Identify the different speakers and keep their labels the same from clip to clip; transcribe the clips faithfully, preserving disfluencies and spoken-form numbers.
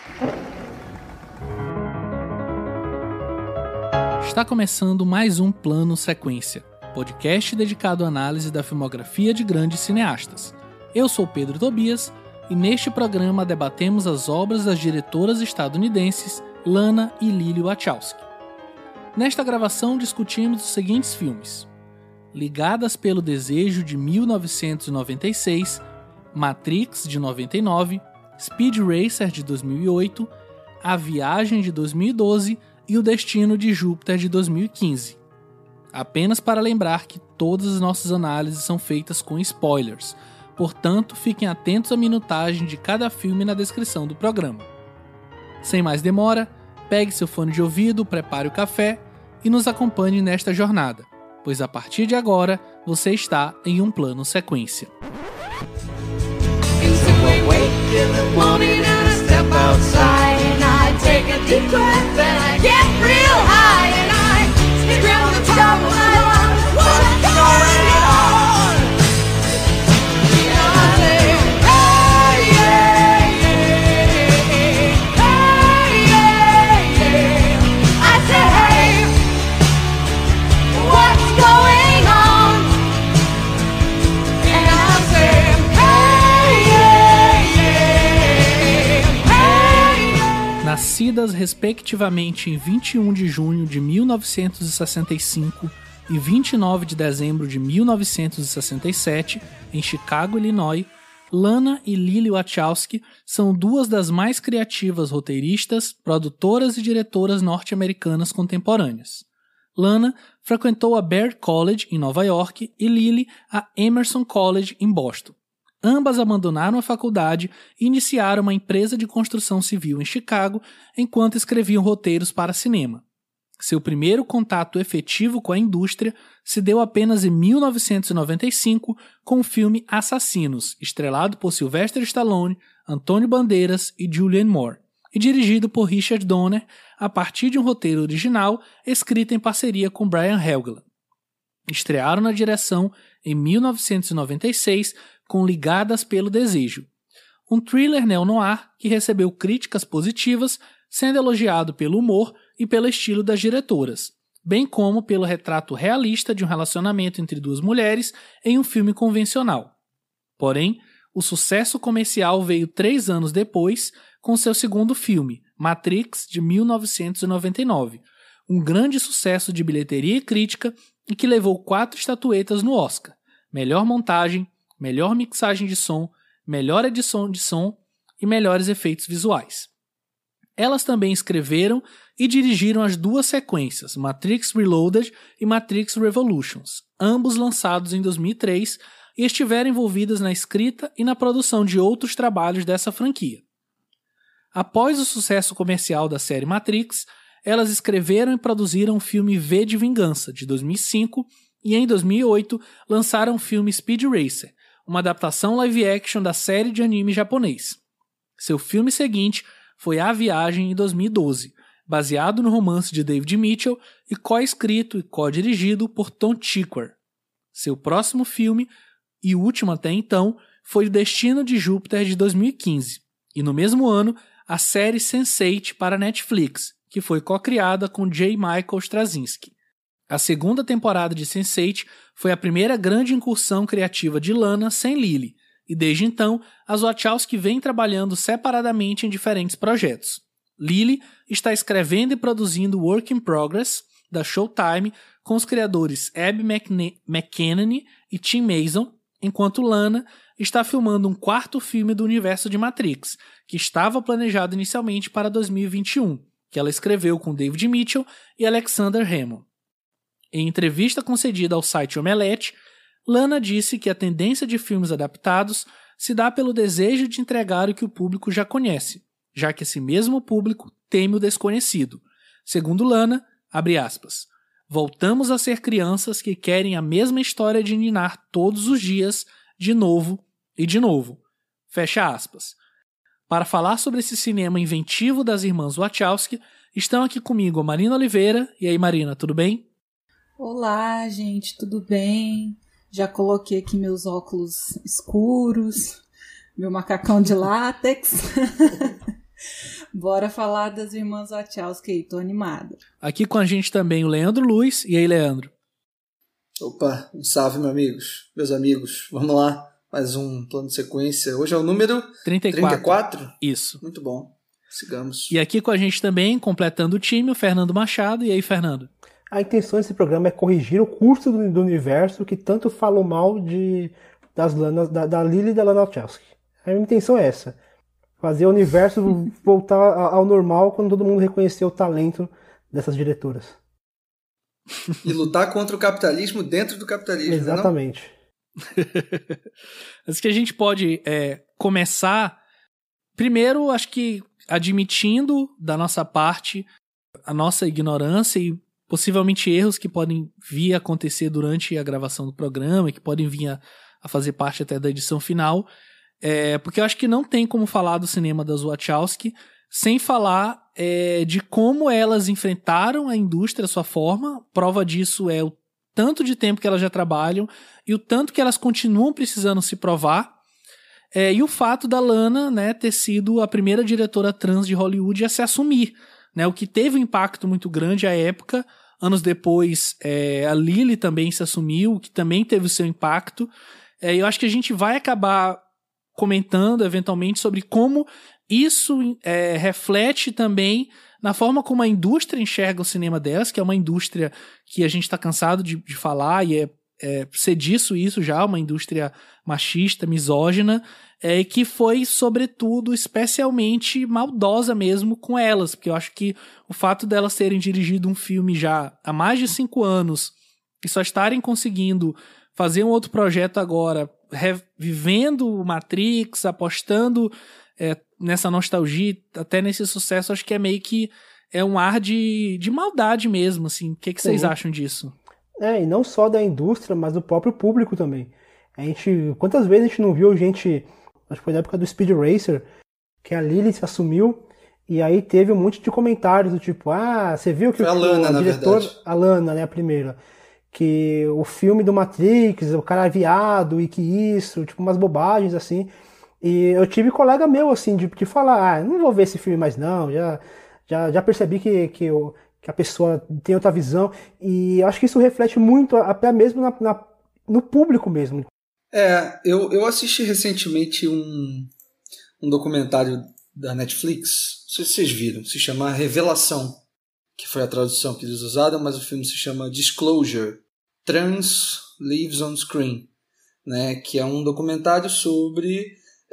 Speaker 1: Está começando mais um Plano Sequência, podcast dedicado à análise da filmografia de grandes cineastas. Eu sou Pedro Tobias e neste programa debatemos as obras das diretoras estadunidenses Lana e Lily Wachowski. Nesta gravação discutimos os seguintes filmes: Ligadas pelo Desejo, de mil novecentos e noventa e seis, Matrix, de noventa e nove, Speed Racer, de dois mil e oito, A Viagem, de dois mil e doze e O Destino de Júpiter, de dois mil e quinze. Apenas para lembrar que todas as nossas análises são feitas com spoilers, portanto fiquem atentos à minutagem de cada filme na descrição do programa. Sem mais demora, pegue seu fone de ouvido, prepare o café e nos acompanhe nesta jornada, pois a partir de agora você está em um plano sequência. Nascidas respectivamente em vinte e um de junho de mil novecentos e sessenta e cinco e vinte e nove de dezembro de mil novecentos e sessenta e sete, em Chicago, Illinois, Lana e Lily Wachowski são duas das mais criativas roteiristas, produtoras e diretoras norte-americanas contemporâneas. Lana frequentou a Baird College, em Nova York, e Lily a Emerson College, em Boston. Ambas abandonaram a faculdade e iniciaram uma empresa de construção civil em Chicago enquanto escreviam roteiros para cinema. Seu primeiro contato efetivo com a indústria se deu apenas em mil novecentos e noventa e cinco com o filme Assassinos, estrelado por Sylvester Stallone, Antônio Bandeiras e Julianne Moore, e dirigido por Richard Donner a partir de um roteiro original escrito em parceria com Brian Helgeland. Estrearam na direção em mil novecentos e noventa e seis com Ligadas pelo Desejo, um thriller neo-noir que recebeu críticas positivas, sendo elogiado pelo humor e pelo estilo das diretoras, bem como pelo retrato realista de um relacionamento entre duas mulheres em um filme convencional. Porém, o sucesso comercial veio três anos depois com seu segundo filme, Matrix, de mil novecentos e noventa e nove, um grande sucesso de bilheteria e crítica e que levou quatro estatuetas no Oscar: melhor montagem, melhor mixagem de som, melhor edição de som e melhores efeitos visuais. Elas também escreveram e dirigiram as duas sequências, Matrix Reloaded e Matrix Revolutions, ambos lançados em dois mil e três, e estiveram envolvidas na escrita e na produção de outros trabalhos dessa franquia. Após o sucesso comercial da série Matrix, elas escreveram e produziram o filme V de Vingança, de dois mil e cinco, e em dois mil e oito lançaram o filme Speed Racer, uma adaptação live-action da série de anime japonês. Seu filme seguinte foi A Viagem, em dois mil e doze, baseado no romance de David Mitchell e co-escrito e co-dirigido por Tom Tykwer. Seu próximo filme, e último até então, foi O Destino de Júpiter, de dois mil e quinze, e no mesmo ano a série sense eight para Netflix, que foi co-criada com J. Michael Straczynski. A segunda temporada de sense eight foi a primeira grande incursão criativa de Lana sem Lily, e desde então as Wachowski vêm trabalhando separadamente em diferentes projetos. Lily está escrevendo e produzindo Work in Progress, da Showtime, com os criadores Abby McEnany e Tim Mason, enquanto Lana está filmando um quarto filme do universo de Matrix, que estava planejado inicialmente para dois mil e vinte e um, que ela escreveu com David Mitchell e Alexander Hammond. Em entrevista concedida ao site Omelete, Lana disse que a tendência de filmes adaptados se dá pelo desejo de entregar o que o público já conhece, já que esse mesmo público teme o desconhecido. Segundo Lana, abre aspas, voltamos a ser crianças que querem a mesma história de ninar todos os dias, de novo e de novo. Fecha aspas. Para falar sobre esse cinema inventivo das irmãs Wachowski, estão aqui comigo a Marina Oliveira. E aí, Marina, tudo bem?
Speaker 2: Olá, gente, tudo bem? Já coloquei aqui meus óculos escuros, meu macacão de látex. Bora falar das irmãs Wachowski, tô animada.
Speaker 1: Aqui com a gente também o Leandro Luiz. E aí, Leandro?
Speaker 3: Opa, um salve, meus amigos. Meus amigos, vamos lá. Mais um plano de sequência. Hoje é o número
Speaker 1: trinta e quatro.
Speaker 3: trinta e quatro?
Speaker 1: Isso.
Speaker 3: Muito bom. Sigamos.
Speaker 1: E aqui com a gente também, completando o time, o Fernando Machado. E aí, Fernando?
Speaker 4: A intenção desse programa é corrigir o curso do, do universo que tanto falam mal de, das Lanas, da, da Lily e da Lana Wachowski. A intenção é essa. Fazer o universo voltar ao normal quando todo mundo reconhecer o talento dessas diretoras.
Speaker 3: E lutar contra o capitalismo dentro do capitalismo.
Speaker 4: Exatamente.
Speaker 1: Acho que a gente pode é, começar, primeiro, acho que admitindo da nossa parte a nossa ignorância e possivelmente erros que podem vir a acontecer durante a gravação do programa, que podem vir a, a fazer parte até da edição final. É, porque eu acho que não tem como falar do cinema das Wachowski sem falar é, de como elas enfrentaram a indústria, a sua forma. Prova disso é o tanto de tempo que elas já trabalham e o tanto que elas continuam precisando se provar. É, e o fato da Lana, né, ter sido a primeira diretora trans de Hollywood a se assumir, né, o que teve um impacto muito grande à época. Anos depois, é, a Lily também se assumiu, o que também teve o seu impacto. É, eu acho que a gente vai acabar comentando eventualmente sobre como isso é, reflete também na forma como a indústria enxerga o cinema delas, que é uma indústria que a gente está cansado de, de falar, e é, é ser disso isso já, uma indústria machista, misógina, é, que foi, sobretudo, especialmente maldosa mesmo com elas, porque eu acho que o fato delas terem dirigido um filme já há mais de cinco anos e só estarem conseguindo fazer um outro projeto agora, revivendo o Matrix, apostando é, nessa nostalgia, até nesse sucesso, acho que é meio que é um ar de, de maldade mesmo, assim. O que, que vocês acham disso?
Speaker 4: É, e não só da indústria, mas do próprio público também. A gente, quantas vezes a gente não viu gente, acho que foi na época do Speed Racer, que a Lily se assumiu, e aí teve um monte de comentários do tipo, ah, você viu que
Speaker 3: foi
Speaker 4: o,
Speaker 3: a Lana,
Speaker 4: o
Speaker 3: na
Speaker 4: diretor,
Speaker 3: verdade.
Speaker 4: a Lana, né, a primeira, que o filme do Matrix, o cara é viado e que isso, tipo umas bobagens assim. E eu tive colega meu assim de, de falar, ah, não vou ver esse filme mais não, já, já, já percebi que, que, eu, que a pessoa tem outra visão. E acho que isso reflete muito até mesmo na, na, no público mesmo.
Speaker 3: É, eu, eu assisti recentemente um, um documentário da Netflix, não sei se vocês viram, se chama Revelação, que foi a tradução que eles usaram, mas o filme se chama Disclosure, Trans Lives on Screen, né, que é um documentário sobre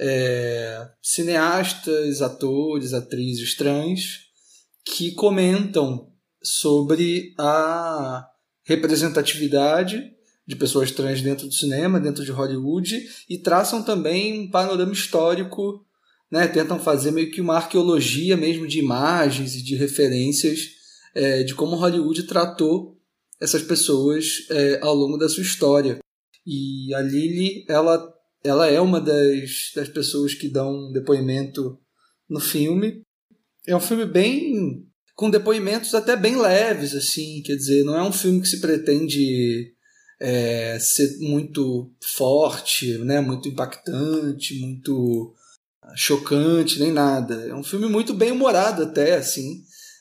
Speaker 3: é, cineastas, atores, atrizes trans que comentam sobre a representatividade de pessoas trans dentro do cinema, dentro de Hollywood, e traçam também um panorama histórico, né, tentam fazer meio que uma arqueologia mesmo de imagens e de referências É, de como Hollywood tratou essas pessoas é, ao longo da sua história. E a Lily, ela, ela é uma das, das pessoas que dão depoimento no filme. É um filme bem com depoimentos até bem leves, assim, quer dizer, não é um filme que se pretende é, ser muito forte, né, muito impactante, muito chocante, nem nada. É um filme muito bem humorado até, assim.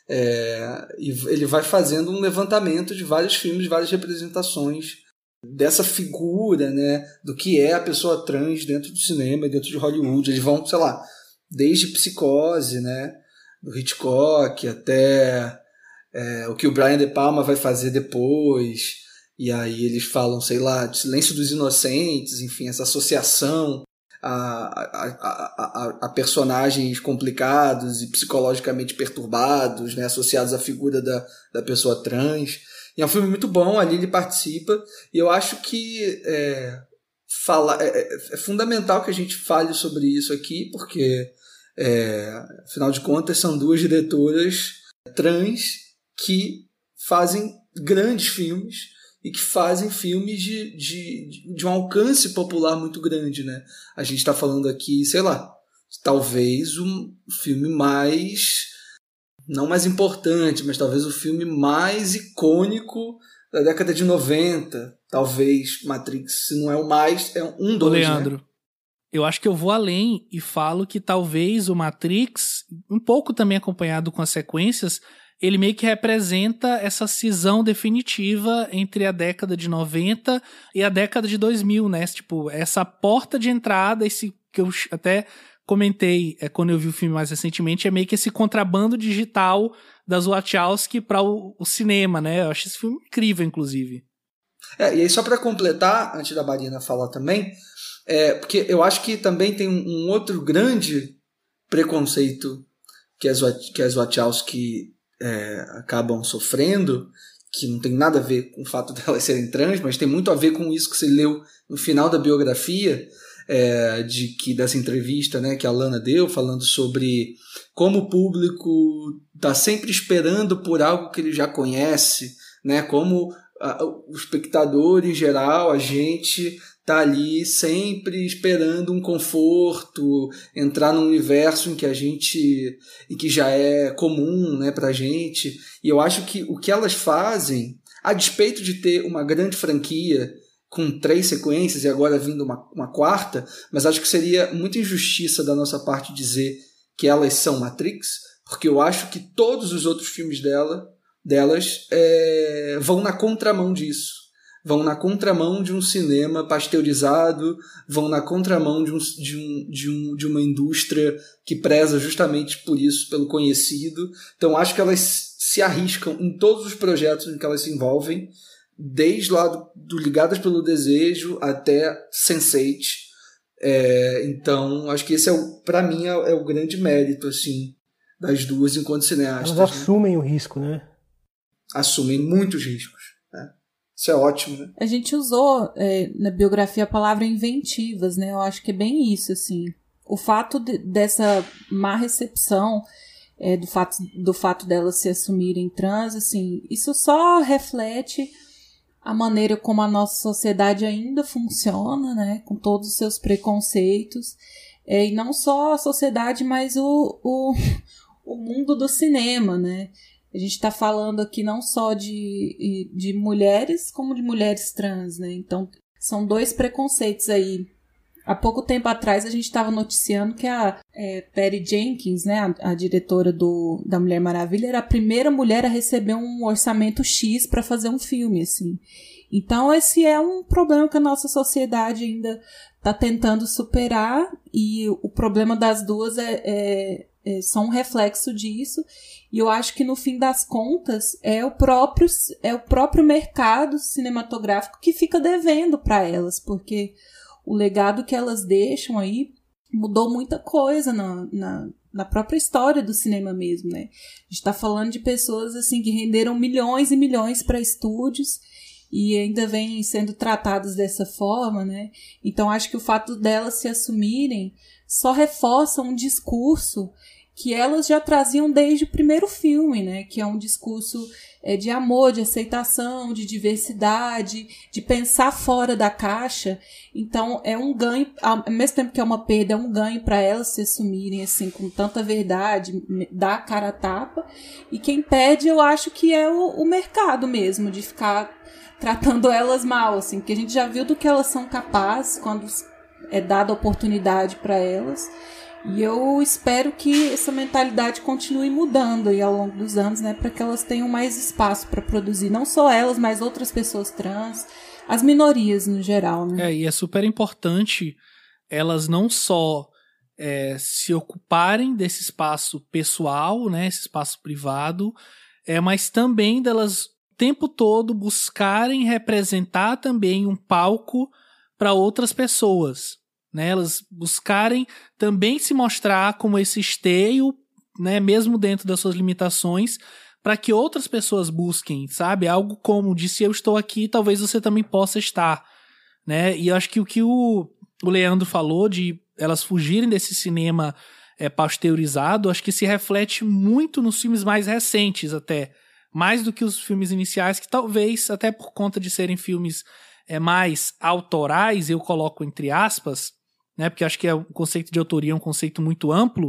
Speaker 3: É, e ele vai fazendo um levantamento de vários filmes, várias representações dessa figura, né, do que é a pessoa trans dentro do cinema, dentro de Hollywood. Eles vão, sei lá, desde Psicose, né, do Hitchcock, até é, o que o Brian De Palma vai fazer depois, e aí eles falam, sei lá, de Silêncio dos Inocentes, enfim, essa associação A, a, a, a personagens complicados e psicologicamente perturbados, né, associados à figura da, da pessoa trans. E é um filme muito bom, a Lily participa, e eu acho que é, fala, é, é fundamental que a gente fale sobre isso aqui, porque, é, afinal de contas, são duas diretoras trans que fazem grandes filmes, e que fazem filmes de, de, de um alcance popular muito grande, né? A gente está falando aqui, sei lá, talvez um filme mais, não mais importante, mas talvez o filme mais icônico da década de noventa. Talvez Matrix, se não é o mais, é um dos,
Speaker 1: Leandro,
Speaker 3: né?
Speaker 1: eu acho que eu vou além e falo que talvez o Matrix, um pouco também acompanhado com as sequências, ele meio que representa essa cisão definitiva entre a década de noventa e a década de dois mil, né? Tipo, essa porta de entrada, esse que eu até comentei é, quando eu vi o filme mais recentemente, é meio que esse contrabando digital das Wachowski para o, o cinema, né? Eu acho esse filme incrível, inclusive.
Speaker 3: É, e aí só para completar, antes da Marina falar também, é, porque eu acho que também tem um, um outro grande preconceito que as, que as Wachowski é, acabam sofrendo, que não tem nada a ver com o fato delas serem trans, mas tem muito a ver com isso que você leu no final da biografia, é, de que, dessa entrevista, né, que a Lana deu, falando sobre como o público está sempre esperando por algo que ele já conhece, né, como a, o espectador em geral, a gente tá ali sempre esperando um conforto, entrar num universo em que a gente, em que já é comum, né, pra gente. E eu acho que o que elas fazem, a despeito de ter uma grande franquia com três sequências e agora vindo uma, uma quarta, mas acho que seria muita injustiça da nossa parte dizer que elas são Matrix, porque eu acho que todos os outros filmes dela, delas é, vão na contramão disso. Vão na contramão de um cinema pasteurizado, vão na contramão de, um, de, um, de, um, de uma indústria que preza justamente por isso, pelo conhecido. Então acho que elas se arriscam em todos os projetos em que elas se envolvem, desde lá do, do Ligadas pelo Desejo até sense eight. É, então acho que esse, é o, para mim, é, é o grande mérito assim, das duas enquanto cineastas.
Speaker 4: Elas
Speaker 3: né?
Speaker 4: assumem o risco, né?
Speaker 3: Assumem muitos riscos. Né? Isso é ótimo, né?
Speaker 2: A gente usou é, na biografia a palavra inventivas, né? Eu acho que é bem isso, assim. O fato de, dessa má recepção, é, do, fato, do fato delas se assumirem trans, assim, isso só reflete a maneira como a nossa sociedade ainda funciona, né? Com todos os seus preconceitos. É, e não só a sociedade, mas o, o, o mundo do cinema, né? A gente está falando aqui não só de, de mulheres, como de mulheres trans, né? Então, são dois preconceitos aí. Há pouco tempo atrás, a gente estava noticiando que a é, Patty Jenkins, né, a, a diretora do, da Mulher Maravilha, era a primeira mulher a receber um orçamento X para fazer um filme, assim. Então, esse é um problema que a nossa sociedade ainda está tentando superar, e o problema das duas é... é É, são um reflexo disso, e eu acho que no fim das contas é o próprio, é o próprio mercado cinematográfico que fica devendo para elas, porque o legado que elas deixam aí mudou muita coisa na, na, na própria história do cinema mesmo, né? A gente está falando de pessoas assim, que renderam milhões e milhões para estúdios e ainda vêm sendo tratadas dessa forma, né? Então acho que o fato delas se assumirem só reforça um discurso que elas já traziam desde o primeiro filme, né? Que é um discurso é, de amor, de aceitação, de diversidade, de pensar fora da caixa. Então, é um ganho, ao mesmo tempo que é uma perda, é um ganho para elas se assumirem assim, com tanta verdade, dar a cara a tapa. E quem perde, eu acho que é o, o mercado mesmo, de ficar tratando elas mal, assim, porque a gente já viu do que elas são capazes quando é dada oportunidade para elas. E eu espero que essa mentalidade continue mudando aí ao longo dos anos, né, para que elas tenham mais espaço para produzir, não só elas, mas outras pessoas trans, as minorias no geral, né?
Speaker 1: É, e é super importante elas não só é, se ocuparem desse espaço pessoal, né, esse espaço privado, é, mas também delas o tempo todo buscarem representar também um palco para outras pessoas. Né, elas buscarem também se mostrar como esse esteio, né, mesmo dentro das suas limitações, para que outras pessoas busquem, sabe? Algo como de se eu estou aqui, talvez você também possa estar. Né? E eu acho que o que o, o Leandro falou de elas fugirem desse cinema é, pasteurizado, acho que se reflete muito nos filmes mais recentes até, mais do que os filmes iniciais, que talvez, até por conta de serem filmes é, mais autorais, eu coloco entre aspas, né, porque acho que é o conceito de autoria é um conceito muito amplo,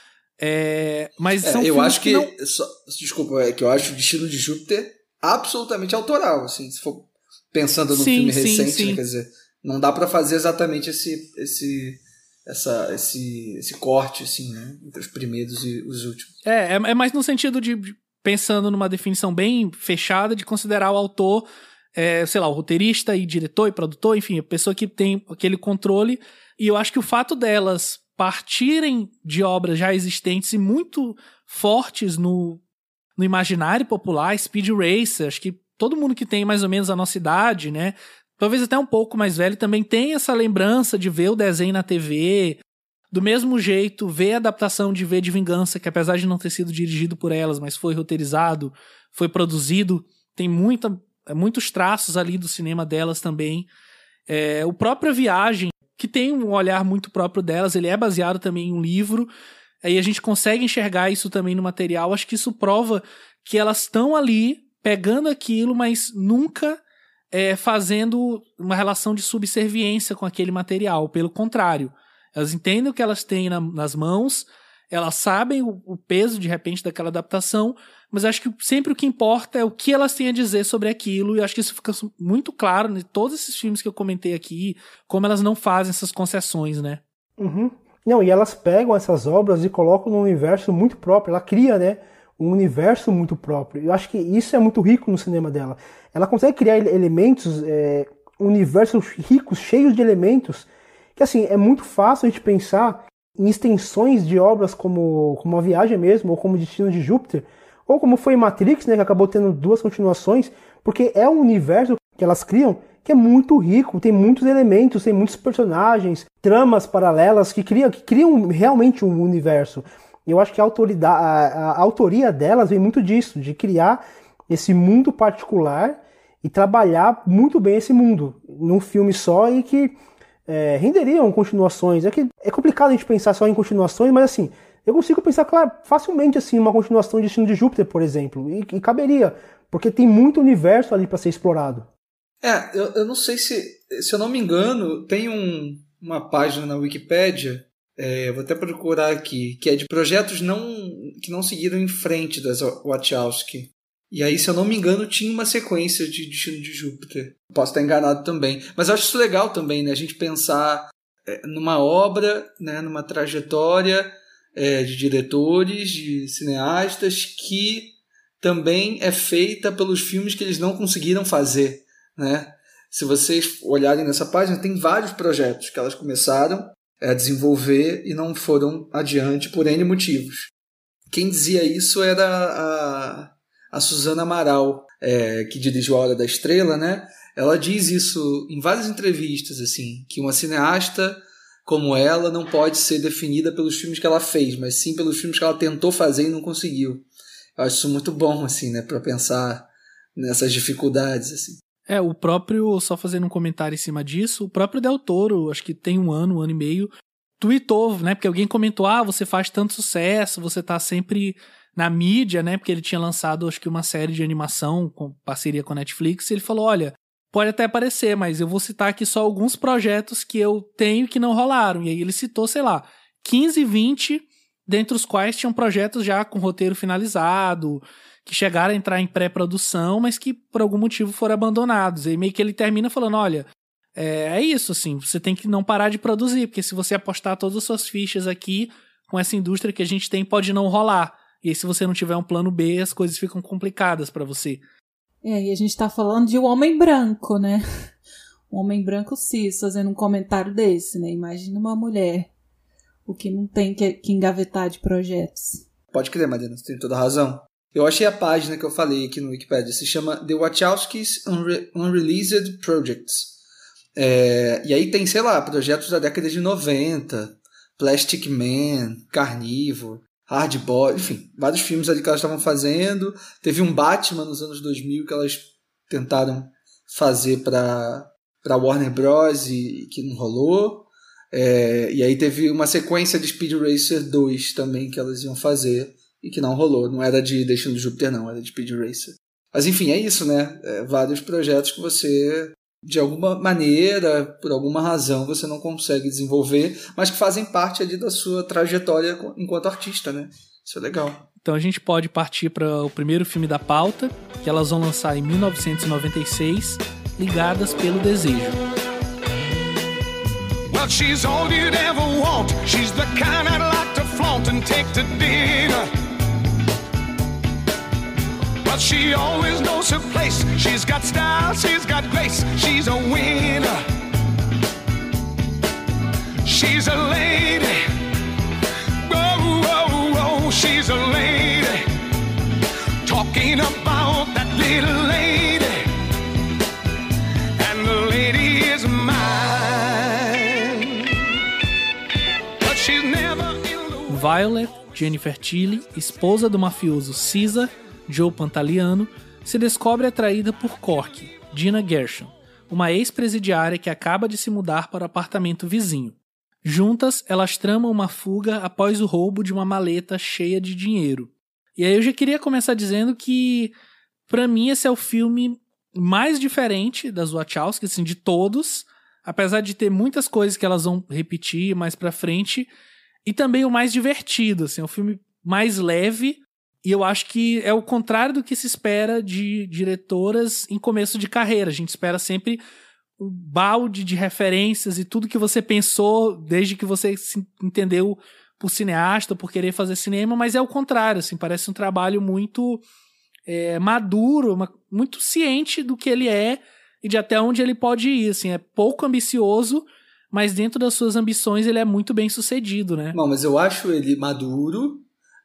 Speaker 1: é, mas
Speaker 3: é,
Speaker 1: são
Speaker 3: eu acho que,
Speaker 1: que não...
Speaker 3: só, desculpa, é que eu acho o Destino de Júpiter absolutamente autoral, assim, se for pensando num
Speaker 1: sim,
Speaker 3: filme
Speaker 1: sim,
Speaker 3: recente,
Speaker 1: sim.
Speaker 3: Né, quer dizer, não dá pra fazer exatamente esse, esse, essa, esse, esse corte, assim, né? Entre os primeiros e os últimos.
Speaker 1: É, é, é mais no sentido de, pensando numa definição bem fechada, de considerar o autor, é, sei lá, o roteirista e diretor e produtor, enfim, a pessoa que tem aquele controle. E eu acho que o fato delas partirem de obras já existentes e muito fortes no, no imaginário popular, Speed Racer, acho que todo mundo que tem mais ou menos a nossa idade, né? Talvez até um pouco mais velho, também tem essa lembrança de ver o desenho na T V. Do mesmo jeito, ver a adaptação de V de Vingança, que apesar de não ter sido dirigido por elas, mas foi roteirizado, foi produzido, tem muita, muitos traços ali do cinema delas também. É, o próprio Viagem, que tem um olhar muito próprio delas, ele é baseado também em um livro, aí a gente consegue enxergar isso também no material. Acho que isso prova que elas estão ali pegando aquilo, mas nunca é, fazendo uma relação de subserviência com aquele material. Pelo contrário, elas entendem o que elas têm na, nas mãos, elas sabem o, o peso, de repente, daquela adaptação, mas acho que sempre o que importa é o que elas têm a dizer sobre aquilo, e acho que isso fica muito claro em todos esses filmes que eu comentei aqui, como elas não fazem essas concessões, né?
Speaker 4: Uhum. Não, e elas pegam essas obras e colocam num universo muito próprio, ela cria, né, um universo muito próprio. Eu acho que isso é muito rico no cinema dela. Ela consegue criar elementos, é, universos ricos, cheios de elementos, que assim, é muito fácil a gente pensar em extensões de obras como, como A Viagem mesmo, ou como Destino de Júpiter, ou como foi Matrix, né, que acabou tendo duas continuações, porque é um universo que elas criam que é muito rico, tem muitos elementos, tem muitos personagens, tramas paralelas que criam, que criam realmente um universo. E eu acho que a, autoridade, a, a autoria delas vem muito disso, de criar esse mundo particular e trabalhar muito bem esse mundo num filme só, e que é, renderiam continuações. É que é complicado a gente pensar só em continuações, mas assim, eu consigo pensar, claro, facilmente assim, uma continuação de Destino de Júpiter, por exemplo, e, e caberia, porque tem muito universo ali para ser explorado.
Speaker 3: É, eu, eu não sei se, se eu não me engano, tem um, uma página na Wikipédia, é, vou até procurar aqui, que é de projetos não, que não seguiram em frente das Wachowski. E aí, se eu não me engano, tinha uma sequência de Destino de Júpiter. Posso estar enganado também. Mas eu acho isso legal também, né? A gente pensar é, numa obra, né, numa trajetória é, de diretores, de cineastas, que também é feita pelos filmes que eles não conseguiram fazer, né? Se vocês olharem nessa página, tem vários projetos que elas começaram a desenvolver e não foram adiante por N motivos. Quem dizia isso era a, a Suzana Amaral, é, que dirigiu A Hora da Estrela, né? Ela diz isso em várias entrevistas, assim, que uma cineasta como ela não pode ser definida pelos filmes que ela fez, mas sim pelos filmes que ela tentou fazer e não conseguiu. Eu acho isso muito bom, assim, né, para pensar nessas dificuldades, assim.
Speaker 1: É, o próprio, só fazendo um comentário em cima disso, o próprio Del Toro, acho que tem um ano, um ano e meio, tweetou, né, porque alguém comentou, ah, você faz tanto sucesso, você tá sempre na mídia, né, porque ele tinha lançado, acho que uma série de animação com parceria com a Netflix, e ele falou, olha, pode até parecer, mas eu vou citar aqui só alguns projetos que eu tenho que não rolaram, e aí ele citou, sei lá, quinze, vinte, dentre os quais tinham projetos já com roteiro finalizado, que chegaram a entrar em pré-produção, mas que por algum motivo foram abandonados. E meio que ele termina falando, olha, é, é isso, assim, você tem que não parar de produzir, porque se você apostar todas as suas fichas aqui, com essa indústria que a gente tem, pode não rolar. E aí se você não tiver um plano B, as coisas ficam complicadas pra você.
Speaker 2: É, e a gente tá falando de um homem branco, né? Um homem branco cis, fazendo um comentário desse, né? Imagina uma mulher, o que não tem que, que engavetar de projetos.
Speaker 3: Pode crer, Marina, você tem toda a razão. Eu achei a página que eu falei aqui no Wikipedia, se chama The Wachowskis Unre- Unreleased Projects. É, e aí tem, sei lá, projetos da década de noventa, Plastic Man, Carnívoro, Hardball, enfim, vários filmes ali que elas estavam fazendo. Teve um Batman nos anos dois mil que elas tentaram fazer para para Warner Bros. E que não rolou. É, e aí teve uma sequência de Speed Racer dois também que elas iam fazer e que não rolou. Não era de Destino de Júpiter, não, era de Speed Racer. Mas enfim, é isso, né? É, vários projetos que você, de alguma maneira, por alguma razão, você não consegue desenvolver, mas que fazem parte ali da sua trajetória enquanto artista, né? Isso é legal.
Speaker 1: Então a gente pode partir para o primeiro filme da pauta, que elas vão lançar em mil novecentos e noventa e seis, Ligadas pelo Desejo.
Speaker 5: Well, she's all you'd ever want. She's the kind I'd like to flaunt and take to dinner. But she always knows her place. She's got style, she's got grace. She's a winner. She's a lady. Whoa, whoa, whoa, she's a lady. Talking about that little lady. And the lady is mine. But she's never in the...
Speaker 1: Violet, Jennifer Tilly, esposa do mafioso Caesar, Joe Pantoliano, se descobre atraída por Corky, Gina Gershon, uma ex-presidiária que acaba de se mudar para o apartamento vizinho. Juntas, elas tramam uma fuga após o roubo de uma maleta cheia de dinheiro. E aí eu já queria começar dizendo que, pra mim, esse é o filme mais diferente das Wachowski, assim, de todos, apesar de ter muitas coisas que elas vão repetir mais pra frente, e também o mais divertido, assim, é um filme mais leve, e eu acho que é o contrário do que se espera de diretoras em começo de carreira. A gente espera sempre um balde de referências e tudo que você pensou desde que você se entendeu por cineasta, por querer fazer cinema, mas é o contrário, assim, parece um trabalho muito é, maduro, uma, muito ciente do que ele é e de até onde ele pode ir, assim, é pouco ambicioso, mas dentro das suas ambições ele é muito bem sucedido, né?
Speaker 3: Não, mas eu acho ele maduro,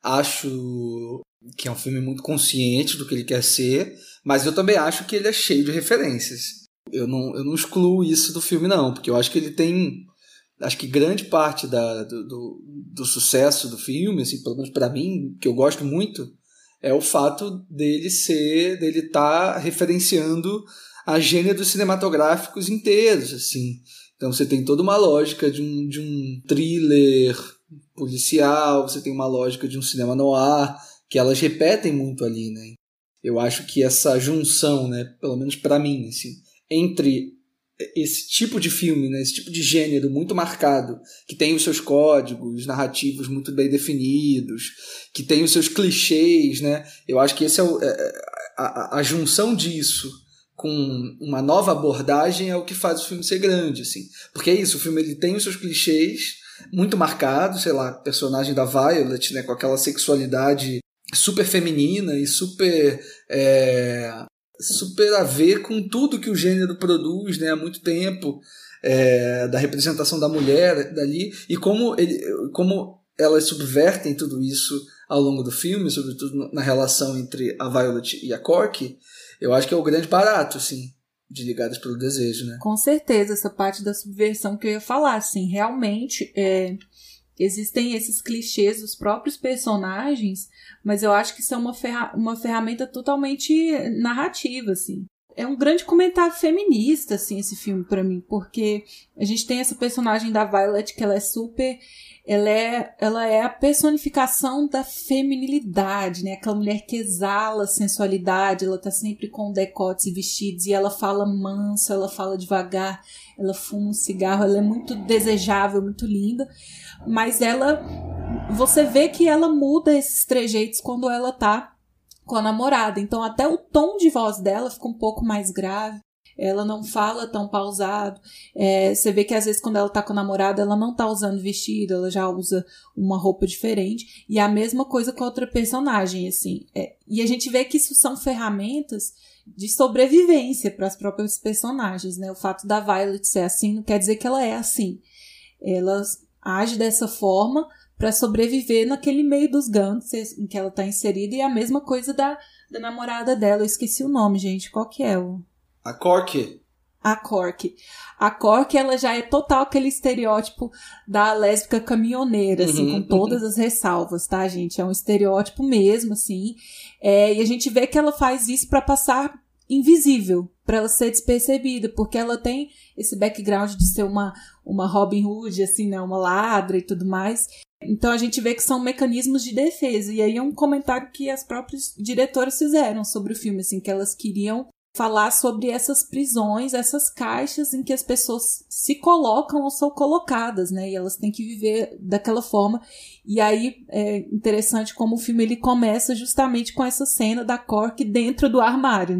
Speaker 3: acho que é um filme muito consciente do que ele quer ser, mas eu também acho que ele é cheio de referências. Eu não, eu não excluo isso do filme, não, porque eu acho que ele tem... Acho que grande parte da, do, do, do sucesso do filme, assim, pelo menos pra mim, que eu gosto muito, é o fato dele ser, dele estar tá referenciando a gêneros cinematográficos inteiros, assim. Então você tem toda uma lógica de um, de um thriller policial, você tem uma lógica de um cinema noir, que elas repetem muito ali, né? Eu acho que essa junção, né, pelo menos pra mim, assim, entre esse tipo de filme, né, esse tipo de gênero muito marcado, que tem os seus códigos narrativos muito bem definidos, que tem os seus clichês, né? Eu acho que esse é o, é, a, a junção disso com uma nova abordagem é o que faz o filme ser grande, assim. Porque é isso, o filme ele tem os seus clichês muito marcados, sei lá, personagem da Violet, né, com aquela sexualidade super feminina e super... É, super a ver com tudo que o gênero produz, né, há muito tempo, é, da representação da mulher dali, e como, ele, como elas subvertem tudo isso ao longo do filme, sobretudo na relação entre a Violet e a Corky. Eu acho que é o grande barato, assim, de Ligadas pelo Desejo, né?
Speaker 2: Com certeza, essa parte da subversão que eu ia falar, assim, realmente é, existem esses clichês dos próprios personagens, mas eu acho que isso é uma, ferra- uma ferramenta totalmente narrativa, assim. É um grande comentário feminista, assim, esse filme pra mim, porque a gente tem essa personagem da Violet que ela é super... Ela é, ela é a personificação da feminilidade, né? Aquela mulher que exala sensualidade, ela tá sempre com decotes e vestidos, e ela fala manso, ela fala devagar, ela fuma um cigarro, ela é muito desejável, muito linda, mas ela... Você vê que ela muda esses trejeitos quando ela tá com a namorada, então até o tom de voz dela fica um pouco mais grave. Ela não fala tão pausado. É, você vê que às vezes quando ela tá com o namorado, ela não tá usando vestido, ela já usa uma roupa diferente. E a mesma coisa com a outra personagem, assim. É, e a gente vê que isso são ferramentas de sobrevivência para as próprias personagens, né? O fato da Violet ser assim não quer dizer que ela é assim. Ela age dessa forma para sobreviver naquele meio dos gangsters em que ela tá inserida. E a mesma coisa da, da namorada dela. Eu esqueci o nome, gente. Qual que é o...
Speaker 3: A Corky.
Speaker 2: A Corky. A Corky, ela já é total aquele estereótipo da lésbica caminhoneira, assim,
Speaker 3: Uhum,
Speaker 2: com todas
Speaker 3: uhum.
Speaker 2: as ressalvas, tá, gente? É um estereótipo mesmo, assim. É, e a gente vê que ela faz isso pra passar invisível, pra ela ser despercebida, porque ela tem esse background de ser uma, uma Robin Hood, assim, né? Uma ladra e tudo mais. Então a gente vê que são mecanismos de defesa. E aí é um comentário que as próprias diretoras fizeram sobre o filme, assim, que elas queriam falar sobre essas prisões, essas caixas em que as pessoas se colocam ou são colocadas, né? E elas têm que viver daquela forma. E aí é interessante como o filme ele começa justamente com essa cena da Corky dentro do armário, né?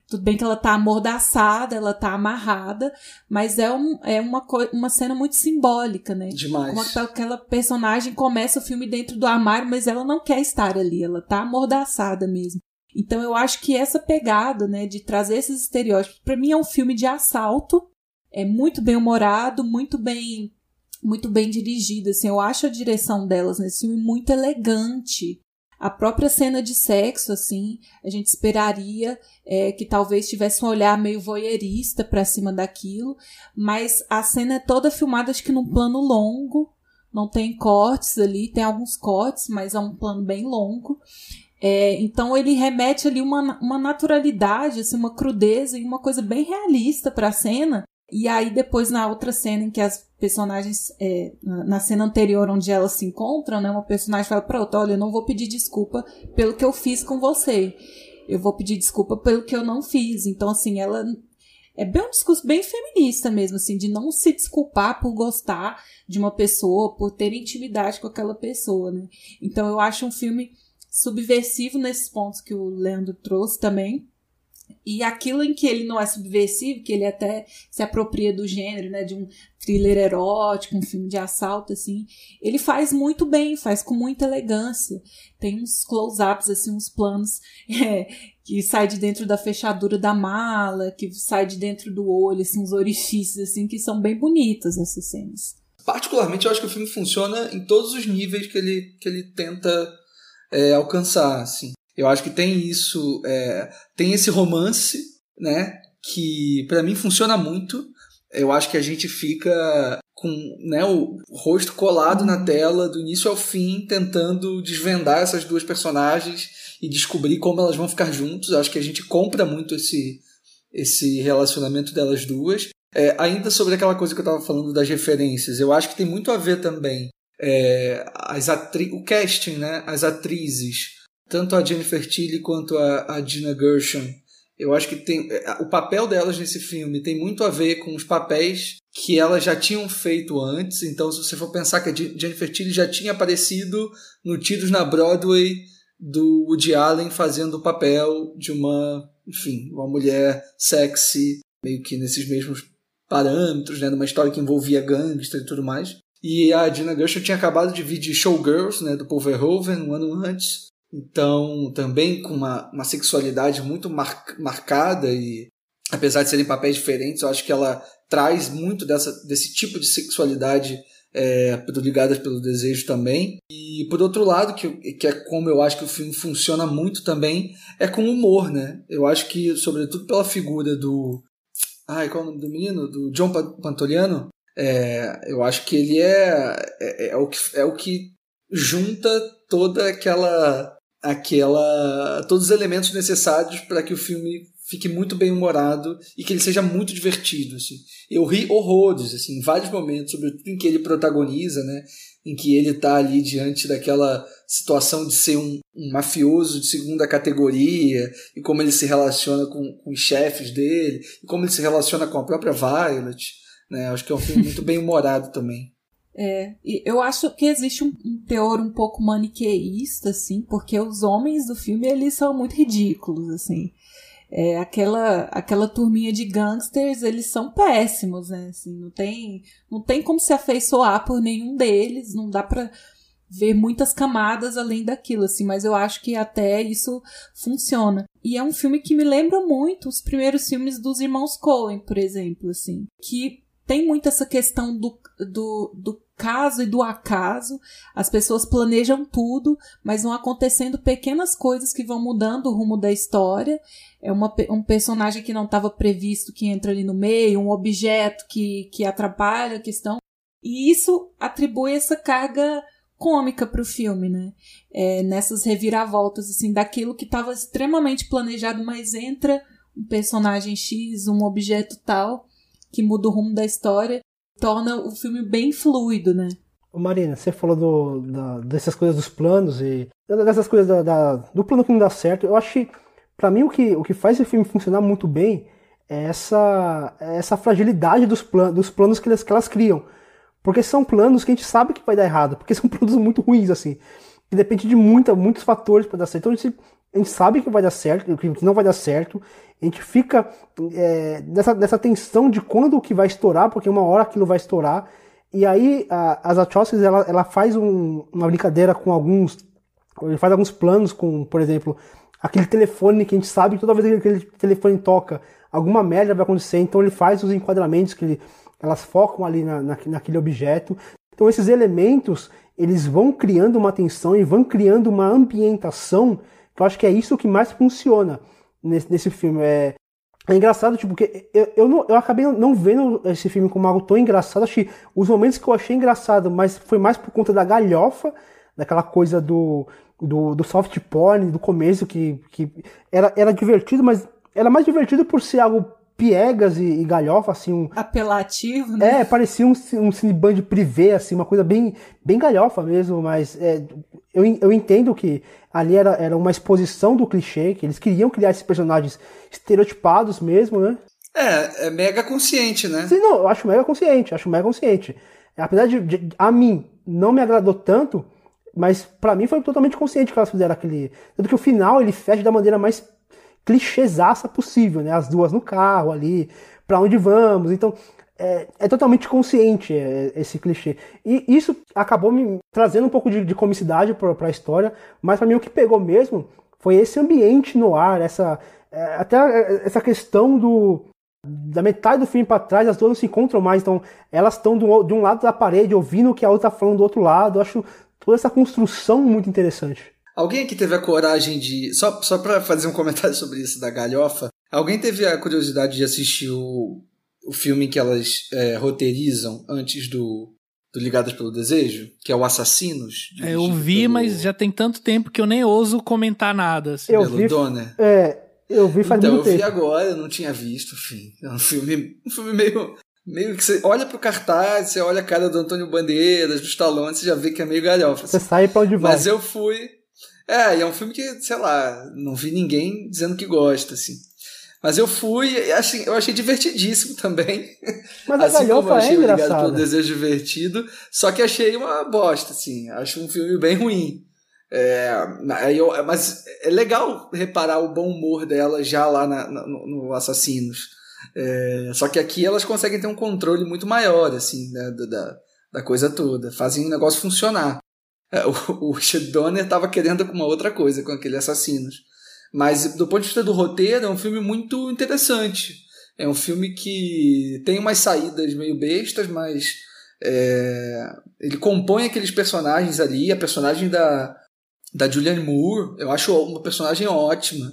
Speaker 2: Tudo bem que ela tá amordaçada, ela tá amarrada, mas é, um, é uma, uma cena muito simbólica, né?
Speaker 3: Demais.
Speaker 2: Como aquela personagem começa o filme dentro do armário, mas ela não quer estar ali, ela tá amordaçada mesmo. Então eu acho que essa pegada, né, de trazer esses estereótipos, pra mim é um filme de assalto, é muito bem humorado, muito bem, muito bem dirigido, assim, eu acho a direção delas nesse filme muito elegante. A própria cena de sexo, assim, a gente esperaria é, que talvez tivesse um olhar meio voyeurista pra cima daquilo, mas a cena é toda filmada, acho que num plano longo, não tem cortes ali, tem alguns cortes, mas é um plano bem longo. É, então ele remete ali uma, uma naturalidade, assim, uma crudeza e uma coisa bem realista pra cena. E aí depois na outra cena em que as personagens, é, na cena anterior onde elas se encontram, né, uma personagem fala, pronto, olha, eu não vou pedir desculpa pelo que eu fiz com você, eu vou pedir desculpa pelo que eu não fiz. Então assim, ela é bem um discurso bem feminista mesmo, assim, de não se desculpar por gostar de uma pessoa, por ter intimidade com aquela pessoa, né. Então eu acho um filme subversivo nesses pontos que o Leandro trouxe também. E aquilo em que ele não é subversivo, que ele até se apropria do gênero, né, de um thriller erótico, um filme de assalto, assim, ele faz muito bem, faz com muita elegância. Tem uns close-ups, assim, uns planos é, que sai de dentro da fechadura da mala, que sai de dentro do olho, assim, uns orifícios, assim, que são bem bonitas essas cenas.
Speaker 3: Particularmente, eu acho que o filme funciona em todos os níveis que ele, que ele tenta é, alcançar, assim. Eu acho que tem isso, é, tem esse romance, né, que pra mim funciona muito. Eu acho que a gente fica com, né, o rosto colado na tela do início ao fim, tentando desvendar essas duas personagens e descobrir como elas vão ficar juntos. Eu acho que a gente compra muito esse, esse relacionamento delas duas. É, ainda sobre aquela coisa que eu estava falando das referências, eu acho que tem muito a ver também é, as atri- o casting, né, as atrizes, tanto a Jennifer Tilly quanto a, a Gina Gershon. Eu acho que tem, o papel delas nesse filme tem muito a ver com os papéis que elas já tinham feito antes. Então, se você for pensar que a Jennifer Tilly já tinha aparecido no Tiros na Broadway do Woody Allen fazendo o papel de uma, enfim, uma mulher sexy, meio que nesses mesmos parâmetros, né, numa história que envolvia gangster e tudo mais. E a Gina Gershon tinha acabado de vir de Showgirls, né, do Paul Verhoeven, um ano antes. Então, também com uma, uma sexualidade muito mar, marcada e, apesar de serem papéis diferentes, eu acho que ela traz muito dessa, desse tipo de sexualidade é, ligadas pelo desejo também. E, por outro lado, que, que é como eu acho que o filme funciona muito também, é com humor, né? Eu acho que, sobretudo pela figura do... Ai, qual é o nome do menino? Do John Pantoliano. É, eu acho que ele é, é, é, o que, é o que junta toda aquela... aquela todos os elementos necessários para que o filme fique muito bem humorado e que ele seja muito divertido, assim. Eu ri horrores, assim, em vários momentos, sobretudo em que ele protagoniza, né, em que ele está ali diante daquela situação de ser um, um mafioso de segunda categoria e como ele se relaciona com, com os chefes dele e como ele se relaciona com a própria Violet, né. Acho que é um filme muito bem humorado também.
Speaker 2: É, eu acho que existe um, um teor um pouco maniqueísta, assim, porque os homens do filme, eles são muito ridículos, assim. É, aquela, aquela turminha de gangsters, eles são péssimos, né, assim, não tem, não tem como se afeiçoar por nenhum deles, não dá pra ver muitas camadas além daquilo, assim, mas eu acho que até isso funciona. E é um filme que me lembra muito os primeiros filmes dos irmãos Coen, por exemplo, assim, que tem muito essa questão do, do, do caso e do acaso. As pessoas planejam tudo, mas vão acontecendo pequenas coisas que vão mudando o rumo da história. É uma, um personagem que não estava previsto que entra ali no meio, um objeto que, que atrapalha a questão. E isso atribui essa carga cômica para o filme, né? É, nessas reviravoltas, assim, daquilo que estava extremamente planejado, mas entra um personagem X, um objeto tal, que muda o rumo da história, torna o filme bem fluido, né?
Speaker 4: Ô Marina, você falou do, da, dessas coisas dos planos e dessas coisas da, da, do plano que não dá certo. Eu acho que, pra mim, o que, o que faz esse filme funcionar muito bem é essa, essa fragilidade dos, plan, dos planos que elas, que elas criam. Porque são planos que a gente sabe que vai dar errado, porque são planos muito ruins, assim. que depende de muita, muitos fatores para dar certo. Então a gente, a gente sabe que vai dar certo, que não vai dar certo. A gente fica é, nessa, nessa tensão de quando que vai estourar, porque uma hora aquilo vai estourar. E aí a, as Wachowskis, ela, ela faz um, uma brincadeira com alguns, ele faz alguns planos com, por exemplo, aquele telefone que a gente sabe que toda vez que aquele telefone toca, alguma merda vai acontecer. Então ele faz os enquadramentos que ele, elas focam ali na, na, naquele objeto. Então esses elementos, eles vão criando uma tensão e vão criando uma ambientação, que eu acho que é isso que mais funciona nesse, nesse filme. É, é engraçado, tipo, porque eu, eu, não, eu acabei não vendo esse filme como algo tão engraçado. Acho que os momentos que eu achei engraçado, mas foi mais por conta da galhofa, daquela coisa do, do, do soft porn, do começo, que, que era, era divertido, mas era mais divertido por ser algo piegas e, e galhofa, assim. Um,
Speaker 2: apelativo, né?
Speaker 4: É, parecia um, um cineband privê, assim, uma coisa bem, bem galhofa mesmo, mas é, eu, eu entendo que ali era, era uma exposição do clichê, que eles queriam criar esses personagens estereotipados mesmo, né?
Speaker 3: É, é mega consciente, né?
Speaker 4: Sim, não, eu acho mega consciente, acho mega consciente. Apesar de, de a mim, não me agradou tanto, mas pra mim foi totalmente consciente que elas fizeram aquele... Tanto que o final, ele fecha da maneira mais clichêzaça possível, né? As duas no carro ali, pra onde vamos. Então, é, é totalmente consciente é, esse clichê. E isso acabou me trazendo um pouco de, de comicidade pra, pra história, mas pra mim o que pegou mesmo foi esse ambiente no ar, essa, é, até essa questão do... Da metade do filme pra trás, as duas não se encontram mais, então elas estão do, de um lado da parede ouvindo o que a outra tá falando do outro lado. Eu acho toda essa construção muito interessante.
Speaker 3: Alguém aqui teve a coragem de... Só, só pra fazer um comentário sobre isso da galhofa. Alguém teve a curiosidade de assistir o, o filme que elas é, roteirizam antes do, do Ligadas pelo Desejo? Que é o Assassinos?
Speaker 1: É, eu vi, pelo... mas já tem tanto tempo que eu nem ouso comentar nada. Assim.
Speaker 4: Eu
Speaker 3: pelo
Speaker 4: vi,
Speaker 3: Donner.
Speaker 4: É, eu vi faz
Speaker 3: então,
Speaker 4: muito tempo.
Speaker 3: Então, eu vi agora, eu não tinha visto, enfim. É um filme, um filme meio... Meio que você olha pro cartaz, você olha a cara do Antônio Bandeiras, do Stallone, você já vê que é meio galhofa.
Speaker 4: Você assim. Sai pra onde vai.
Speaker 3: Mas eu fui... É, e é um filme que, sei lá, não vi ninguém dizendo que gosta, assim. Mas eu fui e assim, eu achei divertidíssimo também.
Speaker 4: Mas a
Speaker 3: assim
Speaker 4: galhofa
Speaker 3: como eu achei
Speaker 4: é engraçada.
Speaker 3: Ligado pelo Desejo divertido, só que achei uma bosta, assim. Acho um filme bem ruim. É, eu, mas é legal reparar o bom humor dela já lá na, na, no Assassinos. É, só que aqui elas conseguem ter um controle muito maior, assim, né, da, da coisa toda. Fazem o negócio funcionar. O, o Richard Donner estava querendo uma outra coisa com aquele Assassinos. Mas do ponto de vista do roteiro, é um filme muito interessante. É um filme que tem umas saídas meio bestas, mas é, ele compõe aqueles personagens ali. A personagem da, da Julianne Moore, eu acho uma personagem ótima,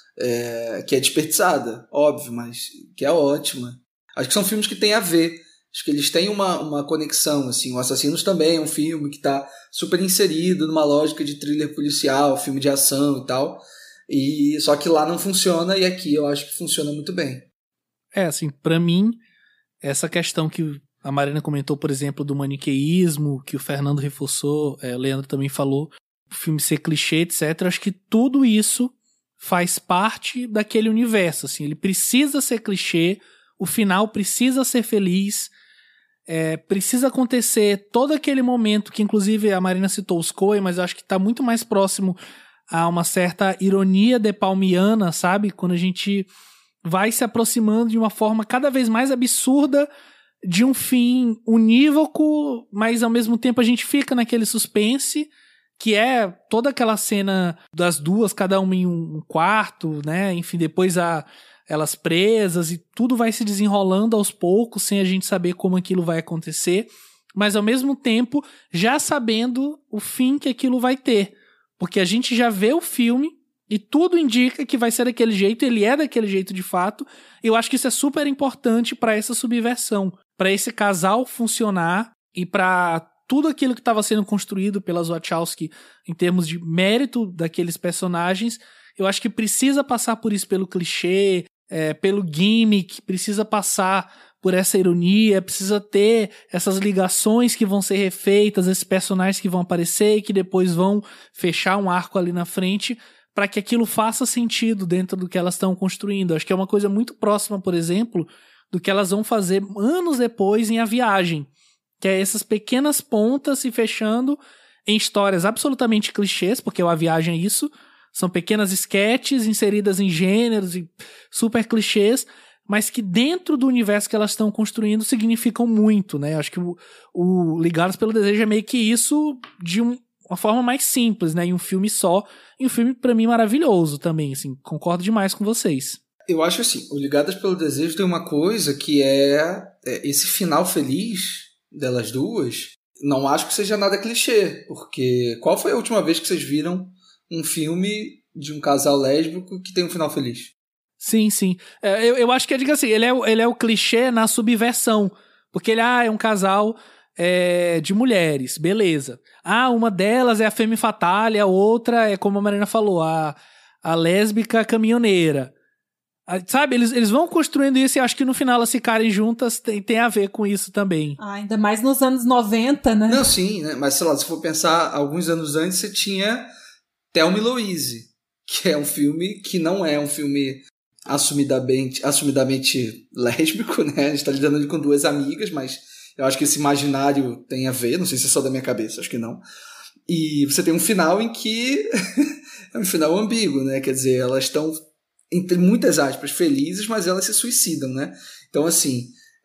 Speaker 3: é, que é desperdiçada, óbvio, mas que é ótima. Acho que são filmes que têm a ver. Acho que eles têm uma, uma conexão, assim. O Assassinos também é um filme que está super inserido numa lógica de thriller policial, filme de ação e tal. E, só que lá não funciona e aqui eu acho que funciona muito bem.
Speaker 1: É, assim, pra mim, essa questão que a Marina comentou, por exemplo, do maniqueísmo, que o Fernando reforçou, é, o Leandro também falou, o filme ser clichê, etcétera. Acho que tudo isso faz parte daquele universo, assim. Ele precisa ser clichê, o final precisa ser feliz, é, precisa acontecer todo aquele momento que, inclusive, a Marina citou os Coen, mas eu acho que está muito mais próximo a uma certa ironia de palmiana, sabe? Quando a gente vai se aproximando de uma forma cada vez mais absurda de um fim unívoco, mas ao mesmo tempo a gente fica naquele suspense, que é toda aquela cena das duas, cada uma em um quarto, né? Enfim, depois a... elas presas, e tudo vai se desenrolando aos poucos, sem a gente saber como aquilo vai acontecer, mas ao mesmo tempo já sabendo o fim que aquilo vai ter, porque a gente já vê o filme e tudo indica que vai ser daquele jeito, ele é daquele jeito de fato. Eu acho que isso é super importante para essa subversão, para esse casal funcionar e para tudo aquilo que estava sendo construído pelas Wachowski em termos de mérito daqueles personagens. Eu acho que precisa passar por isso, pelo clichê, É, pelo gimmick, precisa passar por essa ironia, precisa ter essas ligações que vão ser refeitas, esses personagens que vão aparecer e que depois vão fechar um arco ali na frente, para que aquilo faça sentido dentro do que elas estão construindo. Acho que é uma coisa muito próxima, por exemplo, do que elas vão fazer anos depois em A Viagem, que é essas pequenas pontas se fechando em histórias absolutamente clichês, porque A Viagem é isso, são pequenas esquetes inseridas em gêneros e super clichês, mas que dentro do universo que elas estão construindo significam muito, né? Acho que o, o Ligados pelo Desejo é meio que isso de um, uma forma mais simples, né? Em um filme só, e um filme pra mim maravilhoso também, assim, concordo demais com vocês.
Speaker 3: Eu acho assim, o Ligadas pelo Desejo tem uma coisa que é, é esse final feliz delas duas, não acho que seja nada clichê, porque qual foi a última vez que vocês viram um filme de um casal lésbico que tem um final feliz?
Speaker 1: Sim, sim. É, eu, eu acho que, eu digo assim, ele é, ele é o clichê na subversão, porque ele ah, é um casal é, de mulheres, beleza. Ah, uma delas é a femme fatale, a outra é, como a Marina falou, a, a lésbica caminhoneira. Sabe, eles, eles vão construindo isso e acho que no final elas ficarem juntas tem, tem a ver com isso também.
Speaker 2: Ah, ainda mais nos anos noventa, né?
Speaker 3: Não, sim, né? Mas sei lá, se for pensar, alguns anos antes você tinha Thelma e Louise, que é um filme que não é um filme assumidamente, assumidamente lésbico, né? A gente tá lidando ali com duas amigas, mas eu acho que esse imaginário tem a ver, não sei se é só da minha cabeça, acho que não. E você tem um final em que é um final ambíguo, né? Quer dizer, elas estão, entre muitas aspas, felizes, mas elas se suicidam, né? Então, assim,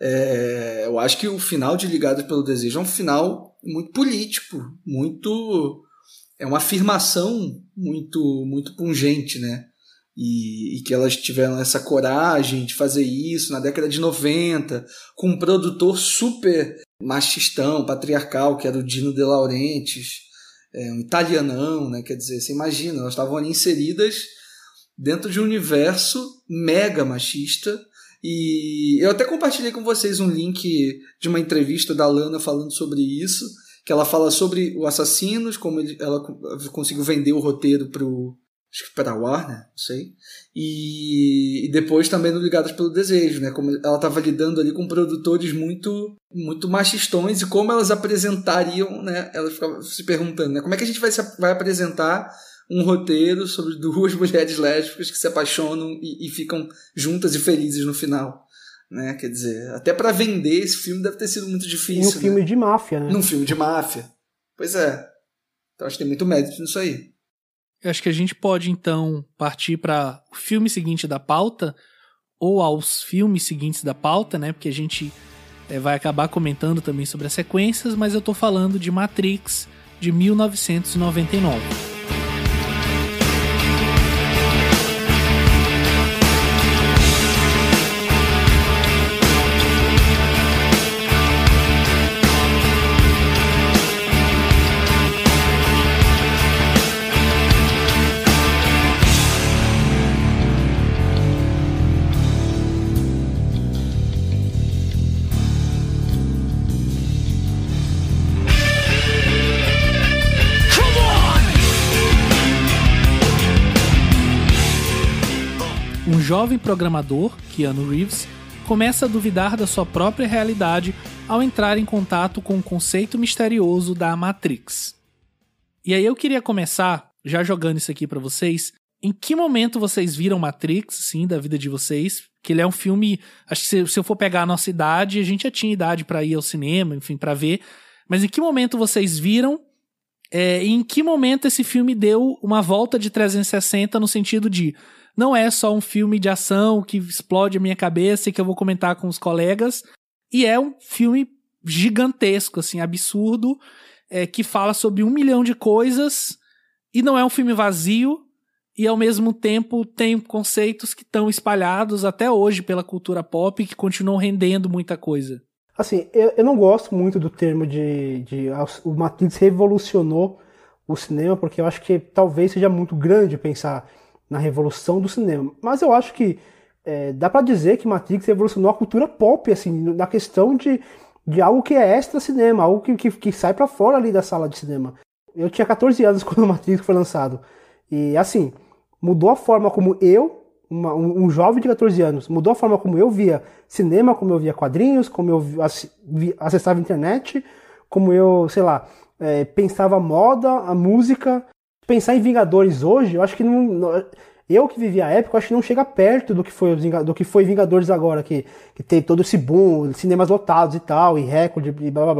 Speaker 3: é, eu acho que o final de Ligados pelo Desejo é um final muito político, muito... é uma afirmação muito, muito pungente, né? E, e que elas tiveram essa coragem de fazer isso na década de noventa, com um produtor super machistão, patriarcal, que era o Dino De Laurentiis, é, um italianão, né? Quer dizer, você imagina, elas estavam ali inseridas dentro de um universo mega machista. E eu até compartilhei com vocês um link de uma entrevista da Lana falando sobre isso, que ela fala sobre o Assassinos, como ele, ela conseguiu vender o roteiro pro, acho que para a Warner, não sei, e, e depois também no Ligadas pelo Desejo, né, como ela estava lidando ali com produtores muito, muito machistões e como elas apresentariam, né, ela ficava se perguntando, né, como é que a gente vai, se, vai apresentar um roteiro sobre duas mulheres lésbicas que se apaixonam e, e ficam juntas e felizes no final. Né? Quer dizer, até pra vender esse filme deve ter sido muito difícil.
Speaker 4: Num filme
Speaker 3: né?
Speaker 4: de máfia, né?
Speaker 3: Num filme de máfia. Pois é. Então acho que tem muito mérito nisso aí.
Speaker 1: Eu acho que a gente pode, então, partir para o filme seguinte da pauta, ou aos filmes seguintes da pauta, né? Porque a gente é, vai acabar comentando também sobre as sequências, mas eu tô falando de Matrix, de mil novecentos e noventa e nove. Um jovem programador, Keanu Reeves, começa a duvidar da sua própria realidade ao entrar em contato com o conceito misterioso da Matrix. E aí eu queria começar, já jogando isso aqui pra vocês, em que momento vocês viram Matrix, sim, da vida de vocês? Que ele é um filme, acho que se, se eu for pegar a nossa idade, a gente já tinha idade pra ir ao cinema, enfim, pra ver, mas em que momento vocês viram? É, e em que momento esse filme deu uma volta de trezentos e sessenta no sentido de não é só um filme de ação que explode a minha cabeça e que eu vou comentar com os colegas, e é um filme gigantesco, assim, absurdo, é, que fala sobre um milhão de coisas, e não é um filme vazio, e ao mesmo tempo tem conceitos que estão espalhados até hoje pela cultura pop e que continuam rendendo muita coisa.
Speaker 4: Assim, eu, eu não gosto muito do termo de, de o Matrix revolucionou o cinema, porque eu acho que talvez seja muito grande pensar na revolução do cinema. Mas eu acho que é, dá pra dizer que Matrix revolucionou a cultura pop, assim, na questão de, de algo que é extra cinema, algo que, que, que sai pra fora ali da sala de cinema. Eu tinha catorze anos quando o Matrix foi lançado. E, assim, mudou a forma como eu, uma, um, um jovem de catorze anos, mudou a forma como eu via cinema, como eu via quadrinhos, como eu via, acessava a internet, como eu, sei lá, é, pensava a moda, a música. Pensar em Vingadores hoje, eu acho que não, não... Eu que vivi a época, eu acho que não chega perto do que foi, do que foi Vingadores agora, que, que tem todo esse boom, cinemas lotados e tal, e recorde, e blá blá blá.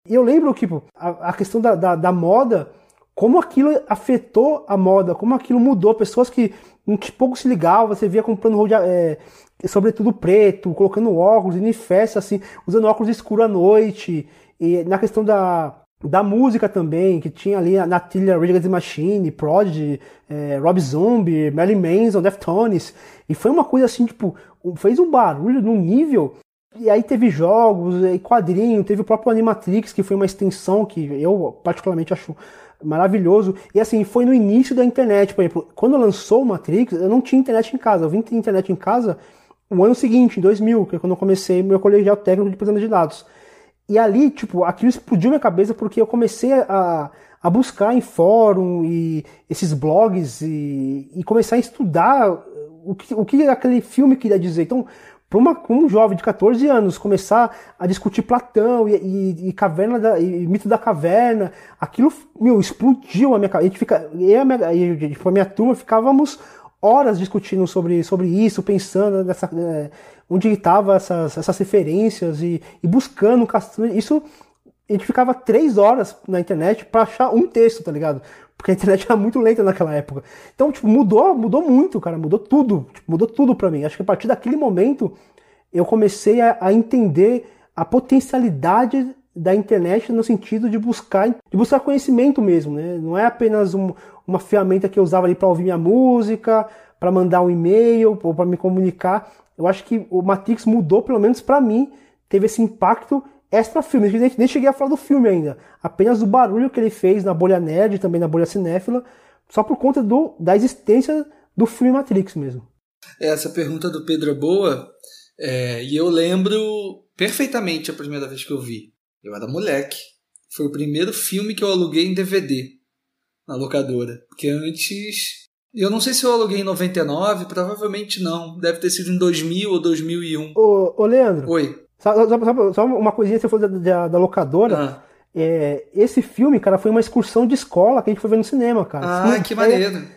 Speaker 4: E eu lembro que tipo, a, a questão da, da, da moda, como aquilo afetou a moda, como aquilo mudou. Pessoas que um pouco se ligavam, você via comprando roupa, é, sobretudo preto, colocando óculos, indo em festa, assim, usando óculos escuros à noite. E na questão da, da música também, que tinha ali na, na trilha Rage Against the Machine, Prodigy, é, Rob Zombie, Marilyn Manson, Deftones. E foi uma coisa assim, tipo, fez um barulho num nível. E aí teve jogos, e quadrinho, teve o próprio Animatrix, que foi uma extensão que eu particularmente acho maravilhoso. E assim, foi no início da internet, por exemplo, quando lançou o Matrix, eu não tinha internet em casa, eu vim ter internet em casa no ano seguinte, em dois mil, que é quando eu comecei meu colegial técnico de processamento de dados. E ali, tipo, aquilo explodiu minha cabeça porque eu comecei a, a buscar em fórum e esses blogs e, e começar a estudar o que, o que aquele filme queria dizer. Então, para um jovem de catorze anos começar a discutir Platão e, e, e, caverna da, e mito da caverna, aquilo, meu, explodiu a minha cabeça. A gente fica, eu e a minha, a minha turma ficávamos horas discutindo sobre, sobre isso, pensando nessa, é, onde estavam essas, essas referências e, e buscando, caçando. Isso, a gente ficava três horas na internet para achar um texto, tá ligado? Porque a internet era muito lenta naquela época. Então, tipo, mudou, mudou muito, cara, mudou tudo, tipo, mudou tudo pra mim. Acho que a partir daquele momento eu comecei a, a entender a potencialidade da internet no sentido de buscar, de buscar conhecimento mesmo, né? Não é apenas um, uma ferramenta que eu usava ali para ouvir minha música, para mandar um e-mail ou para me comunicar. Eu acho que o Matrix mudou, pelo menos para mim, teve esse impacto extra-filme. Nem, nem cheguei a falar do filme ainda. Apenas do barulho que ele fez na bolha nerd e também na bolha cinéfila, só por conta do, da existência do filme Matrix mesmo.
Speaker 3: Essa pergunta do Pedro é boa, é, e eu lembro perfeitamente a primeira vez que eu vi. Eu era moleque. Foi o primeiro filme que eu aluguei em D V D na locadora. Porque antes... Eu não sei se eu aluguei em noventa e nove, provavelmente não. Deve ter sido em dois mil ou dois mil e um.
Speaker 4: Ô, ô Leandro.
Speaker 3: Oi.
Speaker 4: Só, só, só uma coisinha, você falou da, da, da locadora. Ah. É, esse filme, cara, foi uma excursão de escola que a gente foi ver no cinema, cara.
Speaker 3: Ah, que maneiro.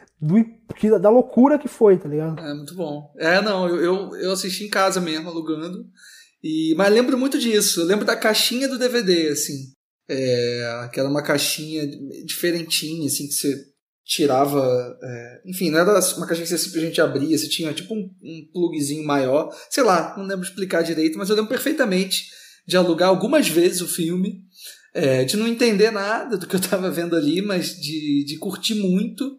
Speaker 4: Do, da loucura que foi, tá ligado?
Speaker 3: É, muito bom. É, não, eu, eu, eu assisti em casa mesmo, alugando. E, mas lembro muito disso. Eu lembro da caixinha do D V D, assim. É, que era uma caixinha diferentinha, assim, que você tirava... É, enfim, não era uma caixinha que você simplesmente abria. Você tinha tipo um, um plugzinho maior. Sei lá, não lembro explicar direito, mas eu lembro perfeitamente de alugar algumas vezes o filme. É, de não entender nada do que eu estava vendo ali, mas de, de curtir muito.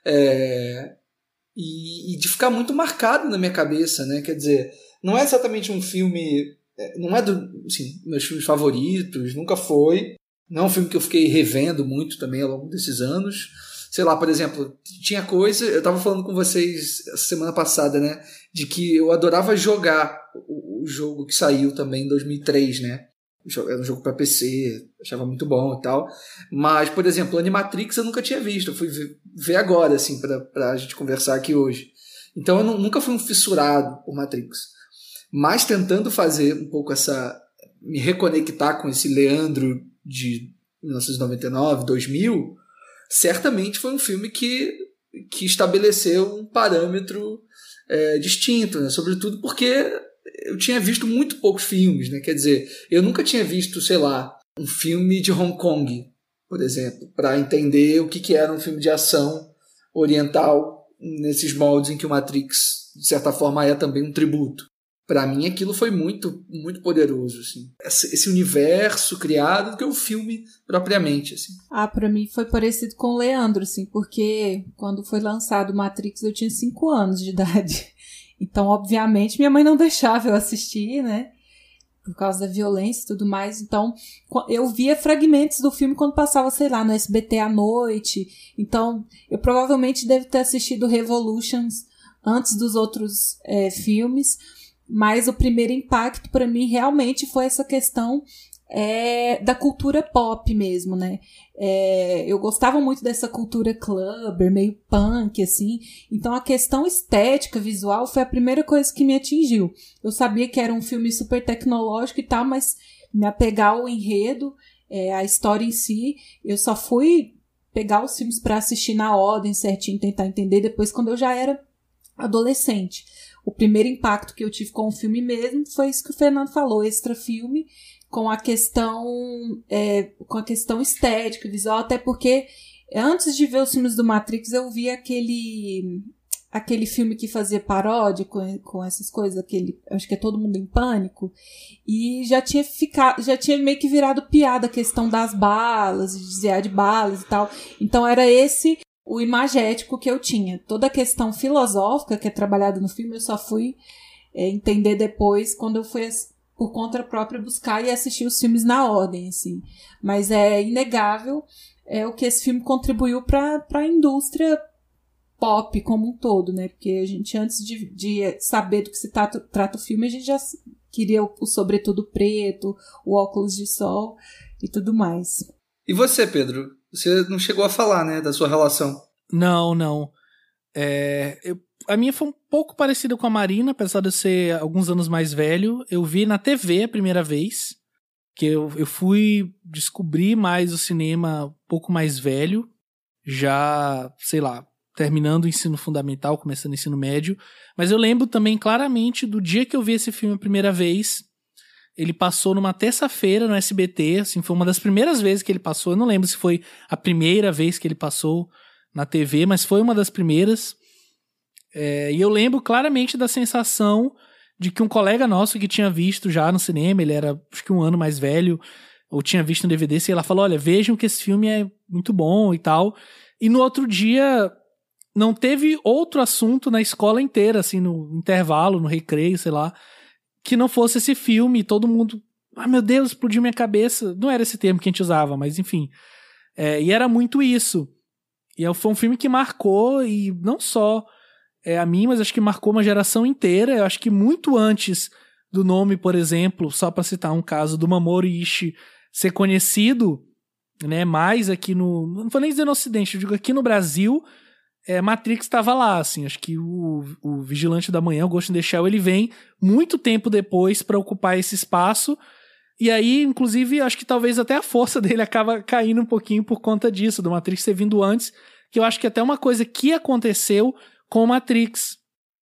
Speaker 3: É, e, e de ficar muito marcado na minha cabeça, né? Quer dizer, não é exatamente um filme, não é dos assim, meus filmes favoritos, nunca foi. Não é um filme que eu fiquei revendo muito também ao longo desses anos. Sei lá, por exemplo, tinha coisa, eu estava falando com vocês essa semana passada, né? De que eu adorava jogar o, o jogo que saiu também em dois mil e três, né? Era um jogo para P C, achava muito bom e tal. Mas, por exemplo, Animatrix eu nunca tinha visto. Eu fui ver agora, assim, pra, pra gente conversar aqui hoje. Então eu não, nunca fui um fissurado por Matrix. Mas tentando fazer um pouco essa... me reconectar com esse Leandro de mil novecentos e noventa e nove, dois mil, certamente foi um filme que, que estabeleceu um parâmetro é, distinto, né? Sobretudo porque... eu tinha visto muito poucos filmes, né? Quer dizer, eu nunca tinha visto, sei lá, um filme de Hong Kong, por exemplo, para entender o que, que era um filme de ação oriental nesses moldes em que o Matrix, de certa forma, é também um tributo. Para mim, aquilo foi muito, muito poderoso, assim. Esse universo criado do que o filme propriamente, assim.
Speaker 2: Ah, para mim foi parecido com o Leandro, assim, porque quando foi lançado o Matrix eu tinha cinco anos de idade. Então, obviamente, minha mãe não deixava eu assistir, né? Por causa da violência e tudo mais. Então, eu via fragmentos do filme quando passava, sei lá, no S B T à noite. Então, eu provavelmente devo ter assistido Revolutions antes dos outros é, filmes. Mas o primeiro impacto para mim realmente foi essa questão é, da cultura pop mesmo, né? É, eu gostava muito dessa cultura clubber, meio punk, assim. Então a questão estética, visual, foi a primeira coisa que me atingiu. Eu sabia que era um filme super tecnológico e tal, mas me apegar ao enredo, é, a história em si, eu só fui pegar os filmes para assistir na ordem certinho, tentar entender depois quando eu já era adolescente. O primeiro impacto que eu tive com o filme mesmo foi isso que o Fernando falou, extra filme, com a questão é, com a questão estética, visual, até porque antes de ver os filmes do Matrix eu vi aquele aquele filme que fazia paródia com, com essas coisas, aquele, acho que é Todo Mundo em Pânico, e já tinha ficado, já tinha meio que virado piada a questão das balas, de desviar de balas e tal. Então era esse o imagético que eu tinha. Toda a questão filosófica que é trabalhada no filme eu só fui é, entender depois, quando eu fui por conta própria buscar e assistir os filmes na ordem, assim. Mas é inegável é, o que esse filme contribuiu para a indústria pop como um todo, né? Porque a gente, antes de, de saber do que se trata, trata o filme, a gente já queria o, o sobretudo preto, o óculos de sol e tudo mais.
Speaker 3: E você, Pedro? Você não chegou a falar, né, da sua relação?
Speaker 1: Não, não. É, eu, a minha foi um pouco parecida com a Marina, apesar de eu ser alguns anos mais velho. Eu vi na T V a primeira vez, que eu, eu fui descobrir mais o cinema um pouco mais velho, já, sei lá, terminando o ensino fundamental, começando o ensino médio. Mas eu lembro também claramente do dia que eu vi esse filme a primeira vez. Ele passou numa terça-feira no S B T, assim, foi uma das primeiras vezes que ele passou. Eu não lembro se foi a primeira vez que ele passou na T V, mas foi uma das primeiras. É, e eu lembro claramente da sensação de que um colega nosso que tinha visto já no cinema, ele era acho que um ano mais velho, ou tinha visto no D V D, e ela falou, olha, vejam que esse filme é muito bom e tal. E no outro dia não teve outro assunto na escola inteira, assim, no intervalo, no recreio, sei lá, que não fosse esse filme. Todo mundo, ah, meu Deus, explodiu minha cabeça. Não era esse termo que a gente usava, mas enfim. É, e era muito isso. E foi um filme que marcou, e não só é, a mim, mas acho que marcou uma geração inteira. Eu acho que muito antes do nome, por exemplo, só para citar um caso, do Mamoru Ishii ser conhecido, né, mais aqui no... Não vou nem dizer no Ocidente, eu digo aqui no Brasil... É, Matrix estava lá, assim, acho que o, o Vigilante da Manhã, o Ghost in the Shell, ele vem muito tempo depois para ocupar esse espaço, e aí, inclusive, acho que talvez até a força dele acaba caindo um pouquinho por conta disso, do Matrix ter vindo antes, que eu acho que até uma coisa que aconteceu com o Matrix.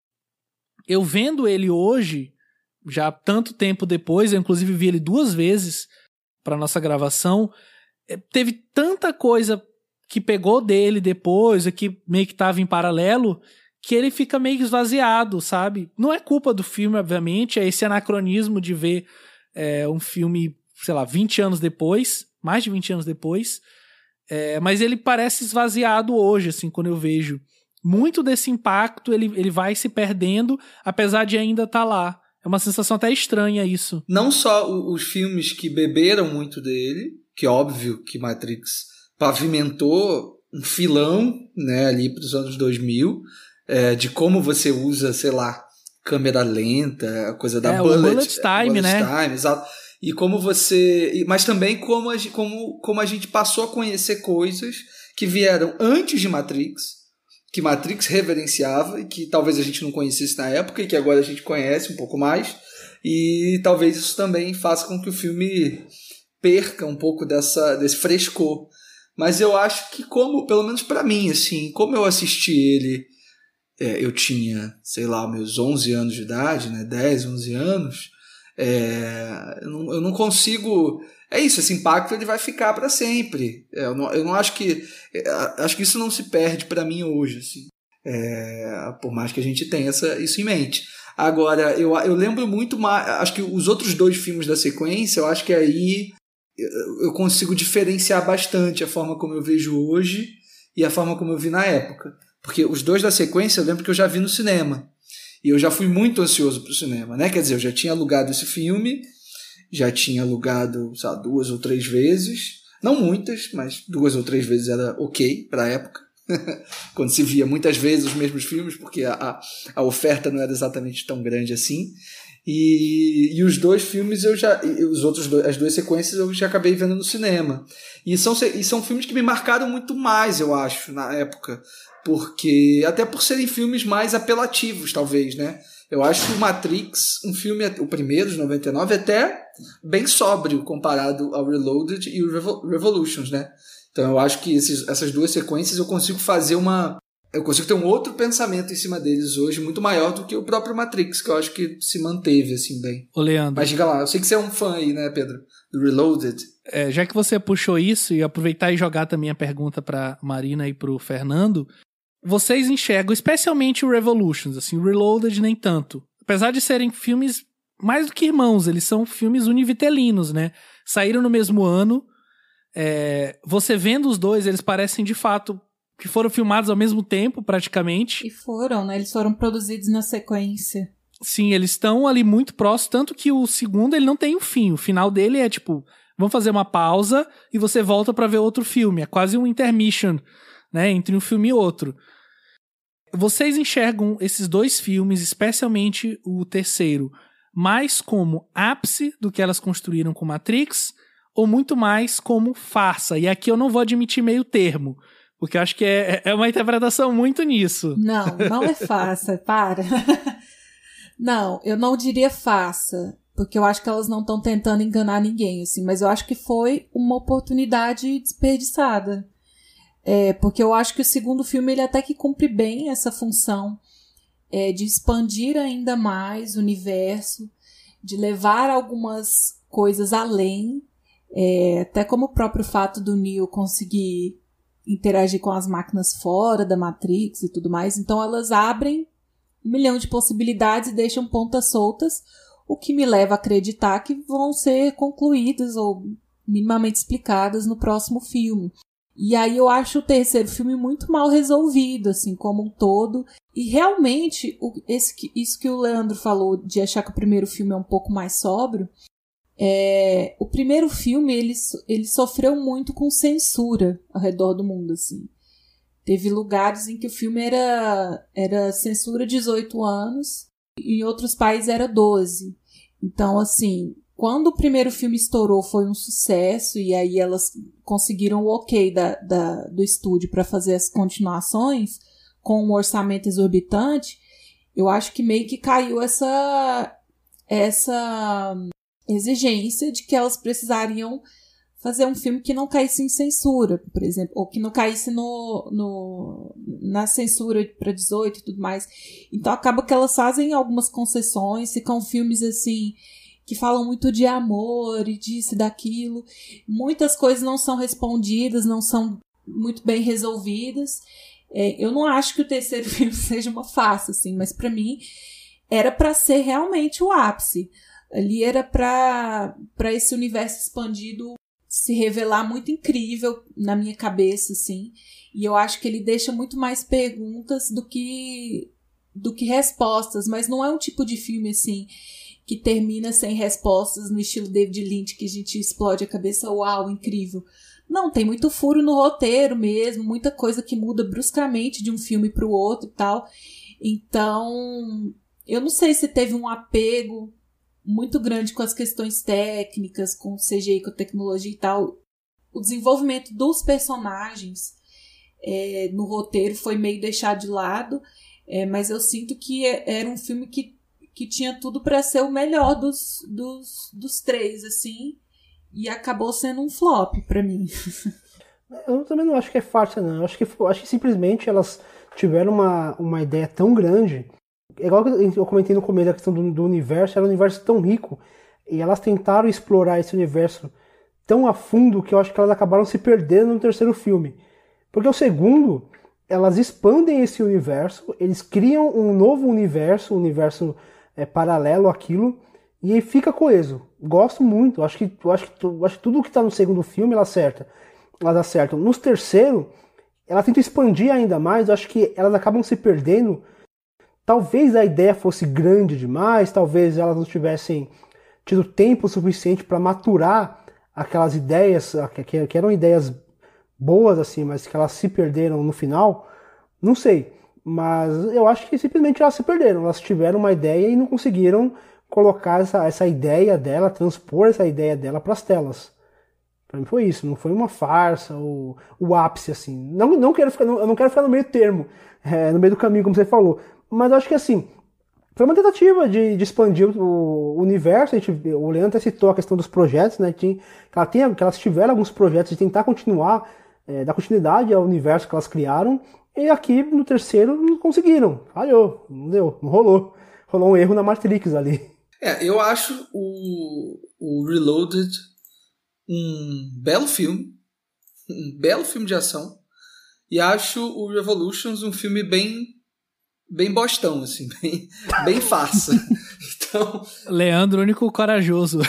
Speaker 1: Eu vendo ele hoje, já tanto tempo depois, eu inclusive vi ele duas vezes para nossa gravação, teve tanta coisa que pegou dele depois, que meio que tava em paralelo, que ele fica meio esvaziado, sabe? Não é culpa do filme, obviamente, é esse anacronismo de ver é, um filme, sei lá, vinte anos depois, mais de vinte anos depois, é, mas ele parece esvaziado hoje, assim, quando eu vejo. Muito desse impacto, ele, ele vai se perdendo, apesar de ainda estar lá. É uma sensação até estranha isso.
Speaker 3: Não só os filmes que beberam muito dele, que é óbvio que Matrix pavimentou um filão, né, ali para os anos dois mil, é, de como você usa, sei lá, câmera lenta, a coisa da
Speaker 1: é,
Speaker 3: bullet,
Speaker 1: bullet time,
Speaker 3: bullet
Speaker 1: né?
Speaker 3: Time, exato. E como você... Mas também como a, como, como a gente passou a conhecer coisas que vieram antes de Matrix, que Matrix reverenciava e que talvez a gente não conhecesse na época e que agora a gente conhece um pouco mais. E talvez isso também faça com que o filme perca um pouco dessa, desse frescor. Mas eu acho que, como, pelo menos pra mim, assim, como eu assisti ele, é, eu tinha, sei lá, meus onze anos de idade, né, dez, onze anos, é, eu, não, eu não consigo... É isso, esse impacto ele vai ficar para sempre. É, eu, não, eu não acho que... É, acho que isso não se perde para mim hoje, assim, é, por mais que a gente tenha essa, isso em mente. Agora, eu, eu lembro muito mais... Acho que os outros dois filmes da sequência, eu acho que aí... eu consigo diferenciar bastante a forma como eu vejo hoje e a forma como eu vi na época. Porque os dois da sequência eu lembro que eu já vi no cinema. E eu já fui muito ansioso pro cinema, né? Quer dizer, eu já tinha alugado esse filme, já tinha alugado, sei lá, duas ou três vezes. Não muitas, mas duas ou três vezes era ok pra época. Quando se via muitas vezes os mesmos filmes, porque a, a, a oferta não era exatamente tão grande assim. E, e os dois filmes eu já, os outros dois, as duas sequências eu já acabei vendo no cinema. E são, e são filmes que me marcaram muito mais, eu acho, na época. Porque, até por serem filmes mais apelativos, talvez, né? Eu acho o Matrix, um filme, o primeiro, de noventa e nove, até bem sóbrio comparado ao Reloaded e o Revol- Revolutions, né? Então eu acho que esses, essas duas sequências eu consigo fazer uma, eu consigo ter um outro pensamento em cima deles hoje, muito maior do que o próprio Matrix, que eu acho que se manteve, assim, bem.
Speaker 1: Ô, Leandro.
Speaker 3: Mas diga lá, eu sei que você é um fã aí, né, Pedro? Do Reloaded.
Speaker 1: É, já que você puxou isso, e aproveitar e jogar também a pergunta pra Marina e pro Fernando, vocês enxergam, especialmente o Revolutions, assim, o Reloaded nem tanto. Apesar de serem filmes mais do que irmãos, eles são filmes univitelinos, né? Saíram no mesmo ano. É, você vendo os dois, eles parecem de fato que foram filmados ao mesmo tempo, praticamente.
Speaker 2: E foram, né? Eles foram produzidos na sequência.
Speaker 1: Sim, eles estão ali muito próximos, tanto que o segundo ele não tem o fim. O final dele é tipo, vamos fazer uma pausa e você volta pra ver outro filme. É quase um intermission, né, entre um filme e outro. Vocês enxergam esses dois filmes, especialmente o terceiro, mais como ápice do que elas construíram com Matrix, ou muito mais como farsa? E aqui eu não vou admitir meio termo, porque eu acho que é, é uma interpretação muito nisso.
Speaker 2: Não, não é farsa, para. Não, eu não diria farsa, porque eu acho que elas não estão tentando enganar ninguém, assim, mas eu acho que foi uma oportunidade desperdiçada. É, porque eu acho que o segundo filme ele até que cumpre bem essa função é, de expandir ainda mais o universo, de levar algumas coisas além, é, até como o próprio fato do Neo conseguir interagir com as máquinas fora da Matrix e tudo mais. Então elas abrem um milhão de possibilidades e deixam pontas soltas, o que me leva a acreditar que vão ser concluídas ou minimamente explicadas no próximo filme. E aí eu acho o terceiro filme muito mal resolvido, assim, como um todo. E realmente, o, esse, isso que o Leandro falou, de achar que o primeiro filme é um pouco mais sóbrio, é, o primeiro filme, ele, ele sofreu muito com censura ao redor do mundo, assim. Teve lugares em que o filme era, era censura dezoito anos, e em outros países era doze. Então, assim, quando o primeiro filme estourou, foi um sucesso, e aí elas conseguiram o ok da, da, do estúdio para fazer as continuações, com um orçamento exorbitante, eu acho que meio que caiu essa, essa exigência de que elas precisariam fazer um filme que não caísse em censura, por exemplo, ou que não caísse no, no, na censura para dezoito e tudo mais. Então acaba que elas fazem algumas concessões, ficam filmes assim que falam muito de amor e disso e daquilo. Muitas coisas não são respondidas, não são muito bem resolvidas. É, eu não acho que o terceiro filme seja uma farsa, assim, mas para mim era para ser realmente o ápice. Ali era para para esse universo expandido se revelar muito incrível na minha cabeça, assim. E eu acho que ele deixa muito mais perguntas do que, do que respostas, mas não é um tipo de filme, assim, que termina sem respostas no estilo David Lynch, que a gente explode a cabeça, uau, incrível. Não, tem muito furo no roteiro mesmo, muita coisa que muda bruscamente de um filme para o outro e tal. Então, eu não sei se teve um apego muito grande com as questões técnicas, com o C G I, com a tecnologia e tal. O desenvolvimento dos personagens é, no roteiro foi meio deixado de lado, é, mas eu sinto que era um filme que, que tinha tudo para ser o melhor dos, dos, dos três, assim, e acabou sendo um flop para mim.
Speaker 4: Eu também não acho que é farsa, não. Eu acho que, eu acho que simplesmente elas tiveram uma, uma ideia tão grande. Igual que eu comentei no começo da questão do, do universo, era um universo tão rico, e elas tentaram explorar esse universo tão a fundo que eu acho que elas acabaram se perdendo no terceiro filme. Porque o segundo, elas expandem esse universo, eles criam um novo universo, um universo é, paralelo àquilo, e aí fica coeso. Gosto muito, acho que, eu acho que, eu acho que tudo que está no segundo filme ela acerta. Elas acertam. No terceiro, ela tenta expandir ainda mais, eu acho que elas acabam se perdendo. Talvez a ideia fosse grande demais, talvez elas não tivessem tido tempo suficiente para maturar aquelas ideias, que, que eram ideias boas, assim, mas que elas se perderam no final. Não sei, mas eu acho que simplesmente elas se perderam. Elas tiveram uma ideia e não conseguiram colocar essa, essa ideia dela, transpor essa ideia dela para as telas. Para mim foi isso, não foi uma farsa, ou o ápice, assim. Não, não quero ficar, não, eu não quero ficar no meio termo, é, no meio do caminho, como você falou. Mas eu acho que assim, foi uma tentativa de, de expandir o universo. A gente, o Leandro até citou a questão dos projetos, né? Que, ela tem, que elas tiveram alguns projetos de tentar continuar, é, dar continuidade ao universo que elas criaram. E aqui no terceiro não conseguiram. Falhou, não deu, não rolou. Rolou um erro na Matrix ali.
Speaker 3: É, eu acho o, o Reloaded um belo filme. Um belo filme de ação. E acho o Revolutions um filme bem, bem bostão, assim, bem, bem farsa. Então,
Speaker 1: Leandro, o único corajoso.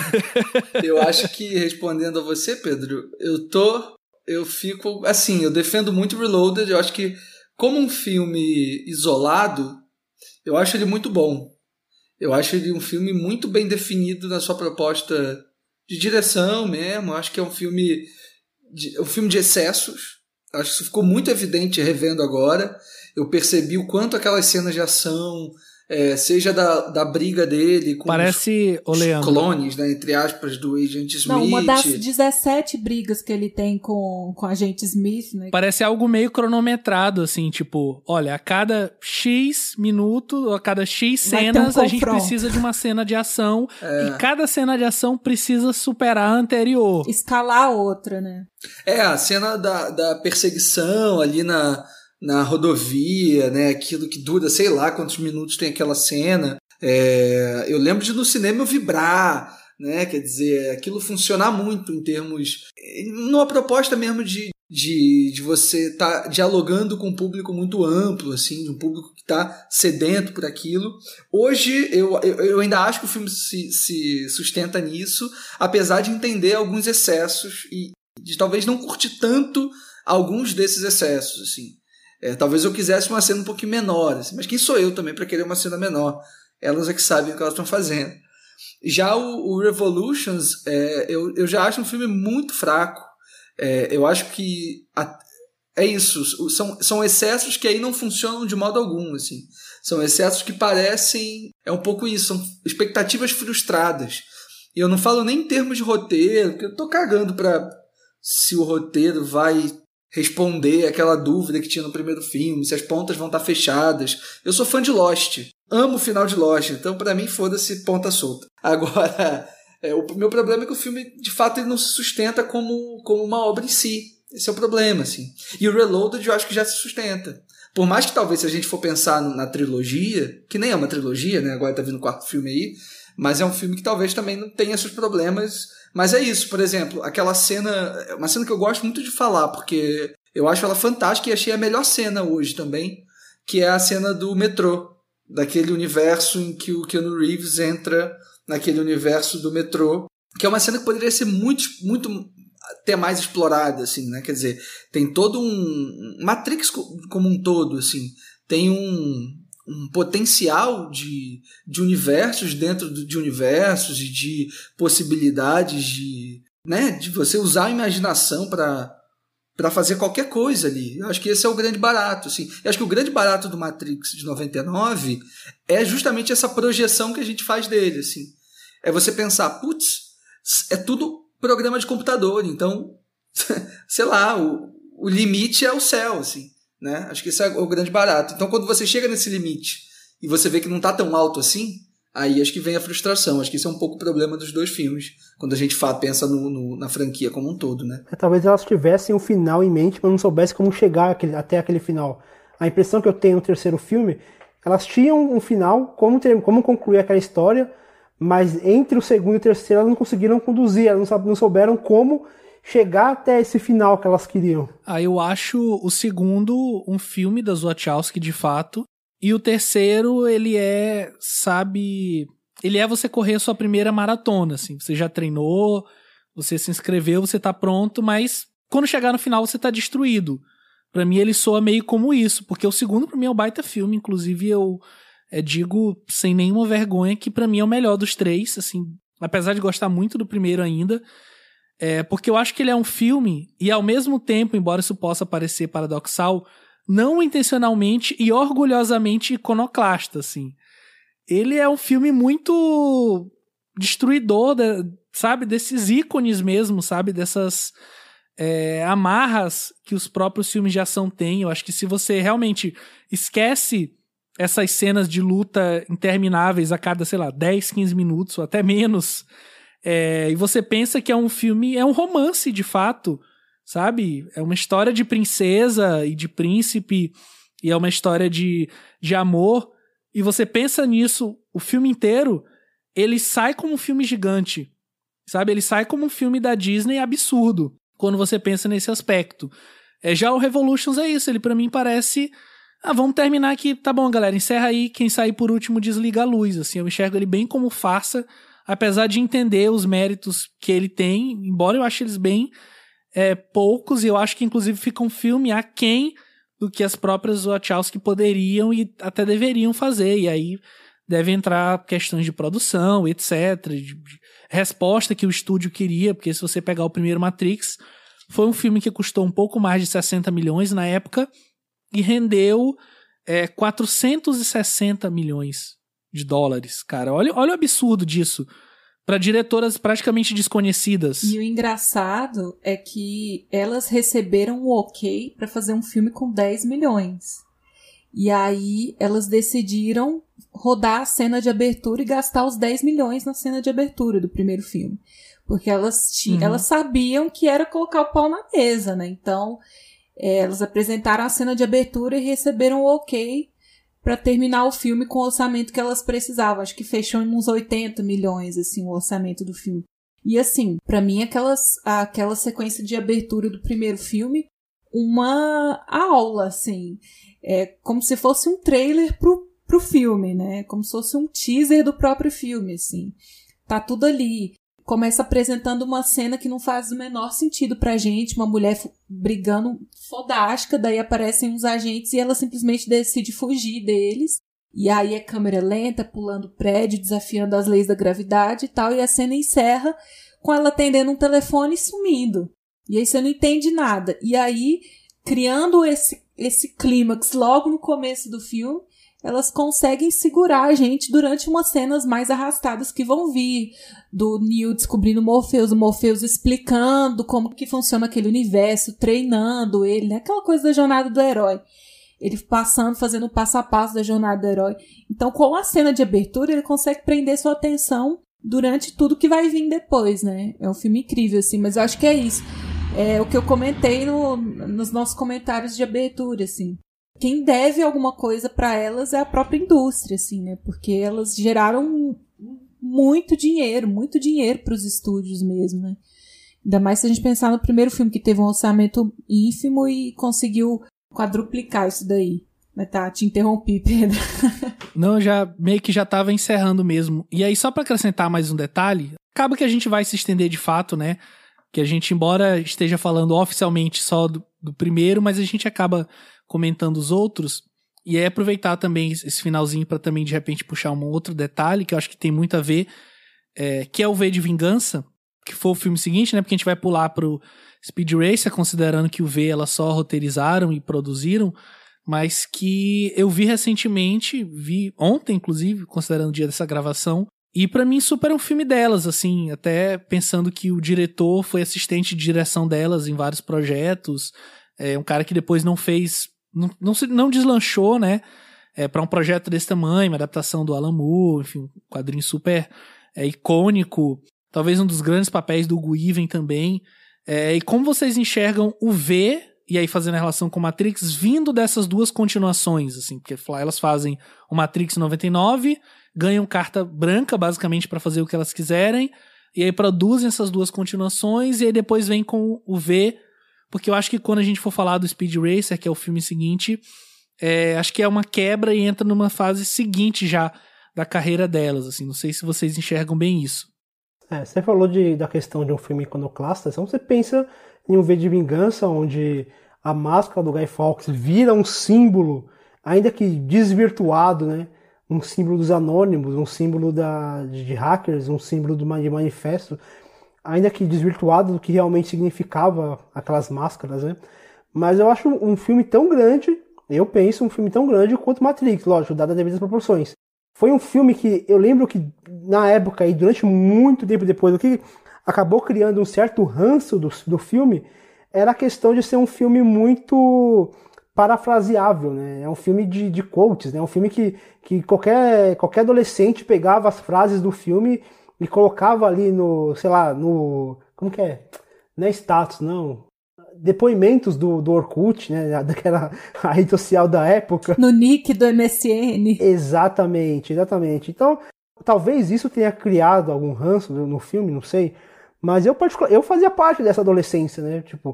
Speaker 3: Eu acho que, respondendo a você, Pedro, eu tô... Eu fico... Assim, eu defendo muito o Reloaded. Eu acho que, como um filme isolado, eu acho ele muito bom. Eu acho ele um filme muito bem definido na sua proposta de direção mesmo. Eu acho que é um filme de, um filme de excessos. Eu acho que isso ficou muito evidente revendo agora. Eu percebi o quanto aquelas cenas de ação... É, seja da, da briga dele com
Speaker 1: Parece,
Speaker 3: os,
Speaker 1: ô,
Speaker 3: os clones, né, entre aspas, do Agent Smith.
Speaker 2: Não, uma das dezessete brigas que ele tem com, com o Agente Smith, né?
Speaker 1: Parece algo meio cronometrado, assim, tipo, olha, a cada X minuto, a cada X cenas, um a gente precisa de uma cena de ação, é. E cada cena de ação precisa superar a anterior.
Speaker 2: Escalar a outra, né?
Speaker 3: É, a cena da, da perseguição ali na... na rodovia, né, aquilo que dura, sei lá quantos minutos tem aquela cena. É, eu lembro de no cinema eu vibrar, né, quer dizer, aquilo funcionar muito em termos... numa proposta mesmo de, de, de você estar tá dialogando com um público muito amplo, assim, de um público que está sedento por aquilo. Hoje eu, eu, eu ainda acho que o filme se, se sustenta nisso, apesar de entender alguns excessos e de talvez não curtir tanto alguns desses excessos, assim. É, talvez eu quisesse uma cena um pouquinho menor, assim, mas quem sou eu também para querer uma cena menor? Elas é que sabem o que elas estão fazendo. Já o, o Revolutions, é, eu, eu já acho um filme muito fraco. É, eu acho que a, é isso, são, são excessos que aí não funcionam de modo algum. Assim. São excessos que parecem... É um pouco isso, são expectativas frustradas. E eu não falo nem em termos de roteiro, porque eu tô cagando para se o roteiro vai... responder aquela dúvida que tinha no primeiro filme, se as pontas vão estar fechadas. Eu sou fã de Lost, amo o final de Lost, então pra mim foda-se ponta solta. Agora, é, o meu problema é que o filme, de fato, ele não se sustenta como, como uma obra em si. Esse é o problema, assim. E o Reloaded eu acho que já se sustenta. Por mais que talvez se a gente for pensar na trilogia, que nem é uma trilogia, né? Agora tá vindo o quarto filme aí, mas é um filme que talvez também não tenha esses problemas. Mas é isso, por exemplo, aquela cena, uma cena que eu gosto muito de falar, porque eu acho ela fantástica e achei a melhor cena hoje também, que é a cena do metrô, daquele universo em que o Keanu Reeves entra naquele universo do metrô, que é uma cena que poderia ser muito, muito até mais explorada, assim, né? Quer dizer, tem todo um... Matrix como um todo, assim, tem um... um potencial de, de universos dentro de universos e de possibilidades de, né, de você usar a imaginação para para fazer qualquer coisa ali. Eu acho que esse é o grande barato. Assim. Eu acho que o grande barato do Matrix de noventa e nove é justamente essa projeção que a gente faz dele. Assim. É você pensar, putz, é tudo programa de computador, então, sei lá, o, o limite é o céu, assim. Né? Acho que esse é o grande barato. Então, quando você chega nesse limite e você vê que não está tão alto assim, aí acho que vem a frustração. Acho que isso é um pouco o problema dos dois filmes, quando a gente pensa no, no, na franquia como um todo. Né?
Speaker 4: É, talvez elas tivessem um final em mente, mas não soubessem como chegar aquele, até aquele final. A impressão que eu tenho no terceiro filme, elas tinham um final, como, ter, como concluir aquela história, mas entre o segundo e o terceiro elas não conseguiram conduzir, elas não, não souberam como chegar até esse final que elas queriam.
Speaker 1: Ah, eu acho o segundo um filme das Wachowski, de fato, e o terceiro, ele é, sabe, ele é você correr a sua primeira maratona, assim, você já treinou, você se inscreveu, você tá pronto, mas quando chegar no final você tá destruído. Pra mim ele soa meio como isso, porque o segundo pra mim é um baita filme, inclusive eu é, digo sem nenhuma vergonha que pra mim é o melhor dos três, assim, apesar de gostar muito do primeiro ainda. É, porque eu acho que ele é um filme, e ao mesmo tempo, embora isso possa parecer paradoxal, não intencionalmente e orgulhosamente iconoclasta, assim. Ele é um filme muito destruidor, de, sabe, desses ícones mesmo, sabe, dessas é, amarras que os próprios filmes de ação têm. Eu acho que se você realmente esquece essas cenas de luta intermináveis a cada, sei lá, dez, quinze minutos, ou até menos... É, e você pensa que é um filme, é um romance de fato, sabe? É uma história de princesa e de príncipe e é uma história de, de amor, e você pensa nisso o filme inteiro, ele sai como um filme gigante, sabe? Ele sai como um filme da Disney absurdo, quando você pensa nesse aspecto. É, já o Revolutions é isso, ele pra mim parece... Ah, vamos terminar aqui, tá bom, galera, encerra aí, quem sair por último desliga a luz, assim, eu enxergo ele bem como farsa, apesar de entender os méritos que ele tem, embora eu ache eles bem é, poucos, e eu acho que inclusive fica um filme aquém do que as próprias Wachowski poderiam e até deveriam fazer, e aí deve entrar questões de produção, etcétera, de, de resposta que o estúdio queria, porque se você pegar o primeiro Matrix, foi um filme que custou um pouco mais de sessenta milhões na época, e rendeu é, quatrocentos e sessenta milhões de dólares, cara. Olha, olha o absurdo disso. Para diretoras praticamente desconhecidas.
Speaker 2: E o engraçado é que elas receberam o ok para fazer um filme com dez milhões. E aí elas decidiram rodar a cena de abertura e gastar os dez milhões na cena de abertura do primeiro filme. Porque elas, tinham, uhum. elas sabiam que era colocar o pau na mesa, né? Então... É, elas apresentaram a cena de abertura e receberam o ok para terminar o filme com o orçamento que elas precisavam. Acho que fechou em uns oitenta milhões, assim, o orçamento do filme. E assim, para mim, aquelas, aquela sequência de abertura do primeiro filme, uma aula, assim. É como se fosse um trailer pro, pro filme, né? Como se fosse um teaser do próprio filme, assim. Tá tudo ali. Começa apresentando uma cena que não faz o menor sentido pra gente, uma mulher f- brigando fodástica, daí aparecem uns agentes e ela simplesmente decide fugir deles, e aí é câmera lenta, pulando prédio, desafiando as leis da gravidade e tal, e a cena encerra com ela atendendo um telefone e sumindo, e aí você não entende nada, e aí, criando esse, esse clímax logo no começo do filme, elas conseguem segurar a gente durante umas cenas mais arrastadas que vão vir, do Neo descobrindo o Morpheus, o Morpheus explicando como que funciona aquele universo, treinando ele, né? Aquela coisa da jornada do herói. Ele passando, fazendo o passo a passo da jornada do herói. Então, com a cena de abertura, ele consegue prender sua atenção durante tudo que vai vir depois, né? É um filme incrível, assim, mas eu acho que é isso. É o que eu comentei no, nos nossos comentários de abertura, assim. Quem deve alguma coisa para elas é a própria indústria, assim, né? Porque elas geraram muito dinheiro, muito dinheiro para os estúdios mesmo, né? Ainda mais se a gente pensar no primeiro filme que teve um orçamento ínfimo e conseguiu quadruplicar isso daí. Mas tá, te interrompi, Pedro.
Speaker 1: Não, já meio que já tava encerrando mesmo. E aí, só para acrescentar mais um detalhe, acaba que a gente vai se estender de fato, né? Que a gente, embora esteja falando oficialmente só do, do primeiro, mas a gente acaba comentando os outros, e aí aproveitar também esse finalzinho para também de repente puxar um outro detalhe que eu acho que tem muito a ver, é, que é o V de Vingança, que foi o filme seguinte, né, porque a gente vai pular pro Speed Racer, considerando que o V elas só roteirizaram e produziram, mas que eu vi recentemente, vi ontem inclusive, considerando o dia dessa gravação, e pra mim super é um filme delas, assim, até pensando que o diretor foi assistente de direção delas em vários projetos, é um cara que depois não fez Não, não, se, não deslanchou, né, é, para um projeto desse tamanho, uma adaptação do Alan Moore, enfim, um quadrinho super é, icônico, talvez um dos grandes papéis do Hugo Even também, é, e como vocês enxergam o V, e aí fazendo a relação com o Matrix, vindo dessas duas continuações, assim, porque elas fazem o Matrix noventa e nove, ganham carta branca, basicamente, para fazer o que elas quiserem, e aí produzem essas duas continuações, e aí depois vem com o V, porque eu acho que quando a gente for falar do Speed Racer, que é o filme seguinte, é, acho que é uma quebra e entra numa fase seguinte já da carreira delas, assim, não sei se vocês enxergam bem isso.
Speaker 4: É, você falou de, da questão de um filme iconoclasta, então você pensa em um V de Vingança, onde a máscara do Guy Fawkes vira um símbolo, ainda que desvirtuado, né? Um símbolo dos anônimos, um símbolo da, de hackers, um símbolo do, de manifesto, ainda que desvirtuado do que realmente significava aquelas máscaras, né? Mas eu acho um filme tão grande, eu penso um filme tão grande quanto Matrix, lógico, dadas as devidas proporções. Foi um filme que eu lembro que na época e durante muito tempo depois, o que acabou criando um certo ranço do, do filme era a questão de ser um filme muito parafraseável, né? É um filme de, de quotes, né? É um filme que, que qualquer, qualquer adolescente pegava as frases do filme e colocava ali no, sei lá, no... Como que é? Não é status, não. depoimentos do, do Orkut, né, daquela a rede social da época.
Speaker 2: No nick do M S N.
Speaker 4: Exatamente, exatamente. Então, talvez isso tenha criado algum ranço no filme, não sei, mas eu, eu fazia parte dessa adolescência, né, tipo,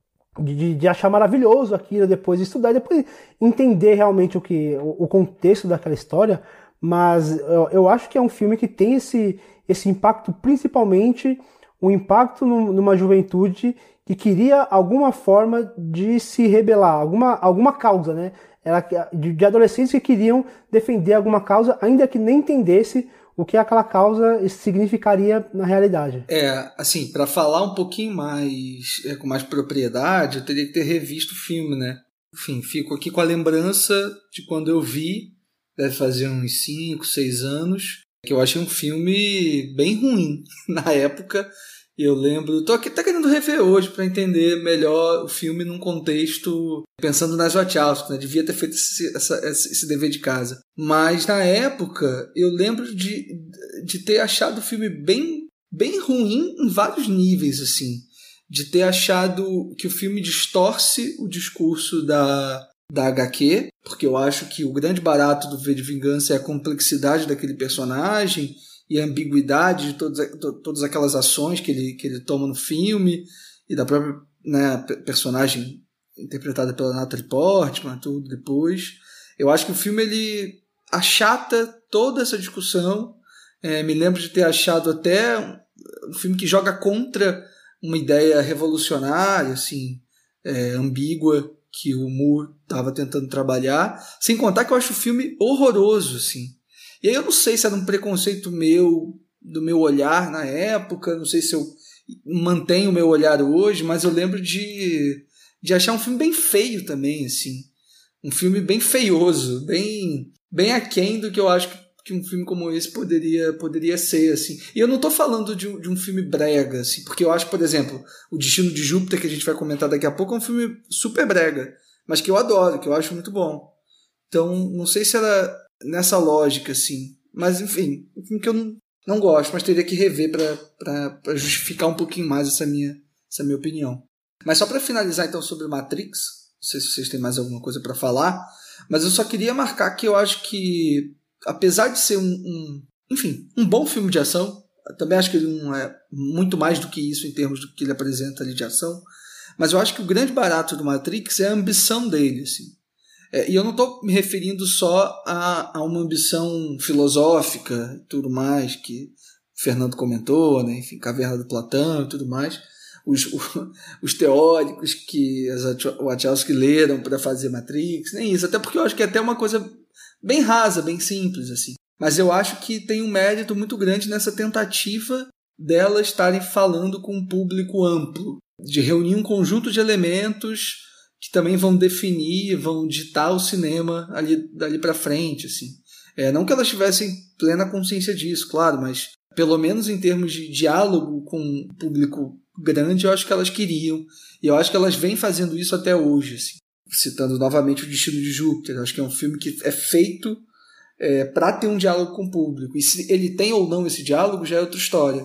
Speaker 4: de, de achar maravilhoso aquilo, depois estudar, depois entender realmente o, que, o, o contexto daquela história, mas eu, eu acho que é um filme que tem esse, esse impacto, principalmente um impacto no, numa juventude que queria alguma forma de se rebelar, alguma, alguma causa, né? Era de, de adolescentes que queriam defender alguma causa, ainda que nem entendesse o que aquela causa significaria na realidade.
Speaker 3: É, assim, para falar um pouquinho mais, é, com mais propriedade, eu teria que ter revisto o filme, né? Enfim, fico aqui com a lembrança de quando eu vi, deve fazer uns cinco, seis anos, que eu achei um filme bem ruim na época. Eu lembro, tô aqui até querendo rever hoje para entender melhor o filme num contexto, pensando nas Wachowski, né? Devia ter feito esse, essa, esse dever de casa. Mas na época eu lembro de, de ter achado o filme bem, bem ruim em vários níveis, assim. De ter achado que o filme distorce o discurso da, da agá quê, porque eu acho que o grande barato do V de Vingança é a complexidade daquele personagem e a ambiguidade de todas, todas aquelas ações que ele, que ele toma no filme, e da própria, né, personagem interpretada pela Natalie Portman, tudo depois. Eu acho que o filme ele achata toda essa discussão. É, me lembro de ter achado até um filme que joga contra uma ideia revolucionária, assim, é, ambígua, que o Moore estava tentando trabalhar, sem contar que eu acho o filme horroroso, assim. E aí eu não sei se era um preconceito meu, do meu olhar na época, não sei se eu mantenho o meu olhar hoje, mas eu lembro de, de achar um filme bem feio também, assim. Um filme bem feioso, bem, bem aquém do que eu acho que, que um filme como esse poderia, poderia ser, assim. E eu não estou falando de um, de um filme brega, assim, porque eu acho, por exemplo, O Destino de Júpiter, que a gente vai comentar daqui a pouco, é um filme super brega, mas que eu adoro, que eu acho muito bom. Então, não sei se era nessa lógica, assim. Mas, enfim, um filme que eu não, não gosto, mas teria que rever para justificar um pouquinho mais essa minha, essa minha opinião. Mas só para finalizar, então, sobre Matrix, não sei se vocês têm mais alguma coisa para falar, mas eu só queria marcar que eu acho que, apesar de ser um, um, enfim, um bom filme de ação, também acho que ele não é muito mais do que isso em termos do que ele apresenta ali de ação, mas eu acho que o grande barato do Matrix é a ambição dele, assim. É, e eu não estou me referindo só a, a uma ambição filosófica e tudo mais, que o Fernando comentou, né? Enfim, Caverna do Platão e tudo mais, os, o, os teóricos que as Wachowski leram para fazer Matrix, nem isso, até porque eu acho que é até uma coisa bem rasa, bem simples, assim. Mas eu acho que tem um mérito muito grande nessa tentativa delas estarem falando com um público amplo, de reunir um conjunto de elementos que também vão definir, vão ditar o cinema ali, dali para frente, assim. É, não que elas tivessem plena consciência disso, claro, mas pelo menos em termos de diálogo com um público grande, eu acho que elas queriam. E eu acho que elas vêm fazendo isso até hoje, assim. Citando novamente O Destino de Júpiter, eu acho que é um filme que é feito é, para ter um diálogo com o público. E se ele tem ou não esse diálogo, já é outra história.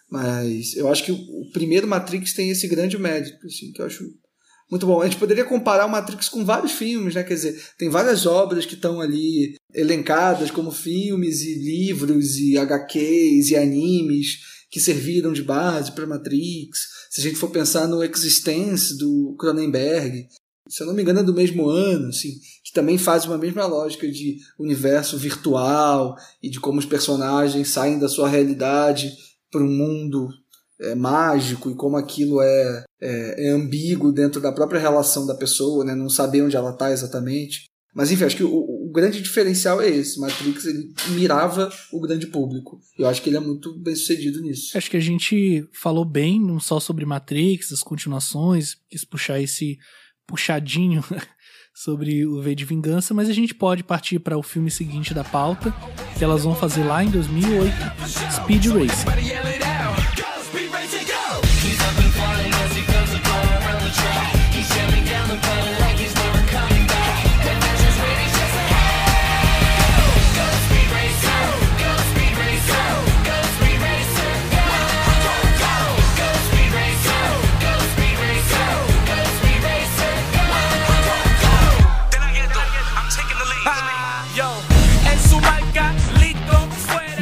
Speaker 3: Mas eu acho que o, o primeiro Matrix tem esse grande mérito, assim, que eu acho muito bom. A gente poderia comparar o Matrix com vários filmes, né? Quer dizer, tem várias obras que estão ali elencadas como filmes e livros e agá quês e animes que serviram de base para Matrix. Se a gente for pensar no Existence do Cronenberg, se eu não me engano é do mesmo ano, assim, que também faz uma mesma lógica de universo virtual e de como os personagens saem da sua realidade para um mundo é, mágico e como aquilo é, é, é ambíguo dentro da própria relação da pessoa, né? Não saber onde ela está exatamente. Mas enfim, acho que o, o grande diferencial é esse. Matrix, ele mirava o grande público. Eu acho que ele é muito bem sucedido nisso.
Speaker 1: Acho que a gente falou bem, não só sobre Matrix, as continuações, quis puxar esse puxadinho sobre o V de Vingança, mas a gente pode partir para o filme seguinte da pauta, que elas vão fazer lá em dois mil e oito, Speed Racer.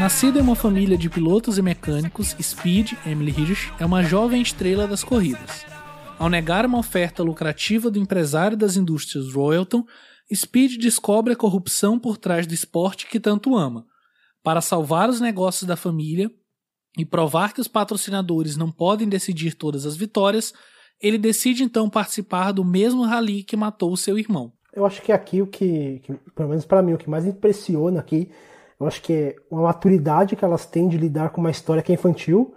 Speaker 1: Nascida em uma família de pilotos e mecânicos, Speed, Emily Hirsch, é uma jovem estrela das corridas. Ao negar uma oferta lucrativa do empresário das indústrias Royalton, Speed descobre a corrupção por trás do esporte que tanto ama. Para salvar os negócios da família e provar que os patrocinadores não podem decidir todas as vitórias, ele decide então participar do mesmo rally que matou o seu irmão.
Speaker 4: Eu acho que aqui o que, que pelo menos para mim, o que mais impressiona aqui, eu acho que é uma maturidade que elas têm de lidar com uma história que é infantil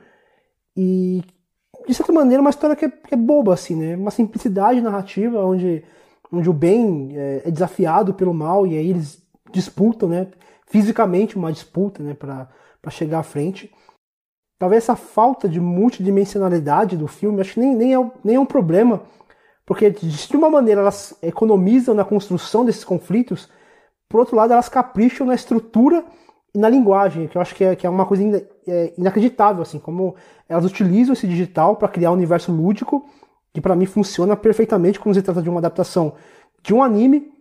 Speaker 4: e, de certa maneira, uma história que é, que é boba, assim, né? Uma simplicidade narrativa onde, onde o bem é, é desafiado pelo mal e aí eles disputam, né? Fisicamente uma disputa, né? Para chegar à frente. Talvez essa falta de multidimensionalidade do filme, acho que nem, nem, é, nem é um problema, porque de uma maneira elas economizam na construção desses conflitos, por outro lado elas capricham na estrutura e na linguagem, que eu acho que é, que é uma coisa in, é, inacreditável, assim, como elas utilizam esse digital para criar um universo lúdico, que para mim funciona perfeitamente quando se trata de uma adaptação de um anime,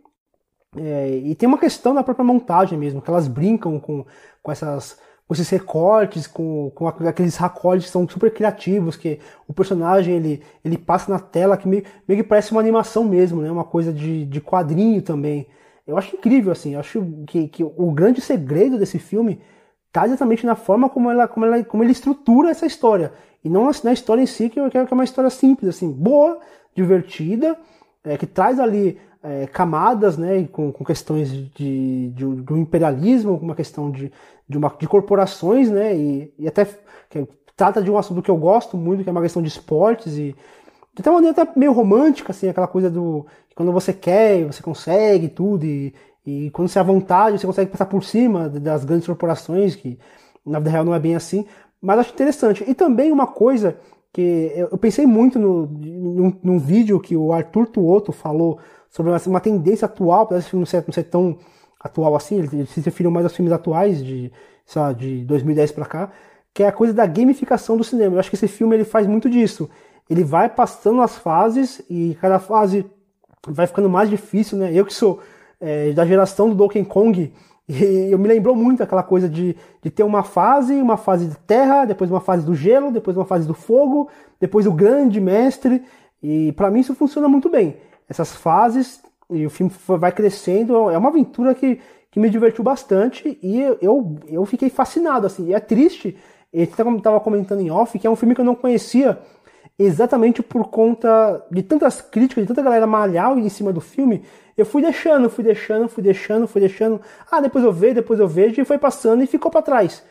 Speaker 4: é, e tem uma questão da própria montagem mesmo, que elas brincam com, com essas... com esses recortes, com, com aqueles recortes que são super criativos, que o personagem ele, ele passa na tela, que meio, meio que parece uma animação mesmo, né? Uma coisa de, de quadrinho também. Eu acho incrível, assim, eu acho que, que o grande segredo desse filme está exatamente na forma como, ela, como, ela, como ele estrutura essa história, e não na história em si, que eu quero que é uma história simples, assim, boa, divertida, é, que traz ali é, camadas, né, com, com questões de, de, do imperialismo, com uma questão de, de, uma, de corporações, né, e, e até que trata de um assunto que eu gosto muito, que é uma questão de esportes, e de uma maneira até meio romântica, assim, aquela coisa do que quando você quer, você consegue tudo, e, e quando você é à vontade, você consegue passar por cima das grandes corporações, que na vida real não é bem assim, mas acho interessante. E também uma coisa que eu pensei muito no, num, num vídeo que o Arthur Tuoto falou sobre uma, uma tendência atual, para esse filme não ser, não ser tão atual assim, ele se referiu mais aos filmes atuais, de, sei lá, de dois mil e dez para cá, que é a coisa da gamificação do cinema. Eu acho que esse filme ele faz muito disso. Ele vai passando as fases e cada fase vai ficando mais difícil, né? Eu que sou é, da geração do Donkey Kong, e eu me lembrou muito aquela coisa de, de ter uma fase, uma fase de terra, depois uma fase do gelo, depois uma fase do fogo, depois o grande mestre, e para mim isso funciona muito bem. Essas fases, e o filme vai crescendo, é uma aventura que, que me divertiu bastante, e eu, eu fiquei fascinado, assim, e é triste, eu estava comentando em off, que é um filme que eu não conhecia, exatamente por conta de tantas críticas, de tanta galera malhar em cima do filme, eu fui deixando, fui deixando, fui deixando, fui deixando, ah, depois eu vejo, depois eu vejo, e foi passando e ficou pra trás.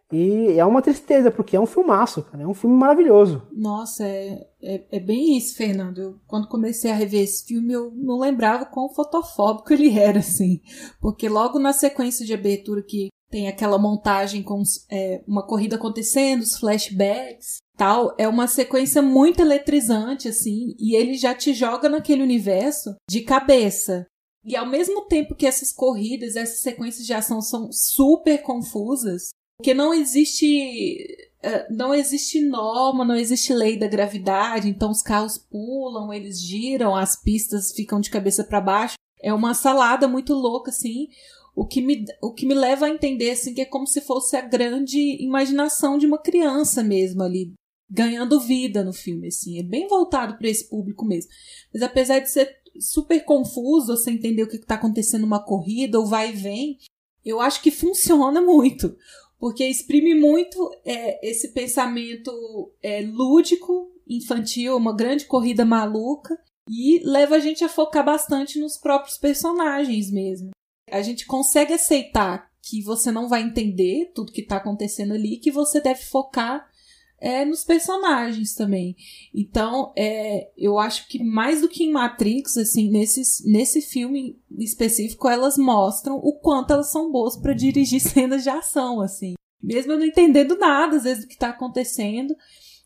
Speaker 4: E é uma tristeza, porque é um filmaço, cara, é um filme maravilhoso.
Speaker 2: Nossa, é, é, é bem isso, Fernando. Eu, quando comecei a rever esse filme, eu não lembrava quão fotofóbico ele era, assim. Porque logo na sequência de abertura que tem aquela montagem com é, uma corrida acontecendo, os flashbacks, tal, é uma sequência muito eletrizante, assim, e ele já te joga naquele universo de cabeça. E ao mesmo tempo que essas corridas, essas sequências de ação são super confusas, porque não existe, não existe norma, não existe lei da gravidade, então os carros pulam, eles giram, as pistas ficam de cabeça para baixo. É uma salada muito louca, assim, o que me, o que me leva a entender, assim, que é como se fosse a grande imaginação de uma criança mesmo ali, ganhando vida no filme, assim. É bem voltado para esse público mesmo. Mas apesar de ser super confuso, você entender o que está acontecendo numa corrida, ou vai e vem, eu acho que funciona muito. Porque exprime muito é, esse pensamento é, lúdico, infantil, uma grande corrida maluca, e leva a gente a focar bastante nos próprios personagens mesmo. A gente consegue aceitar que você não vai entender tudo que está acontecendo ali, que você deve focar é, nos personagens também. Então, é, eu acho que mais do que em Matrix, assim, nesses, nesse filme específico, elas mostram o quanto elas são boas para dirigir cenas de ação, assim. Mesmo eu não entendendo nada, às vezes, do que está acontecendo,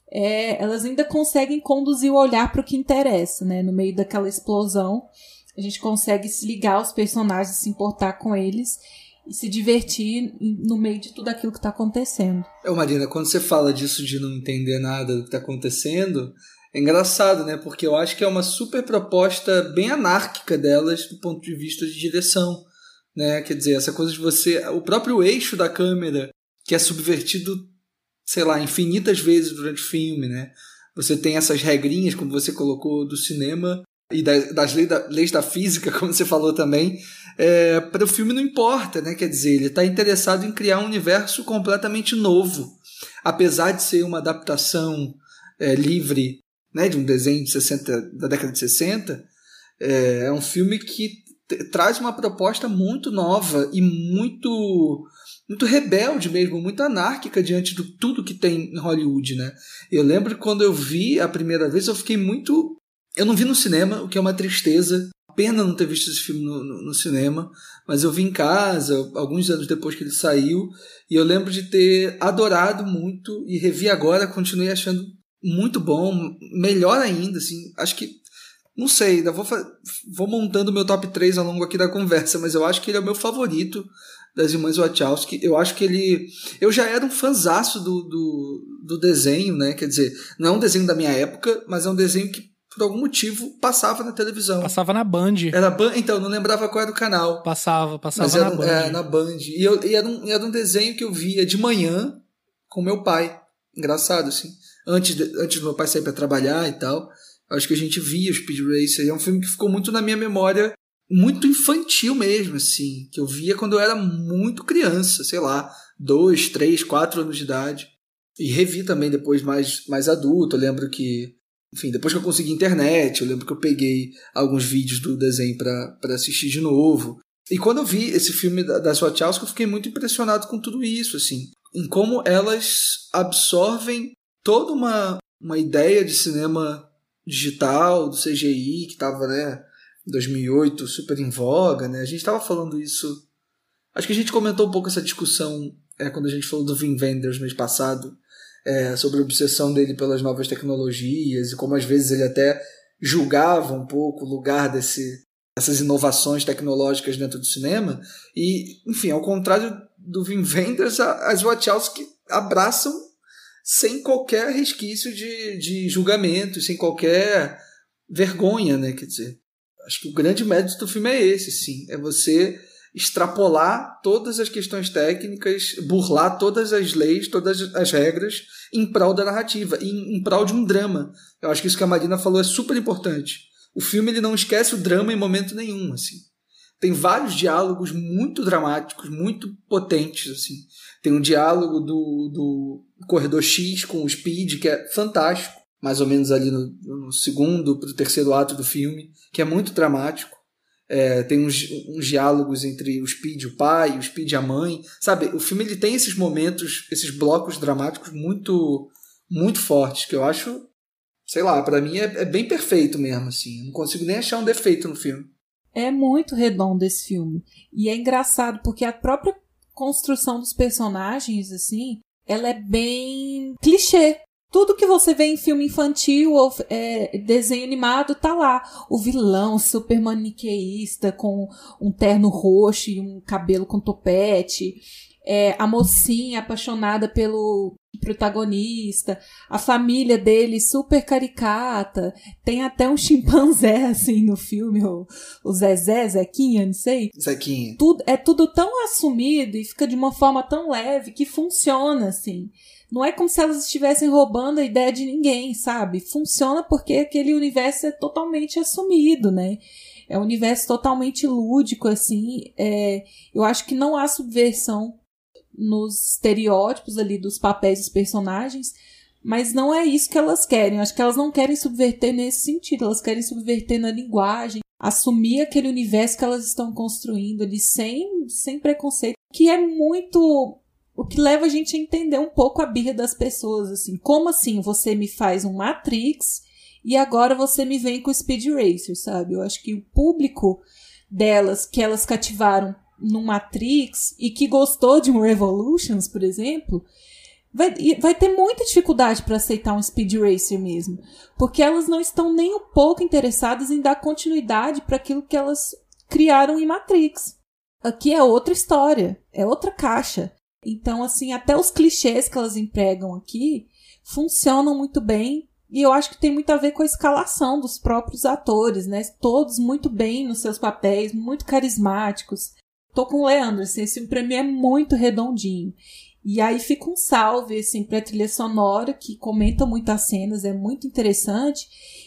Speaker 2: é, elas ainda conseguem conduzir o olhar para o que interessa, né? No meio daquela explosão, a gente consegue se ligar aos personagens, se importar com eles e se divertir no meio de tudo aquilo que está acontecendo.
Speaker 3: É, Marina, quando você fala disso de não entender nada do que está acontecendo, é engraçado, né? Porque eu acho que é uma super proposta bem anárquica delas do ponto de vista de direção, né? Quer dizer, essa coisa de você... O próprio eixo da câmera, que é subvertido, sei lá, infinitas vezes durante o filme, né? Você tem essas regrinhas, como você colocou, do cinema e das, das leis, da, leis da física, como você falou também, é, para o filme não importa, né? Quer dizer, ele está interessado em criar um universo completamente novo, apesar de ser uma adaptação é, livre, né, de um desenho de sessenta, da década de sessenta, é, é um filme que t- traz uma proposta muito nova e muito... muito rebelde mesmo, muito anárquica diante de tudo que tem em Hollywood, né? Eu lembro que quando eu vi a primeira vez, eu fiquei muito... Eu não vi no cinema, o que é uma tristeza. Pena não ter visto esse filme no, no, no cinema, mas eu vi em casa, alguns anos depois que ele saiu, e eu lembro de ter adorado muito, e revi agora, continuei achando muito bom, melhor ainda, assim, acho que... Não sei, ainda vou, vou montando o meu top três ao longo aqui da conversa, mas eu acho que ele é o meu favorito das Irmãs Wachowski. Eu acho que ele... Eu já era um fanzaço do, do, do desenho, né? Quer dizer, não é um desenho da minha época, mas é um desenho que, por algum motivo, passava na televisão.
Speaker 1: Passava na Band.
Speaker 3: Era Band, então, não lembrava qual era o canal.
Speaker 1: Passava, passava
Speaker 3: mas era,
Speaker 1: na Band.
Speaker 3: É, na Band. E, eu, e era, um, era um desenho que eu via de manhã com meu pai. Engraçado, assim. Antes, de, antes do meu pai sair para trabalhar e tal. Acho que a gente via o Speed Racer. É um filme que ficou muito na minha memória, muito infantil mesmo, assim. Que eu via quando eu era muito criança, sei lá, dois, três, quatro anos de idade. E revi também depois mais, mais adulto. Eu lembro que, enfim, depois que eu consegui internet, eu lembro que eu peguei alguns vídeos do desenho para assistir de novo. E quando eu vi esse filme das Wachowski, eu fiquei muito impressionado com tudo isso, assim. Em como elas absorvem toda uma, uma ideia de cinema digital, do C G I, que estava, né, em dois mil e oito, super em voga, né? A gente estava falando isso... Acho que a gente comentou um pouco essa discussão é, quando a gente falou do Wim Wenders mês passado, é, sobre a obsessão dele pelas novas tecnologias e como às vezes ele até julgava um pouco o lugar desse, dessas inovações tecnológicas dentro do cinema. E, enfim, ao contrário do Wim Wenders, as Wachowski abraçam sem qualquer resquício de, de julgamento, sem qualquer vergonha, né? Quer dizer, acho que o grande mérito do filme é esse, sim. É você extrapolar todas as questões técnicas, burlar todas as leis, todas as regras em prol da narrativa, em, em prol de um drama. Eu acho que isso que a Marina falou é super importante. O filme ele não esquece o drama em momento nenhum, assim. Tem vários diálogos muito dramáticos, muito potentes, assim. Tem um diálogo do, do Corredor X com o Speed, que é fantástico, mais ou menos ali no, no segundo para o terceiro ato do filme, que é muito dramático. É, tem uns, uns diálogos entre o Speed, o pai, o Speed, a mãe. Sabe, o filme ele tem esses momentos, esses blocos dramáticos muito, muito fortes, que eu acho, sei lá, para mim é, é bem perfeito mesmo, assim. Não consigo nem achar um defeito no filme.
Speaker 2: É muito redondo esse filme. E é engraçado, porque a própria construção dos personagens, assim, ela é bem clichê. Tudo que você vê em filme infantil ou é, desenho animado tá lá. O vilão super maniqueísta, com um terno roxo e um cabelo com topete. É, a mocinha apaixonada pelo protagonista. A família dele super caricata. Tem até um chimpanzé, assim, no filme. O, o Zezé, Zequinha, não sei.
Speaker 3: Zequinha.
Speaker 2: Tudo, é tudo tão assumido e fica de uma forma tão leve que funciona, assim. Não é como se elas estivessem roubando a ideia de ninguém, sabe? Funciona porque aquele universo é totalmente assumido, né? É um universo totalmente lúdico, assim. É, eu acho que não há subversão nos estereótipos ali dos papéis dos personagens, mas não é isso que elas querem. Eu acho que elas não querem subverter nesse sentido. Elas querem subverter na linguagem, assumir aquele universo que elas estão construindo ali sem, sem preconceito, que é muito... O que leva a gente a entender um pouco a birra das pessoas, assim. Como assim você me faz um Matrix e agora você me vem com o Speed Racer, sabe? Eu acho que o público delas, que elas cativaram no Matrix e que gostou de um Revolutions, por exemplo, vai, vai ter muita dificuldade para aceitar um Speed Racer mesmo. Porque elas não estão nem um pouco interessadas em dar continuidade para aquilo que elas criaram em Matrix. Aqui é outra história, é outra caixa. Então, assim, até os clichês que elas empregam aqui funcionam muito bem. E eu acho que tem muito a ver com a escalação dos próprios atores, né? Todos muito bem nos seus papéis, muito carismáticos. Tô com o Leandro, assim, esse filme pra mim é muito redondinho. E aí fica um salve, assim, pra trilha sonora, que comenta muito as cenas, é muito interessante.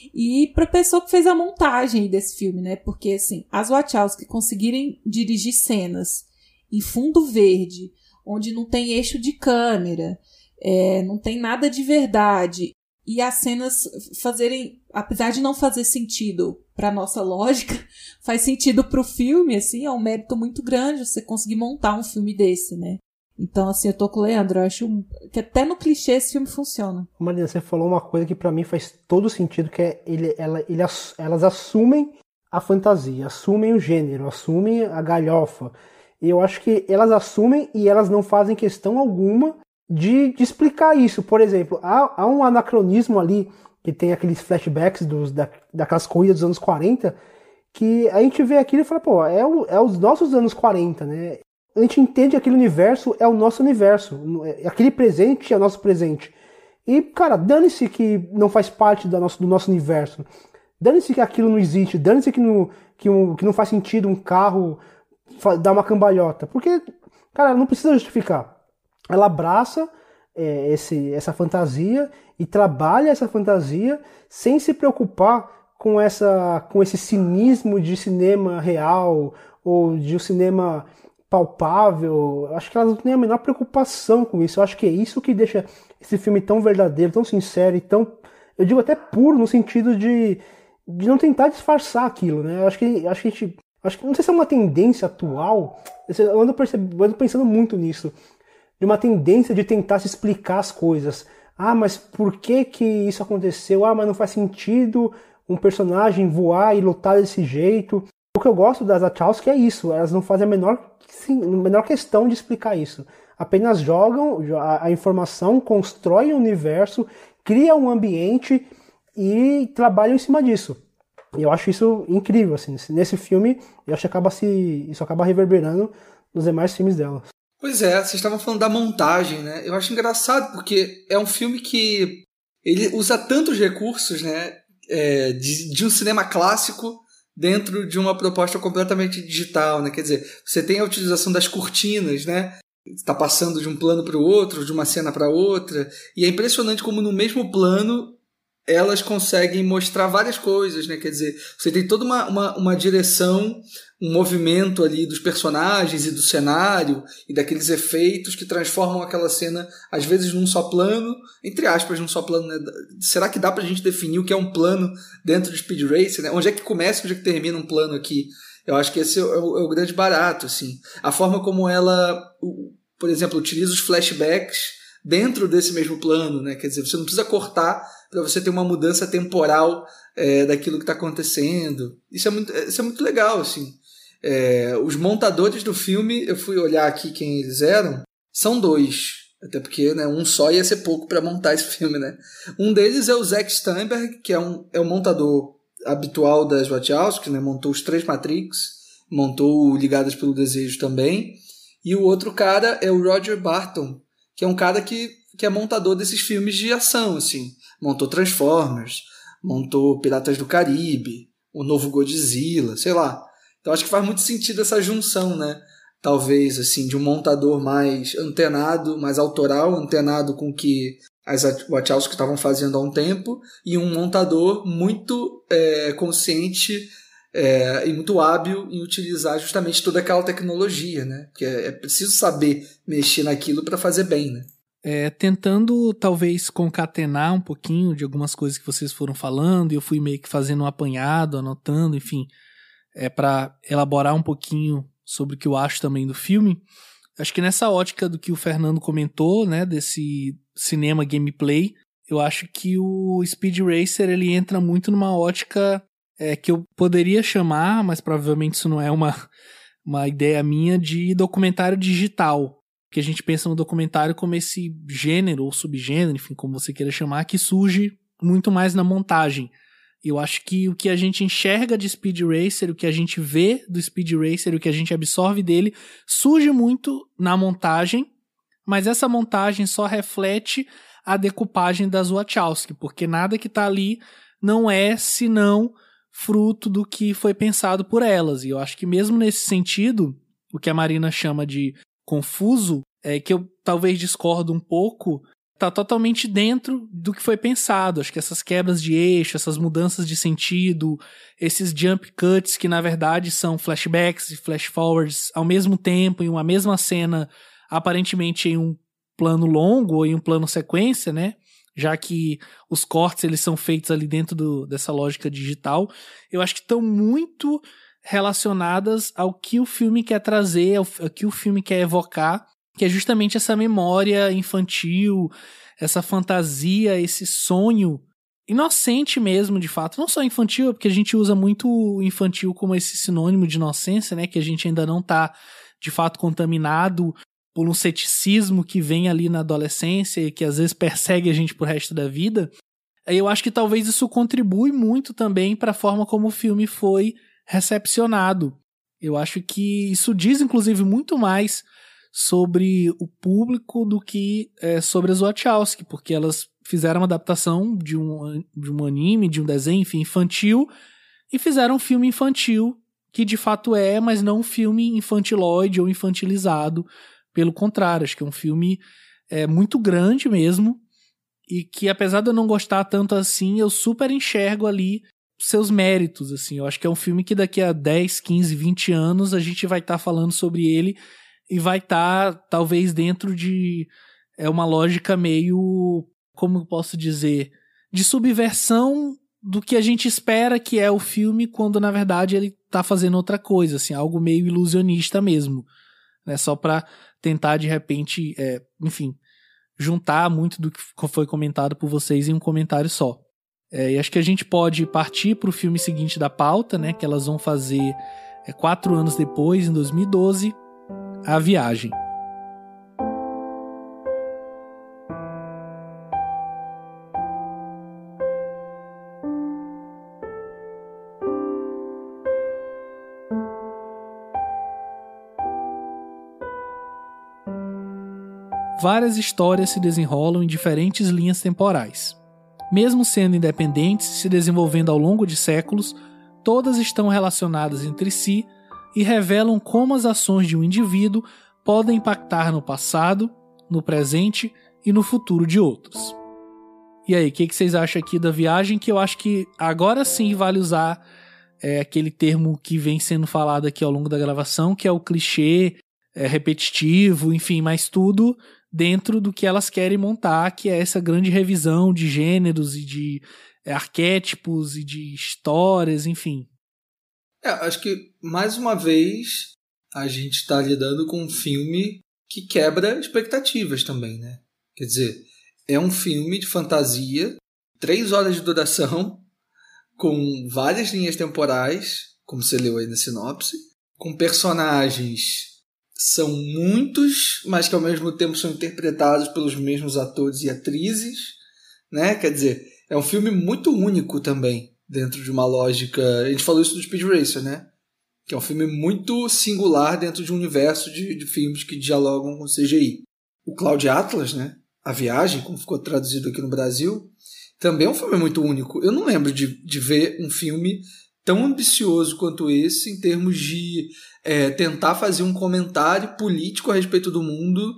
Speaker 2: E pra pessoa que fez a montagem desse filme, né? Porque, assim, as Wachowski conseguirem dirigir cenas em fundo verde, onde não tem eixo de câmera, é, não tem nada de verdade, e as cenas fazerem, apesar de não fazer sentido pra nossa lógica, faz sentido pro filme, assim, é um mérito muito grande você conseguir montar um filme desse, né? Então, assim, eu tô com o Leandro, eu acho que até no clichê esse filme funciona.
Speaker 4: Marina, você falou uma coisa que pra mim faz todo sentido, que é ele, ela, ele, elas assumem a fantasia, assumem o gênero, assumem a galhofa. E eu acho que elas assumem e elas não fazem questão alguma de, de explicar isso. Por exemplo, há, há um anacronismo ali, que tem aqueles flashbacks dos, da, daquelas corridas dos anos quarenta, que a gente vê aquilo e fala, pô, é, o, é os nossos anos quarenta, né? A gente entende que aquele universo é o nosso universo. Aquele presente é o nosso presente. E, cara, dane-se que não faz parte do nosso, do nosso universo. Dane-se que aquilo não existe. Dane-se que não, que, um, que não faz sentido um carro dar uma cambalhota. Porque, cara, não precisa justificar. Ela abraça é, esse, essa fantasia e trabalha essa fantasia sem se preocupar com, essa, com esse cinismo de cinema real ou de um cinema palpável. Acho que elas não têm a menor preocupação com isso. Eu acho que é isso que deixa esse filme tão verdadeiro, tão sincero e tão, eu digo até puro, no sentido de, de não tentar disfarçar aquilo, né? Eu acho que, acho que a gente, acho que, não sei se é uma tendência atual, eu ando, perceb, eu ando pensando muito nisso, de uma tendência de tentar se explicar as coisas. Ah, mas por que que isso aconteceu? Ah, mas não faz sentido um personagem voar e lutar desse jeito. O que eu gosto das Wachowski é isso, elas não fazem a menor, sim, a menor questão de explicar isso. Apenas jogam a, a informação, constroem um universo, criam um ambiente e trabalham em cima disso. E eu acho isso incrível, assim. Nesse filme, eu acho que acaba se, isso acaba reverberando nos demais filmes dela.
Speaker 3: Pois é, vocês estavam falando da montagem, né? Eu acho engraçado porque é um filme que ele usa tantos recursos, né? É, de, de um cinema clássico dentro de uma proposta completamente digital, né? Quer dizer, você tem a utilização das cortinas, né? Está passando de um plano para o outro, de uma cena para outra, e é impressionante como no mesmo plano elas conseguem mostrar várias coisas, né? Quer dizer, você tem toda uma, uma, uma direção, um movimento ali dos personagens e do cenário e daqueles efeitos que transformam aquela cena, às vezes, num só plano, entre aspas, num só plano, né? Será que dá pra gente definir o que é um plano dentro de Speed Racer, né? Onde é que começa e onde é que termina um plano aqui? Eu acho que esse é o, é o grande barato, assim. A forma como ela, por exemplo, utiliza os flashbacks dentro desse mesmo plano, né? Quer dizer, você não precisa cortar para você ter uma mudança temporal é, daquilo que está acontecendo. Isso é muito, isso é muito legal, assim. É, os montadores do filme, eu fui olhar aqui quem eles eram, são dois. Até porque, né, um só ia ser pouco para montar esse filme, né? Um deles é o Zack Steinberg, que é um, é um montador habitual das Wachowski, né? Montou os três Matrix, montou o Ligadas pelo Desejo também. E o outro cara é o Roger Barton, que é um cara que, que é montador desses filmes de ação, assim. Montou Transformers, montou Piratas do Caribe, o novo Godzilla, sei lá. Então acho que faz muito sentido essa junção, né? Talvez, assim, de um montador mais antenado, mais autoral, antenado com o que as Wachowski estavam fazendo há um tempo, e um montador muito é, consciente é, e muito hábil em utilizar justamente toda aquela tecnologia, né? Porque é, é preciso saber mexer naquilo para fazer bem, né?
Speaker 1: É, tentando talvez concatenar um pouquinho de algumas coisas que vocês foram falando, e eu fui meio que fazendo um apanhado, anotando, enfim, é, para elaborar um pouquinho sobre o que eu acho também do filme. Acho que nessa ótica do que o Fernando comentou, né, desse cinema gameplay, eu acho que o Speed Racer ele entra muito numa ótica é, que eu poderia chamar, mas provavelmente isso não é uma, uma ideia minha, de documentário digital. Que a gente pensa no documentário como esse gênero ou subgênero, enfim, como você queira chamar, que surge muito mais na montagem. Eu acho que o que a gente enxerga de Speed Racer, o que a gente vê do Speed Racer, o que a gente absorve dele, surge muito na montagem, mas essa montagem só reflete a decupagem das Wachowski, porque nada que tá ali não é senão fruto do que foi pensado por elas. E eu acho que mesmo nesse sentido, o que a Marina chama de confuso, é, que eu talvez discordo um pouco, tá totalmente dentro do que foi pensado. Acho que essas quebras de eixo, essas mudanças de sentido, esses jump cuts que na verdade são flashbacks e flash forwards ao mesmo tempo, em uma mesma cena, aparentemente em um plano longo ou em um plano sequência, né? Já que os cortes eles são feitos ali dentro do, dessa lógica digital, eu acho que estão muito relacionadas ao que o filme quer trazer, ao, ao que o filme quer evocar, que é justamente essa memória infantil, essa fantasia, esse sonho inocente mesmo, de fato. Não só infantil, porque a gente usa muito infantil como esse sinônimo de inocência, né? Que a gente ainda não está, de fato, contaminado por um ceticismo que vem ali na adolescência e que às vezes persegue a gente pro resto da vida. Eu acho que talvez isso contribui muito também para a forma como o filme foi recepcionado. Eu acho que isso diz, inclusive, muito mais sobre o público do que é, sobre as Wachowski, porque elas fizeram uma adaptação de um, de um anime, de um desenho, enfim, infantil, e fizeram um filme infantil, que de fato é, mas não um filme infantiloide ou infantilizado. Pelo contrário, acho que é um filme é, muito grande mesmo, e que apesar de eu não gostar tanto assim, eu super enxergo ali seus méritos, assim. Eu acho que é um filme que daqui a dez, quinze, vinte anos a gente vai estar tá falando sobre ele e vai estar, tá, talvez, dentro de é uma lógica meio, como eu posso dizer, de subversão do que a gente espera que é o filme, quando na verdade ele tá fazendo outra coisa, assim, algo meio ilusionista mesmo, né? Só para tentar de repente, é, enfim, juntar muito do que foi comentado por vocês em um comentário só. É, e acho que a gente pode partir para o filme seguinte da pauta, né? Que elas vão fazer é, quatro anos depois, em dois mil e doze, A Viagem. Várias histórias se desenrolam em diferentes linhas temporais. Mesmo sendo independentes e se desenvolvendo ao longo de séculos, todas estão relacionadas entre si e revelam como as ações de um indivíduo podem impactar no passado, no presente e no futuro de outros. E aí, o que, que vocês acham aqui da Viagem? Que eu acho que agora sim vale usar é, aquele termo que vem sendo falado aqui ao longo da gravação, que é o clichê, é, repetitivo, enfim, mas tudo dentro do que elas querem montar, que é essa grande revisão de gêneros e de é, arquétipos e de histórias, enfim.
Speaker 3: É, acho que, mais uma vez, a gente está lidando com um filme que quebra expectativas também, né? Quer dizer, é um filme de fantasia, três horas de duração, com várias linhas temporais, como você leu aí na sinopse, com personagens são muitos, mas que ao mesmo tempo são interpretados pelos mesmos atores e atrizes, né? Quer dizer, é um filme muito único também, dentro de uma lógica... A gente falou isso do Speed Racer, né? Que é um filme muito singular dentro de um universo de, de filmes que dialogam com C G I. O Cloud Atlas, né? A Viagem, como ficou traduzido aqui no Brasil, também é um filme muito único. Eu não lembro de, de ver um filme tão ambicioso quanto esse em termos de é, tentar fazer um comentário político a respeito do mundo,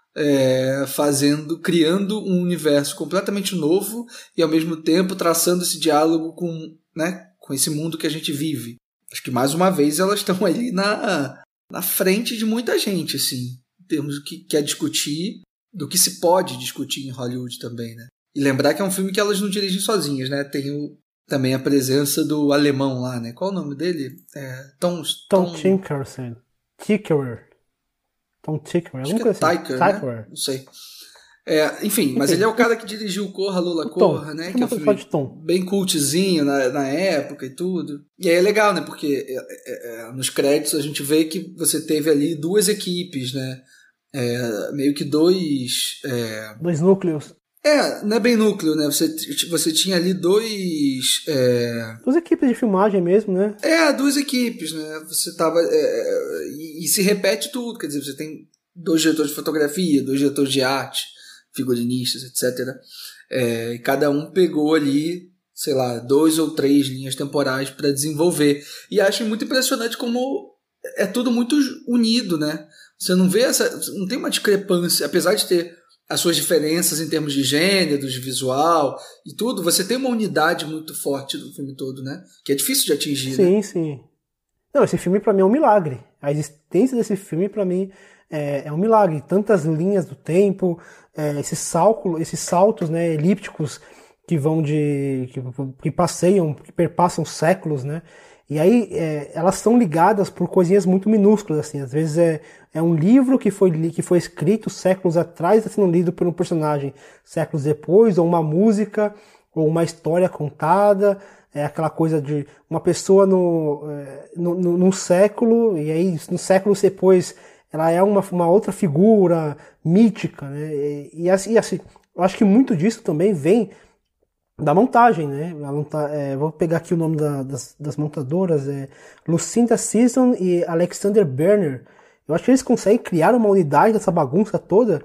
Speaker 3: é, fazendo, criando um universo completamente novo e ao mesmo tempo traçando esse diálogo com, né, com esse mundo que a gente vive. Acho que mais uma vez elas estão ali na, na frente de muita gente, assim, em termos do que quer discutir, do que se pode discutir em Hollywood também, né? E lembrar que é um filme que elas não dirigem sozinhas, né? Tem o, também a presença do alemão lá, né? Qual o nome dele? É, Tom...
Speaker 4: Tom, Tom Tinkerson. Tickerer. Tom Tickerer.
Speaker 3: Acho que é Tiker, né? Não sei. É, enfim, mas ele é o cara que dirigiu Corra, Lula, Corra, né? Que é um filme bem cultzinho na, na época e tudo. E aí é legal, né? Porque é, é, é, nos créditos a gente vê que você teve ali duas equipes, né? É, meio que dois... É...
Speaker 4: Dois núcleos.
Speaker 3: É, não é bem núcleo, né? Você, você tinha ali dois... É...
Speaker 4: Duas equipes de filmagem mesmo, né?
Speaker 3: É, duas equipes, né? Você tava... É, e, e se repete tudo, quer dizer, você tem dois diretores de fotografia, dois diretores de arte, figurinistas, etcétera. É, e cada um pegou ali, sei lá, dois ou três linhas temporais para desenvolver. E acho muito impressionante como é tudo muito unido, né? Você não vê essa. Não tem uma discrepância, apesar de ter as suas diferenças em termos de gênero, de visual e tudo, você tem uma unidade muito forte do filme todo, né? Que é difícil de atingir,
Speaker 4: Sim,
Speaker 3: né?
Speaker 4: sim. Não, esse filme pra mim é um milagre. A existência desse filme pra mim é, é um milagre. Tantas linhas do tempo, é, esses, salto, esses saltos, né, elípticos que vão de... que, que passeiam, que perpassam séculos, né? E aí é, elas são ligadas por coisinhas muito minúsculas, assim. Às vezes é, é um livro que foi, que foi escrito séculos atrás, está sendo lido por um personagem séculos depois, ou uma música, ou uma história contada. É aquela coisa de uma pessoa no, no, no, num século, e aí no século depois ela é uma, uma outra figura mítica, né? E, e, assim, e assim, eu acho que muito disso também vem da montagem, né? É, vou pegar aqui o nome da, das, das montadoras, é Lucinda Season e Alexander Berner. Eu acho que eles conseguem criar uma unidade dessa bagunça toda.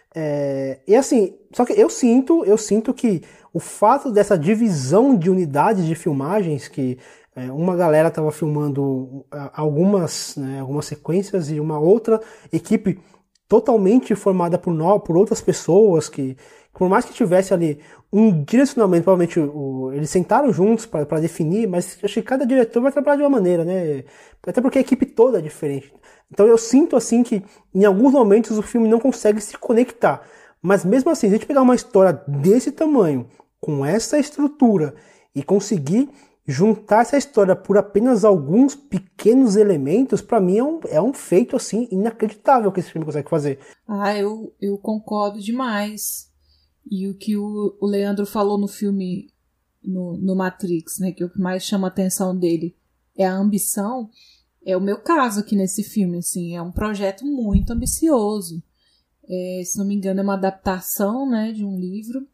Speaker 4: É, e assim, só que eu sinto, eu sinto que o fato dessa divisão de unidades de filmagens, que é, uma galera estava filmando algumas, né, algumas sequências e uma outra equipe totalmente formada por, nós, por outras pessoas que, por mais que tivesse ali um direcionamento, provavelmente o, eles sentaram juntos para definir, mas acho que cada diretor vai trabalhar de uma maneira, né? Até porque a equipe toda é diferente. Então eu sinto assim que em alguns momentos o filme não consegue se conectar. Mas mesmo assim, se a gente pegar uma história desse tamanho, com essa estrutura, e conseguir juntar essa história por apenas alguns pequenos elementos, para mim é um, é um feito assim inacreditável que esse filme consegue fazer.
Speaker 2: Ah, eu, eu concordo demais. E o que o, o Leandro falou no filme, no, no Matrix, né, que o que mais chama a atenção dele é a ambição, é o meu caso aqui nesse filme, assim, é um projeto muito ambicioso. É, se não me engano, é uma adaptação, né, de um livro.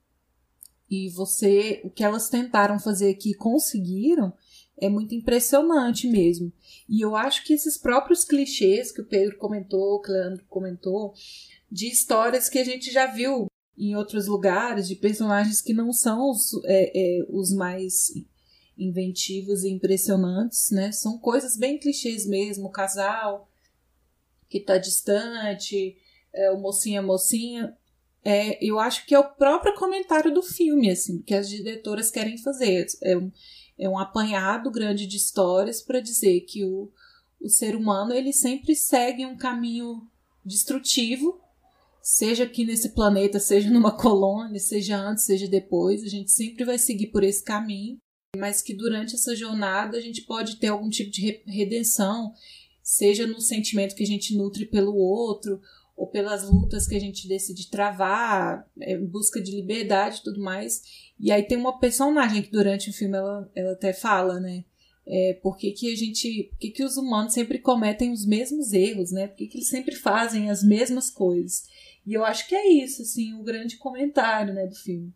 Speaker 2: E você, o que elas tentaram fazer aqui, conseguiram, é muito impressionante mesmo. E eu acho que esses próprios clichês que o Pedro comentou, que o Leandro comentou, de histórias que a gente já viu em outros lugares, de personagens que não são os, é, é, os mais inventivos e impressionantes, né? São coisas bem clichês mesmo, o casal que tá distante, é, o mocinho, a mocinha. É, eu acho que é o próprio comentário do filme, assim, que as diretoras querem fazer. É um, é um apanhado grande de histórias para dizer que o, o ser humano ele sempre segue um caminho destrutivo, seja aqui nesse planeta, seja numa colônia, seja antes, seja depois, a gente sempre vai seguir por esse caminho, mas que durante essa jornada a gente pode ter algum tipo de redenção, seja no sentimento que a gente nutre pelo outro, ou pelas lutas que a gente decide travar, em busca de liberdade e tudo mais. E aí tem uma personagem que durante o filme ela, ela até fala, né? É, por que, que a gente. Por que, que os humanos sempre cometem os mesmos erros, né? Por que, que eles sempre fazem as mesmas coisas? E eu acho que é isso, assim, o grande comentário, né, do filme.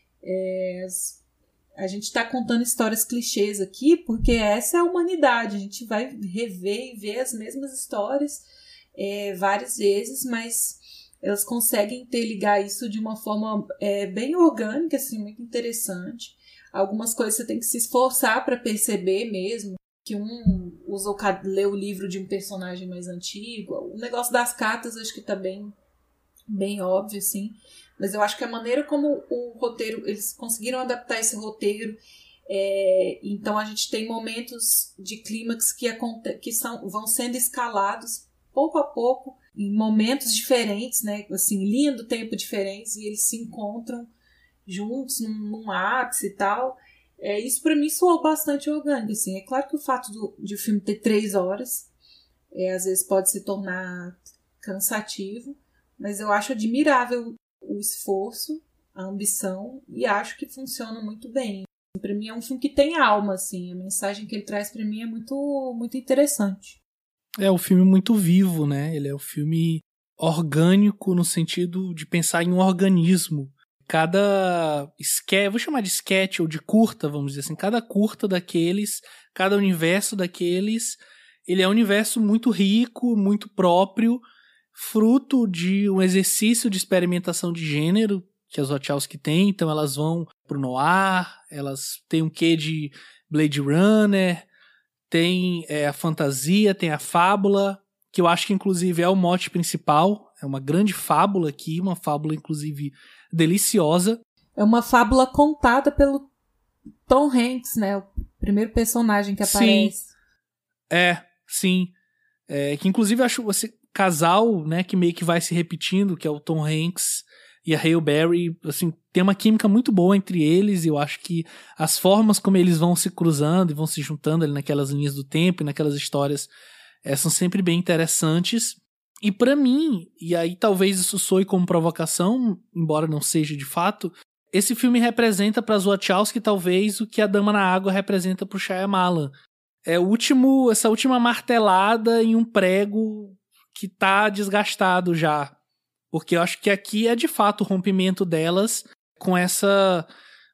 Speaker 2: É, as, a gente está contando histórias clichês aqui, porque essa é a humanidade. A gente vai rever e ver as mesmas histórias É, várias vezes, mas elas conseguem interligar isso de uma forma é, bem orgânica, assim, muito interessante. Algumas coisas você tem que se esforçar para perceber mesmo, que um usa o, lê o livro de um personagem mais antigo. O negócio das cartas acho que tá bem, bem óbvio, assim, mas eu acho que a maneira como o roteiro, eles conseguiram adaptar esse roteiro, é, então a gente tem momentos de clímax que, que são, vão sendo escalados pouco a pouco, em momentos diferentes, né, assim, linha do tempo diferentes, e eles se encontram juntos num, num ápice e tal. É, isso para mim soou bastante orgânico, assim. É claro que o fato do, de o filme ter três horas, é, às vezes pode se tornar cansativo, mas eu acho admirável o esforço, a ambição, e acho que funciona muito bem. Para mim é um filme que tem alma, assim, a mensagem que ele traz para mim é muito, muito interessante.
Speaker 1: É um filme muito vivo, né? Ele é um filme orgânico no sentido de pensar em um organismo. Cada sketch, vou chamar de sketch ou de curta, vamos dizer assim, cada curta daqueles, cada universo daqueles, ele é um universo muito rico, muito próprio, fruto de um exercício de experimentação de gênero que as Wachowski têm. Então elas vão pro noir, elas têm um quê de Blade Runner, tem é, a fantasia, tem a fábula, que eu acho que inclusive é o mote principal, é uma grande fábula aqui, uma fábula inclusive deliciosa.
Speaker 2: É uma fábula contada pelo Tom Hanks, né? O primeiro personagem que aparece.
Speaker 1: Sim, é, sim. É, que inclusive eu acho esse casal, né, que meio que vai se repetindo, que é o Tom Hanks e a Halle Berry, assim, tem uma química muito boa entre eles, e eu acho que as formas como eles vão se cruzando e vão se juntando ali naquelas linhas do tempo e naquelas histórias é, são sempre bem interessantes. E pra mim, e aí talvez isso soe como provocação, embora não seja de fato, esse filme representa para as Wachowski talvez o que A Dama na Água representa pro Shyamalan. É o último, essa última martelada em um prego que tá desgastado já. Porque eu acho que aqui é de fato o rompimento delas com essa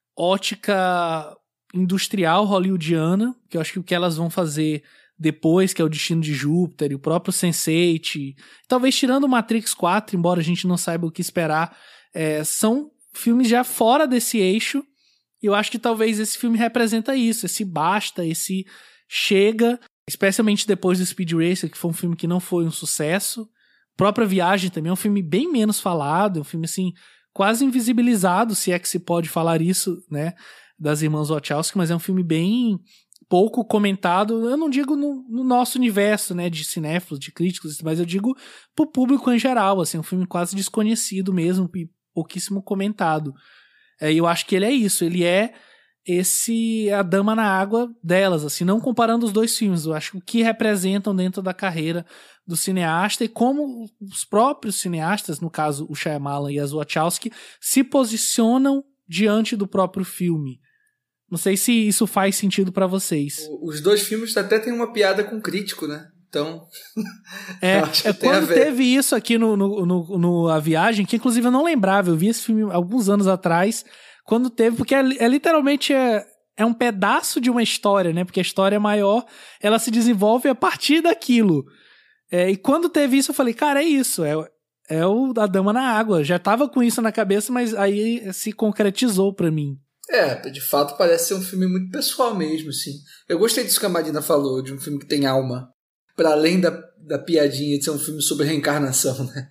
Speaker 1: ótica industrial hollywoodiana, que eu acho que o que elas vão fazer depois, que é o Destino de Júpiter e o próprio sense eight, talvez tirando o Matrix quatro, embora a gente não saiba o que esperar, é, são filmes já fora desse eixo, e eu acho que talvez esse filme representa isso, esse basta, esse chega, especialmente depois do Speed Racer, que foi um filme que não foi um sucesso. A própria Viagem também é um filme bem menos falado, é um filme assim, quase invisibilizado, se é que se pode falar isso, né, das irmãs Wachowski, mas é um filme bem pouco comentado, eu não digo no, no nosso universo, né, de cinéfilos, de críticos, mas eu digo pro público em geral, assim, um filme quase desconhecido mesmo, e pouquíssimo comentado. É, eu acho que ele é isso, ele é esse A Dama na Água delas, assim, não comparando os dois filmes, eu acho que o que representam dentro da carreira do cineasta e como os próprios cineastas, no caso o Shyamalan e as Wachowski, se posicionam diante do próprio filme. Não sei se isso faz sentido pra vocês.
Speaker 3: Os dois filmes até tem uma piada com crítico, né? Então,
Speaker 1: é, é quando teve isso aqui no, no, no, no A Viagem, que inclusive eu não lembrava, eu vi esse filme alguns anos atrás, quando teve, porque é, é literalmente é, é um pedaço de uma história, né? Porque a história é maior, ela se desenvolve a partir daquilo. É, e quando teve isso, eu falei, cara, é isso, é, é o A Dama na Água. Já tava com isso na cabeça, mas aí se concretizou pra mim.
Speaker 3: É, de fato parece ser um filme muito pessoal mesmo, assim. Eu gostei disso que a Marina falou, de um filme que tem alma, para além da, da piadinha de ser um filme sobre reencarnação, né?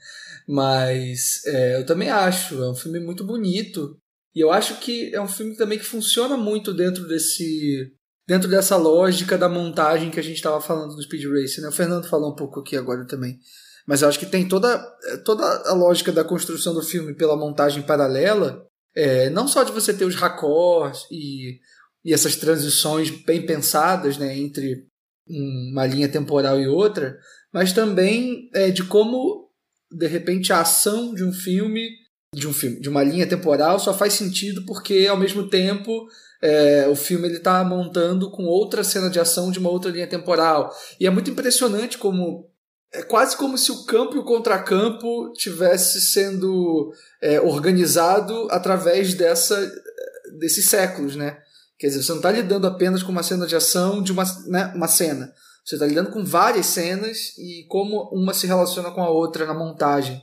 Speaker 3: Mas é, eu também acho, é um filme muito bonito, e eu acho que é um filme também que funciona muito dentro desse dentro dessa lógica da montagem que a gente estava falando do Speed Racer, né? O Fernando falou um pouco aqui agora também, mas eu acho que tem toda, toda a lógica da construção do filme pela montagem paralela. É, não só de você ter os raccords e, e essas transições bem pensadas, né, entre uma linha temporal e outra, mas também é, de como de repente a ação de um filme de um filme, de uma linha temporal só faz sentido porque ao mesmo tempo é, o filme ele está montando com outra cena de ação de uma outra linha temporal, e é muito impressionante como é quase como se o campo e o contracampo tivesse sendo é, organizado através dessa, desses séculos, né? Quer dizer, você não está lidando apenas com uma cena de ação de uma, né, uma cena. Você está lidando com várias cenas e como uma se relaciona com a outra na montagem.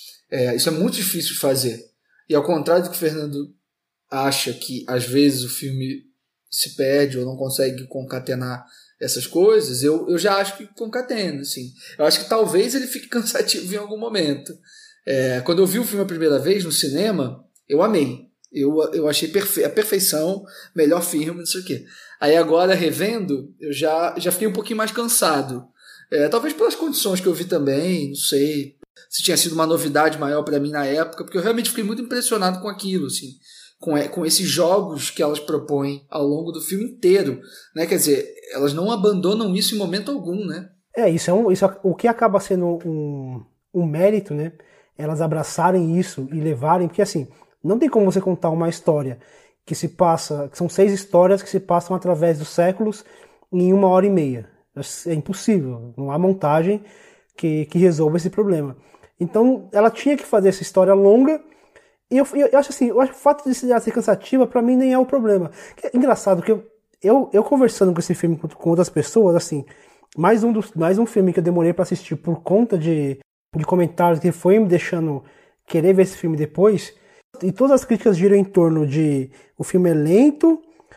Speaker 3: É, isso é muito difícil de fazer. E ao contrário do que o Fernando acha que às vezes o filme se perde ou não consegue concatenar essas coisas, eu, eu já acho que concatena, assim. Eu acho que talvez ele fique cansativo em algum momento. É, quando eu vi o filme a primeira vez no cinema, eu amei. Eu, eu achei perfe- a perfeição, melhor filme, não sei o quê. Aí agora, revendo, eu já, já fiquei um pouquinho mais cansado. É, talvez pelas condições que eu vi também, não sei se tinha sido uma novidade maior para mim na época, porque eu realmente fiquei muito impressionado com aquilo, assim. Com, com esses jogos que elas propõem ao longo do filme inteiro, né? Quer dizer, elas não abandonam isso em momento algum, né?
Speaker 4: É, isso é, um, isso é o que acaba sendo um, um mérito, né? Elas abraçarem isso e levarem, porque assim, não tem como você contar uma história que se passa, que são seis histórias que se passam através dos séculos em uma hora e meia. É impossível, não há montagem que, que resolva esse problema. Então, ela tinha que fazer essa história longa. E eu, eu, eu acho assim, eu acho que o fato de ser cansativa, pra mim, nem é o problema. É engraçado que eu, eu, eu conversando com esse filme com, com outras pessoas, assim, mais um, dos, mais um filme que eu demorei pra assistir por conta de, de comentários que foi me deixando querer ver esse filme depois, e todas as críticas giram em torno de o filme é lento,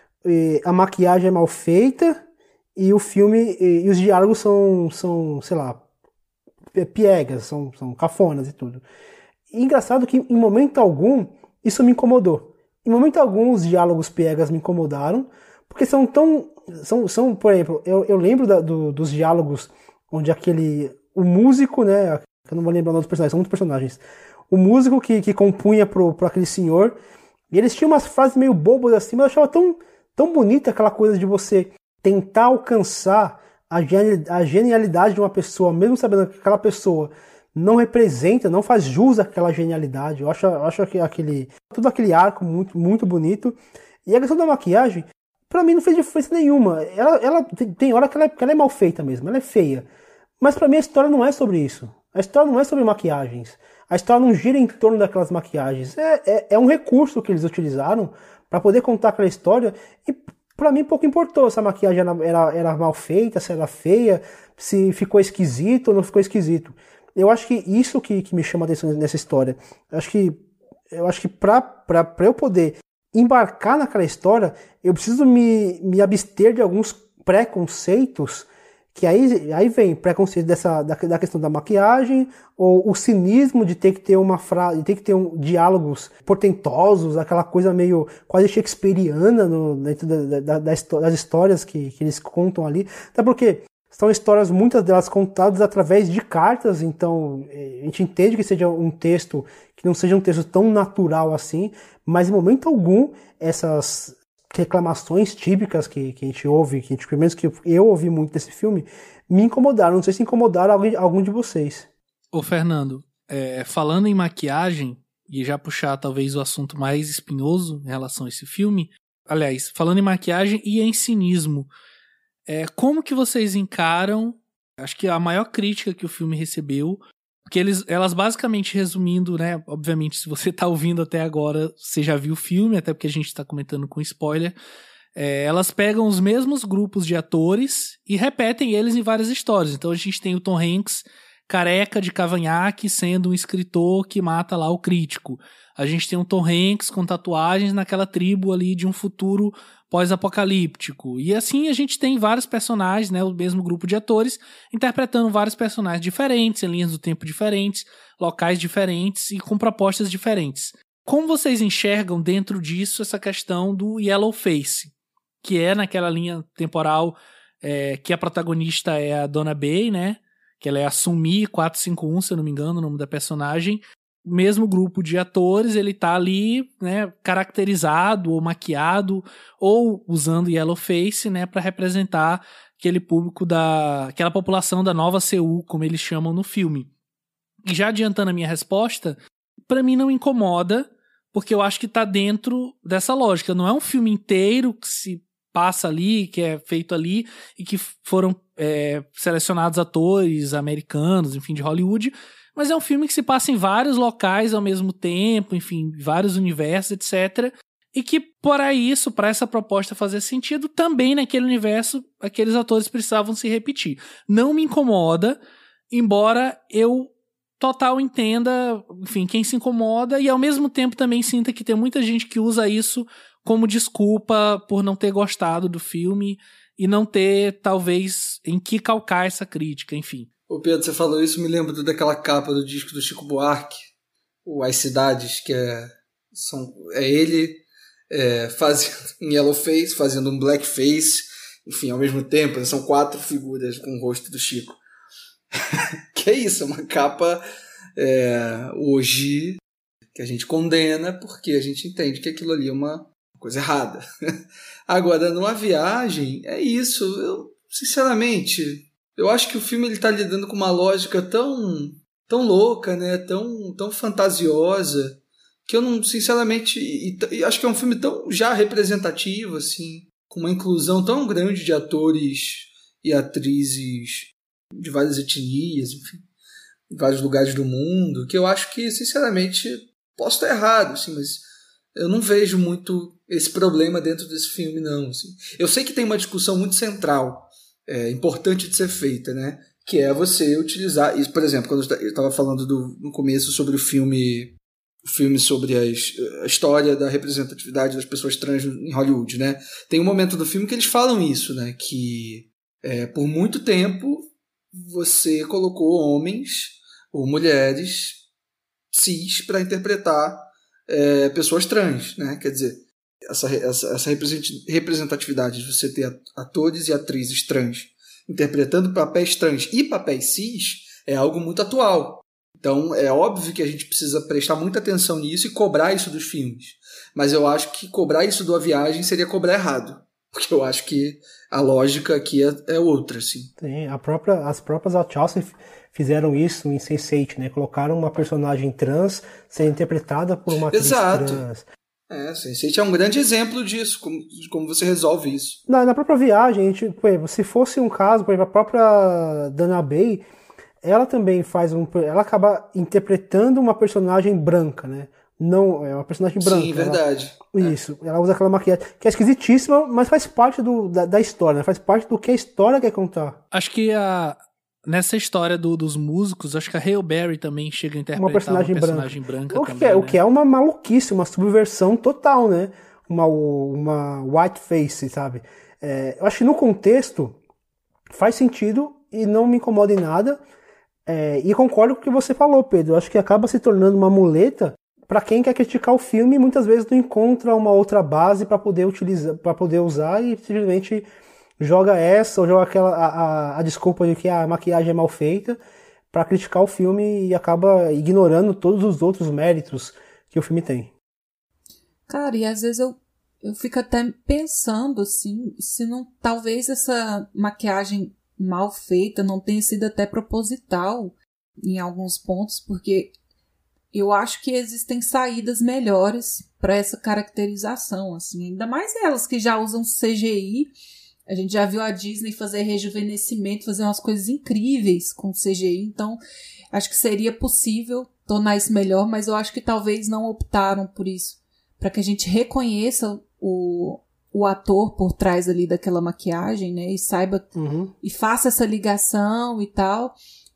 Speaker 4: a maquiagem é mal feita, e o filme, e, e os diálogos são, são, sei lá, piegas, são, são cafonas e tudo. E engraçado que em momento algum isso me incomodou. Em momento algum os diálogos piegas me incomodaram, porque são tão... São, são por exemplo, eu, eu lembro da, do, dos diálogos onde aquele... O músico, né? Eu não vou lembrar o nome dos personagens, são muitos personagens. O músico que, que compunha pro, pro aquele senhor, e eles tinham umas frases meio bobas assim, mas eu achava tão, tão bonita aquela coisa de você tentar alcançar a, geni, a genialidade de uma pessoa, mesmo sabendo que aquela pessoa não representa, não faz jus àquela genialidade. Eu acho, eu acho que aquele, todo aquele arco muito, muito bonito. E a questão da maquiagem, pra mim não fez diferença nenhuma. Ela, ela tem hora que ela, que ela é mal feita mesmo, ela é feia. Mas pra mim a história não é sobre isso. A história não é sobre maquiagens. A história não gira em torno daquelas maquiagens. É, é, é um recurso que eles utilizaram para poder contar aquela história. E pra mim pouco importou se a maquiagem era, era, era mal feita, se era feia, se ficou esquisito ou não ficou esquisito. Eu acho que isso que, que me chama a atenção nessa história. Eu acho que, eu acho que pra, pra, pra eu poder embarcar naquela história, eu preciso me, me abster de alguns preconceitos. Que aí, aí vem preconceito dessa, da, da questão da maquiagem, ou o cinismo de ter que ter uma frase, de ter que ter um, diálogos portentosos, aquela coisa meio quase shakespeariana no, dentro da, da, da, das histórias que, que eles contam ali. Até porque são histórias, muitas delas contadas através de cartas, então a gente entende que seja um texto, que não seja um texto tão natural assim, mas em momento algum essas reclamações típicas que, que a gente ouve, que a gente, pelo menos que eu ouvi muito desse filme, me incomodaram. Não sei se incomodaram alguém, algum de vocês.
Speaker 1: Ô Fernando, é, falando em maquiagem, e já puxar talvez o assunto mais espinhoso em relação a esse filme, aliás, falando em maquiagem e em cinismo, é, como que vocês encaram, acho que a maior crítica que o filme recebeu, porque eles, elas basicamente resumindo, né, obviamente se você tá ouvindo até agora, você já viu o filme, até porque a gente tá comentando com spoiler, é, elas pegam os mesmos grupos de atores e repetem eles em várias histórias. Então a gente tem o Tom Hanks careca de cavanhaque sendo um escritor que mata lá o crítico. A gente tem um Tom Hanks com tatuagens naquela tribo ali de um futuro pós-apocalíptico. E assim a gente tem vários personagens, né, o mesmo grupo de atores, interpretando vários personagens diferentes, em linhas do tempo diferentes, locais diferentes e com propostas diferentes. Como vocês enxergam dentro disso essa questão do Yellow Face, que é naquela linha temporal é, que a protagonista é a Donna Bay, né, que ela é a Sumi quatrocentos e cinquenta e um, se eu não me engano, o nome da personagem. O mesmo grupo de atores, ele tá ali, né, caracterizado ou maquiado ou usando yellow face, né, para representar aquele público da, aquela população da Nova Seul, como eles chamam no filme. E já adiantando a minha resposta, para mim não incomoda, porque eu acho que tá dentro dessa lógica. Não é um filme inteiro que se passa ali, que é feito ali e que foram é, selecionados atores americanos, enfim, de Hollywood. Mas é um filme que se passa em vários locais ao mesmo tempo, enfim, vários universos, etcétera. E que, para isso, para essa proposta fazer sentido, também naquele universo, aqueles atores precisavam se repetir. Não me incomoda, embora eu total entenda, enfim, quem se incomoda, e ao mesmo tempo também sinta que tem muita gente que usa isso como desculpa por não ter gostado do filme e não ter, talvez, em que calcar essa crítica, enfim.
Speaker 3: Ô Pedro, você falou isso, me lembro daquela capa do disco do Chico Buarque, o As Cidades, que é, são, é ele é, fazendo em yellow face, fazendo um black face, enfim, ao mesmo tempo, são quatro figuras com o rosto do Chico. Que é isso, é uma capa é, hoje que a gente condena porque a gente entende que aquilo ali é uma coisa errada. Agora, numa viagem, é isso, eu, sinceramente... Eu acho que o filme ele tá lidando com uma lógica tão, tão louca, né? Tão, tão fantasiosa, que eu não, sinceramente, e, e acho que é um filme tão já representativo, assim, com uma inclusão tão grande de atores e atrizes de várias etnias, enfim, de vários lugares do mundo, que eu acho que, sinceramente, posso estar errado, assim, mas eu não vejo muito esse problema dentro desse filme, não. Assim. Eu sei que tem uma discussão muito central, É, importante de ser feita, né? Que é você utilizar isso, por exemplo, quando eu estava falando do, no começo sobre o filme o filme sobre as, a história da representatividade das pessoas trans em Hollywood, né? Tem um momento do filme que eles falam isso, né? Que é, por muito tempo você colocou homens ou mulheres cis para interpretar é, pessoas trans, né? Quer dizer, essa, essa, essa representatividade de você ter atores e atrizes trans interpretando papéis trans e papéis cis é algo muito atual. Então é óbvio que a gente precisa prestar muita atenção nisso e cobrar isso dos filmes. Mas eu acho que cobrar isso do A Viagem seria cobrar errado. Porque eu acho que a lógica aqui é, é outra, assim.
Speaker 4: Sim, a própria, as próprias Wachowski fizeram isso em sense eight, né? Colocaram uma personagem trans sendo interpretada por uma atriz
Speaker 3: Exato.
Speaker 4: trans.
Speaker 3: É, sense eight é um grande exemplo disso, como, de como você resolve isso.
Speaker 4: Na, na própria Viagem, a gente, por exemplo, se fosse um caso, por exemplo, a própria Dana Bay, ela também faz um... Ela acaba interpretando uma personagem branca, né? Não, é uma personagem branca.
Speaker 3: Sim, verdade.
Speaker 4: Ela, isso, ela usa aquela maquiagem que é esquisitíssima, mas faz parte do, da, da história, né? Faz parte do que a história quer contar.
Speaker 1: Acho que a, nessa história do, dos músicos, acho que a Halle Berry também chega a interpretar uma personagem, uma personagem branca. branca
Speaker 4: o,
Speaker 1: também,
Speaker 4: que é,
Speaker 1: né?
Speaker 4: o que é uma maluquice, uma subversão total, né? Uma, uma white face, sabe? É, eu acho que no contexto faz sentido e não me incomoda em nada. É, e concordo com o que você falou, Pedro. Eu acho que acaba se tornando uma muleta para quem quer criticar o filme e muitas vezes não encontra uma outra base para poder utilizar, para poder usar e simplesmente joga essa ou joga aquela a, a, a desculpa de que a maquiagem é mal feita para criticar o filme e acaba ignorando todos os outros méritos que o filme tem.
Speaker 2: Cara, e às vezes eu, eu fico até pensando assim, se não talvez essa maquiagem mal feita não tenha sido até proposital em alguns pontos, porque eu acho que existem saídas melhores para essa caracterização, assim, ainda mais elas que já usam C G I. A gente já viu a Disney fazer rejuvenescimento, fazer umas coisas incríveis com C G I, então acho que seria possível tornar isso melhor, mas eu acho que talvez não optaram por isso, para que a gente reconheça o, o ator por trás ali daquela maquiagem, né, e saiba,
Speaker 4: uhum.
Speaker 2: e faça essa ligação e tal.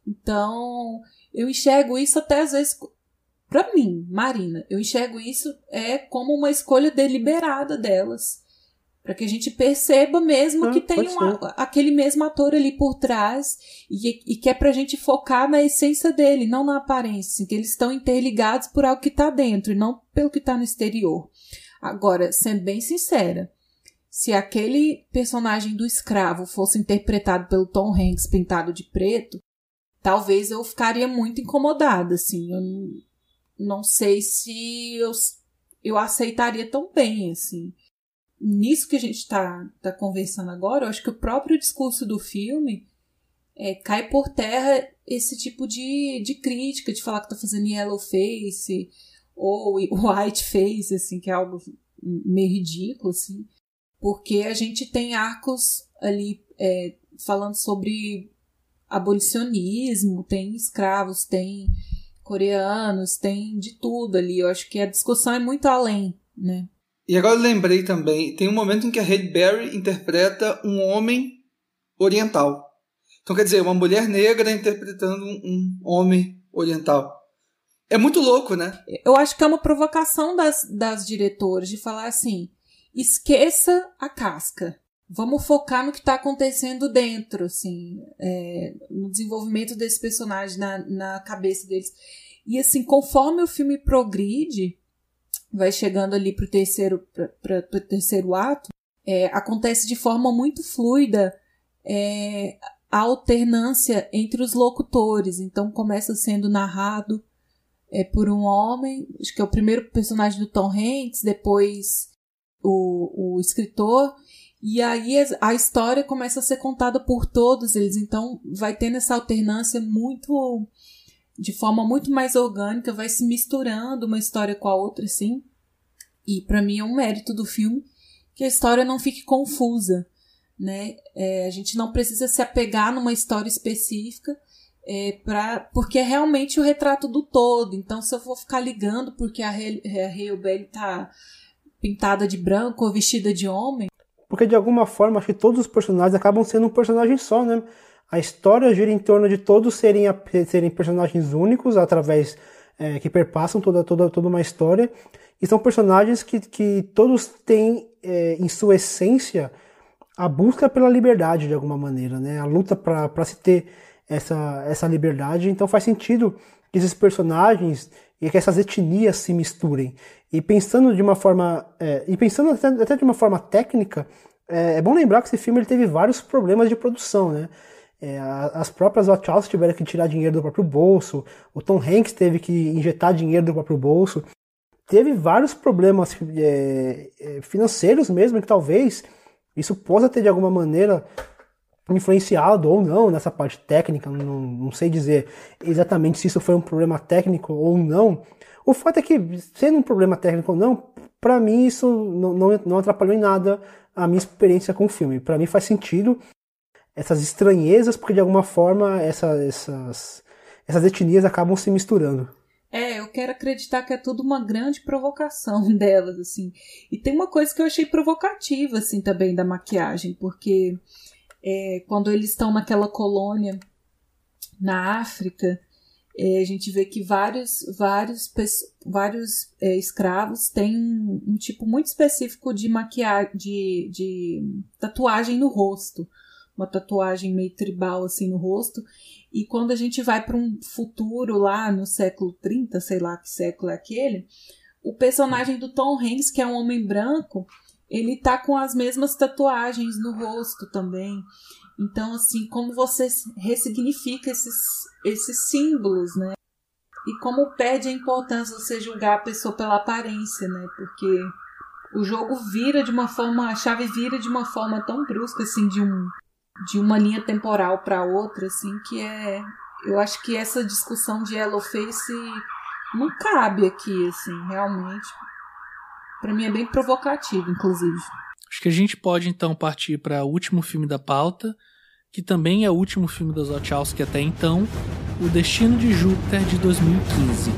Speaker 2: Então, eu enxergo isso até às vezes... Pra mim, Marina, eu enxergo isso é como uma escolha deliberada delas. Pra que a gente perceba mesmo
Speaker 4: ah,
Speaker 2: que tem uma, aquele mesmo ator ali por trás e, e que é pra gente focar na essência dele, não na aparência. Assim, que eles estão interligados por algo que tá dentro e não pelo que tá no exterior. Agora, sendo bem sincera, se aquele personagem do escravo fosse interpretado pelo Tom Hanks pintado de preto, talvez eu ficaria muito incomodada, assim. Eu não... Não sei se eu, eu aceitaria tão bem, assim. Nisso que a gente tá, tá conversando agora, eu acho que o próprio discurso do filme é, cai por terra esse tipo de, de crítica, de falar que tá fazendo yellow face ou white face, assim, que é algo meio ridículo, assim. Porque a gente tem arcos ali é, falando sobre abolicionismo, tem escravos, tem... coreanos, tem de tudo ali. Eu acho que a discussão é muito além, né?
Speaker 3: E agora eu lembrei também, tem um momento em que a Halle Berry interpreta um homem oriental. Então, quer dizer, uma mulher negra interpretando um, um homem oriental. É muito louco, né?
Speaker 2: Eu acho que é uma provocação das, das diretoras de falar assim, esqueça a casca. Vamos focar no que está acontecendo dentro, assim, é, no desenvolvimento desse personagem, na, na cabeça deles. E, assim, conforme o filme progride, vai chegando ali pro terceiro, pra, pra, pro terceiro ato, é, acontece de forma muito fluida é, a alternância entre os locutores. Então, começa sendo narrado é, por um homem, acho que é o primeiro personagem do Tom Hanks, depois o, o escritor... E aí a história começa a ser contada por todos eles, então vai tendo essa alternância muito, de forma muito mais orgânica, vai se misturando uma história com a outra, assim. E pra mim é um mérito do filme que a história não fique confusa, né? É, a gente não precisa se apegar numa história específica, é, pra, porque é realmente o retrato do todo. Então, se eu for ficar ligando porque a Halle Berry tá pintada de branco ou vestida de homem,
Speaker 4: porque de alguma forma acho que todos os personagens acabam sendo um personagem só, né? A história gira em torno de todos serem, serem personagens únicos, através é, que perpassam toda, toda, toda uma história. E são personagens que, que todos têm é, em sua essência a busca pela liberdade de alguma maneira, né? A luta para se ter essa, essa liberdade, então faz sentido que esses personagens e que essas etnias se misturem. E pensando de uma forma, é, e pensando até, até de uma forma técnica, é, é bom lembrar que esse filme ele teve vários problemas de produção, né? É, as próprias Wachowski tiveram que tirar dinheiro do próprio bolso, o Tom Hanks teve que injetar dinheiro do próprio bolso, teve vários problemas é, financeiros mesmo, que talvez isso possa ter de alguma maneira influenciado ou não nessa parte técnica, não, não sei dizer exatamente se isso foi um problema técnico ou não. O fato é que, sendo um problema técnico ou não, para mim isso não, não, não atrapalhou em nada a minha experiência com o filme. Para mim faz sentido essas estranhezas, porque de alguma forma essa, essas, essas etnias acabam se misturando.
Speaker 2: É, eu quero acreditar que é tudo uma grande provocação delas, assim. E tem uma coisa que eu achei provocativa, assim, também da maquiagem, porque é, quando eles estão naquela colônia na África, é, a gente vê que vários, vários, vários é, escravos têm um, um tipo muito específico de maquiagem, de, de tatuagem no rosto. Uma tatuagem meio tribal assim no rosto, e quando a gente vai para um futuro lá no século trinta, sei lá que século é aquele, o personagem do Tom Hanks, que é um homem branco, ele tá com as mesmas tatuagens no rosto também. Então, assim, como você ressignifica esses, esses símbolos, né? E como perde a importância você julgar a pessoa pela aparência, né? Porque o jogo vira de uma forma, a chave vira de uma forma tão brusca, assim, de um de uma linha temporal para outra, assim, que é... Eu acho que essa discussão de Yellowface não cabe aqui, assim, realmente. Para mim é bem provocativo, inclusive.
Speaker 1: Acho que a gente pode, então, partir para o último filme da pauta, que também é o último filme das Wachowski até então, O Destino de Júpiter, de dois mil e quinze.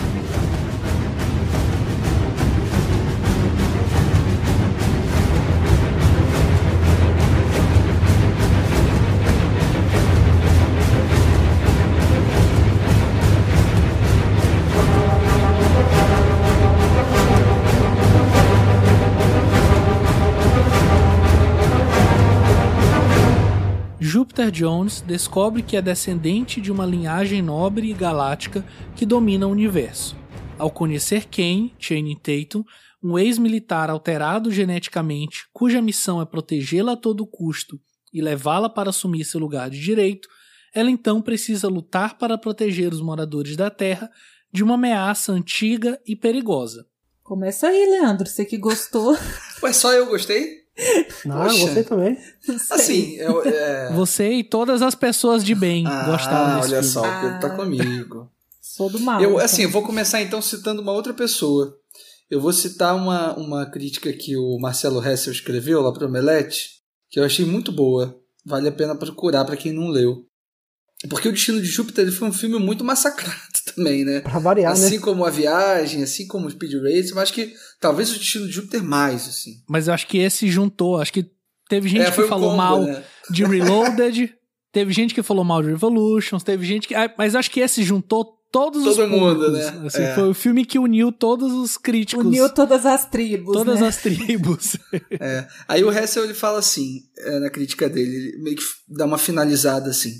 Speaker 1: Júpiter Jones descobre que é descendente de uma linhagem nobre e galáctica que domina o universo. Ao conhecer Kane, Channing Tatum, um ex-militar alterado geneticamente, cuja missão é protegê-la a todo custo e levá-la para assumir seu lugar de direito, ela então precisa lutar para proteger os moradores da Terra de uma ameaça antiga e perigosa.
Speaker 2: Começa aí, Leandro, você que gostou.
Speaker 3: Ué, só eu gostei?
Speaker 4: Não, eu gostei também.
Speaker 3: Assim, eu, é...
Speaker 1: Você e todas as pessoas de bem
Speaker 3: ah,
Speaker 1: gostaram desse
Speaker 3: olha
Speaker 1: filme.
Speaker 3: só, o Pedro tá comigo.
Speaker 2: Sou do mal.
Speaker 3: Eu,
Speaker 2: então.
Speaker 3: assim, eu vou começar então citando uma outra pessoa. Eu vou citar uma, uma crítica que o Marcelo Hessel escreveu lá para o Omelete, que eu achei muito boa. Vale a pena procurar para quem não leu. Porque O Destino de Júpiter ele foi um filme muito massacrado também, né?
Speaker 4: Pra variar,
Speaker 3: assim
Speaker 4: né?
Speaker 3: como A Viagem, assim como o Speed Racer, mas acho que talvez O Destino de Júpiter mais, assim.
Speaker 1: Mas eu acho que esse juntou, acho que teve gente
Speaker 3: É,
Speaker 1: que
Speaker 3: um
Speaker 1: falou
Speaker 3: combo,
Speaker 1: mal
Speaker 3: né?
Speaker 1: de Reloaded, teve gente que falou mal de Revolutions, teve gente que... ah, mas acho que esse juntou todos
Speaker 3: Todo
Speaker 1: os
Speaker 3: mundo,
Speaker 1: públicos,
Speaker 3: né?
Speaker 1: assim,
Speaker 3: É.
Speaker 1: Foi o filme que uniu todos os críticos.
Speaker 2: Uniu todas as tribos,
Speaker 1: Todas
Speaker 2: né?
Speaker 1: as tribos.
Speaker 3: É. Aí o Hessel ele fala assim, é, na crítica dele, ele meio que dá uma finalizada assim.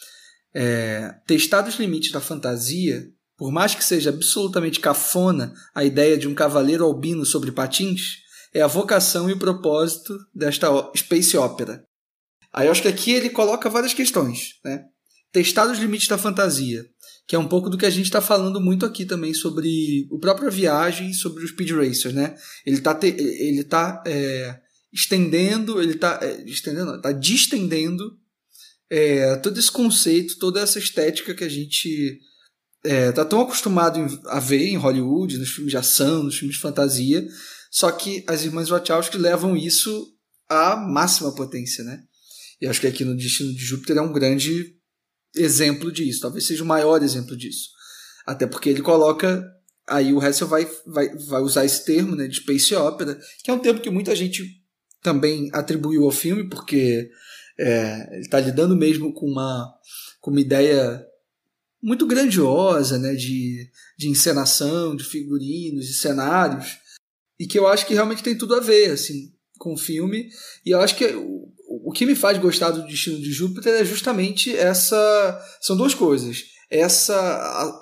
Speaker 3: É, testar os limites da fantasia, por mais que seja absolutamente cafona a ideia de um cavaleiro albino sobre patins, é a vocação e o propósito desta space opera. Aí eu acho que aqui ele coloca várias questões, né? Testar os limites da fantasia, que é um pouco do que a gente está falando muito aqui também sobre o próprio Viagem e sobre os Speed Racers, né? Ele está ele tá, é, estendendo, ele está é, estendendo, não, tá distendendo é, todo esse conceito, toda essa estética que a gente está é, tão acostumado a ver em Hollywood, nos filmes de ação, nos filmes de fantasia, só que as irmãs Wachowski levam isso à máxima potência, né? E acho que aqui no Destino de Júpiter é um grande exemplo disso, talvez seja o maior exemplo disso. Até porque ele coloca, aí o Hessel vai, vai, vai usar esse termo, né, de space opera, que é um termo que muita gente também atribuiu ao filme, porque é, ele está lidando mesmo com uma, com uma ideia muito grandiosa, né, de, de encenação, de figurinos, de cenários, e que eu acho que realmente tem tudo a ver assim, com o filme, e eu acho que o, o que me faz gostar do Destino de Júpiter é justamente essa... São duas coisas. Essa,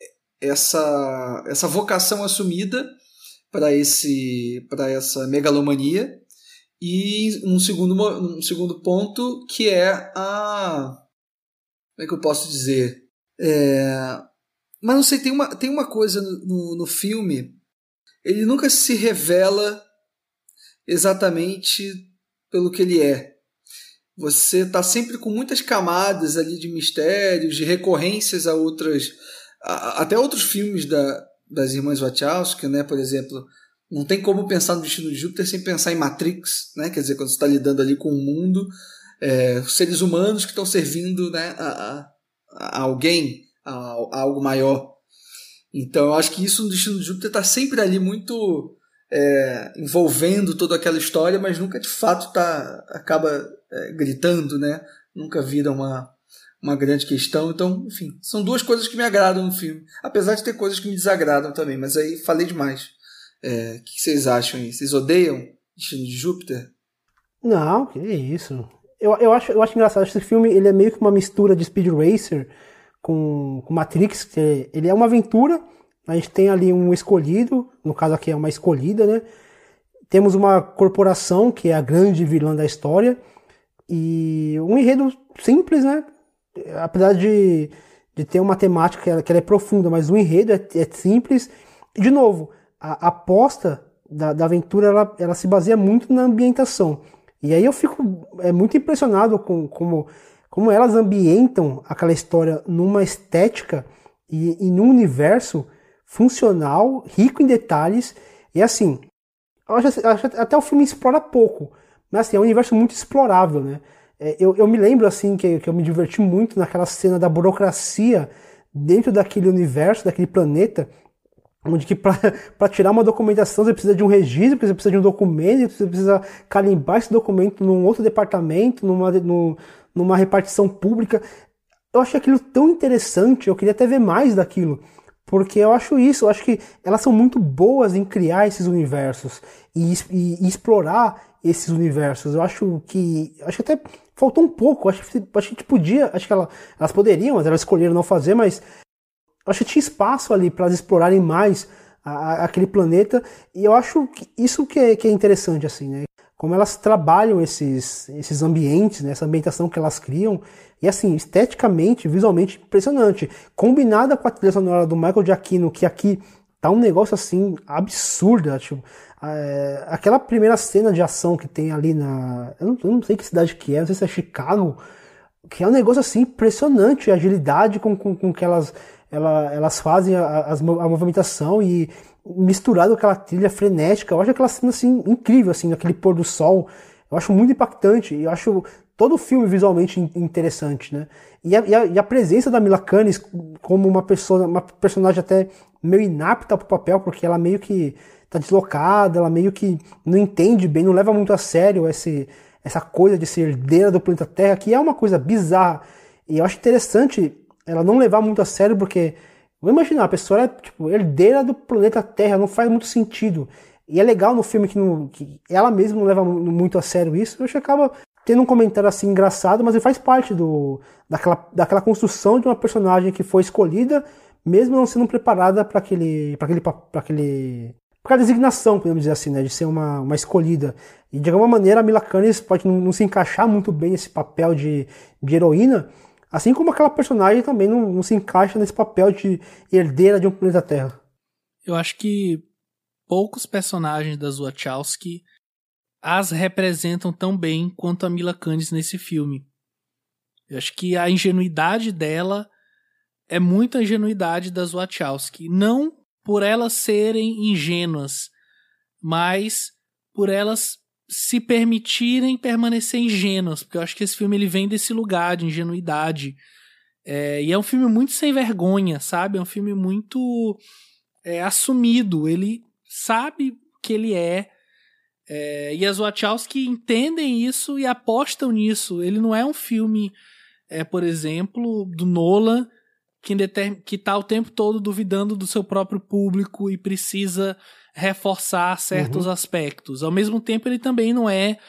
Speaker 3: essa, essa vocação assumida para esse, para essa megalomania e um segundo, um segundo ponto que é a... Como é que eu posso dizer? É, mas não sei, tem uma, tem uma coisa no, no filme, ele nunca se revela exatamente pelo que ele é. Você está sempre com muitas camadas ali de mistérios, de recorrências a outras, a, até outros filmes da, das irmãs Wachowski, né? Por exemplo, não tem como pensar no Destino de Júpiter sem pensar em Matrix, né? Quer dizer, quando você está lidando ali com o mundo, é, seres humanos que estão servindo, né, a, a, a alguém, a, a algo maior. Então eu acho que isso no Destino de Júpiter está sempre ali muito é, envolvendo toda aquela história, mas nunca de fato tá, acaba é, gritando, né? Nunca vira uma, uma grande questão. Então, enfim, são duas coisas que me agradam no filme, apesar de ter coisas que me desagradam também, mas aí falei demais. É, o que vocês acham aí? Vocês odeiam Destino de Júpiter?
Speaker 4: Não, que isso. Eu, eu, acho, eu acho engraçado, esse filme ele é meio que uma mistura de Speed Racer com, com Matrix, que ele é uma aventura, a gente tem ali um escolhido, no caso aqui é uma escolhida, né? Temos uma corporação que é a grande vilã da história, e um enredo simples, né? Apesar de, de ter uma temática que ela, que ela é profunda, mas o enredo é, é simples. E, de novo, a, a aposta da, da aventura ela, ela se baseia muito na ambientação. E aí eu fico é, muito impressionado com como, como elas ambientam aquela história numa estética e, e num universo funcional, rico em detalhes. E assim, eu acho, eu acho até o filme explora pouco, mas assim, é um universo muito explorável, né? É, eu, eu me lembro assim que, que eu me diverti muito naquela cena da burocracia dentro daquele universo, daquele planeta, onde que para tirar uma documentação você precisa de um registro, você precisa de um documento, você precisa carimbar esse documento num outro departamento, numa, numa repartição pública. Eu achei aquilo tão interessante, eu queria até ver mais daquilo, porque eu acho isso, eu acho que elas são muito boas em criar esses universos e, e, e explorar esses universos. Eu acho que acho que até faltou um pouco, acho que, acho que a gente podia, acho que ela, elas poderiam, mas elas escolheram não fazer, mas acho que tinha espaço ali para elas explorarem mais a, a, aquele planeta, e eu acho que isso que é, que é interessante, assim, né? Como elas trabalham esses, esses ambientes, né? Essa ambientação que elas criam, e assim, esteticamente, visualmente impressionante. Combinada com a trilha sonora do Michael Giacchino, que aqui tá um negócio assim, absurdo, tipo, é, aquela primeira cena de ação que tem ali na... Eu não, eu não sei que cidade que é, não sei se é Chicago, que é um negócio assim, impressionante, a agilidade com, com, com que elas... Ela, elas fazem a, a, a movimentação e misturado com aquela trilha frenética, eu acho aquela cena assim, incrível, assim, aquele pôr do sol, eu acho muito impactante, e eu acho todo o filme visualmente interessante, né? E a, e a, e a presença da Mila Kunis como uma, pessoa, uma personagem até meio inapta pro papel, porque ela meio que tá deslocada, ela meio que não entende bem, não leva muito a sério esse, essa coisa de ser herdeira do planeta Terra, que é uma coisa bizarra, e eu acho interessante ela não levar muito a sério, porque vou imaginar, a pessoa é tipo herdeira do planeta Terra, não faz muito sentido. E é legal no filme que, não, que ela mesma não leva muito a sério isso. Eu acho que acaba tendo um comentário assim engraçado, mas ele faz parte do, daquela, daquela construção de uma personagem que foi escolhida, mesmo não sendo preparada para aquele, para aquele, para aquele, para a designação, podemos dizer assim, né, de ser uma, uma escolhida. E de alguma maneira a Mila Kunis pode não, não se encaixar muito bem nesse papel de, de heroína. Assim como aquela personagem também não, não se encaixa nesse papel de herdeira de um planeta Terra.
Speaker 1: Eu acho que poucos personagens das Wachowski as representam tão bem quanto a Mila Kunis nesse filme. Eu acho que a ingenuidade dela é muita ingenuidade das Wachowski. Não por elas serem ingênuas, mas por elas se permitirem permanecer ingênuos, porque eu acho que esse filme ele vem desse lugar de ingenuidade, é, e é um filme muito sem vergonha, sabe? É um filme muito é, assumido, ele sabe que ele é, é, e as Wachowski entendem isso e apostam nisso. Ele não é um filme, é, por exemplo, do Nolan, que, determ- que tá o tempo todo duvidando do seu próprio público e precisa reforçar certos uhum. aspectos. Ao mesmo tempo, ele também não é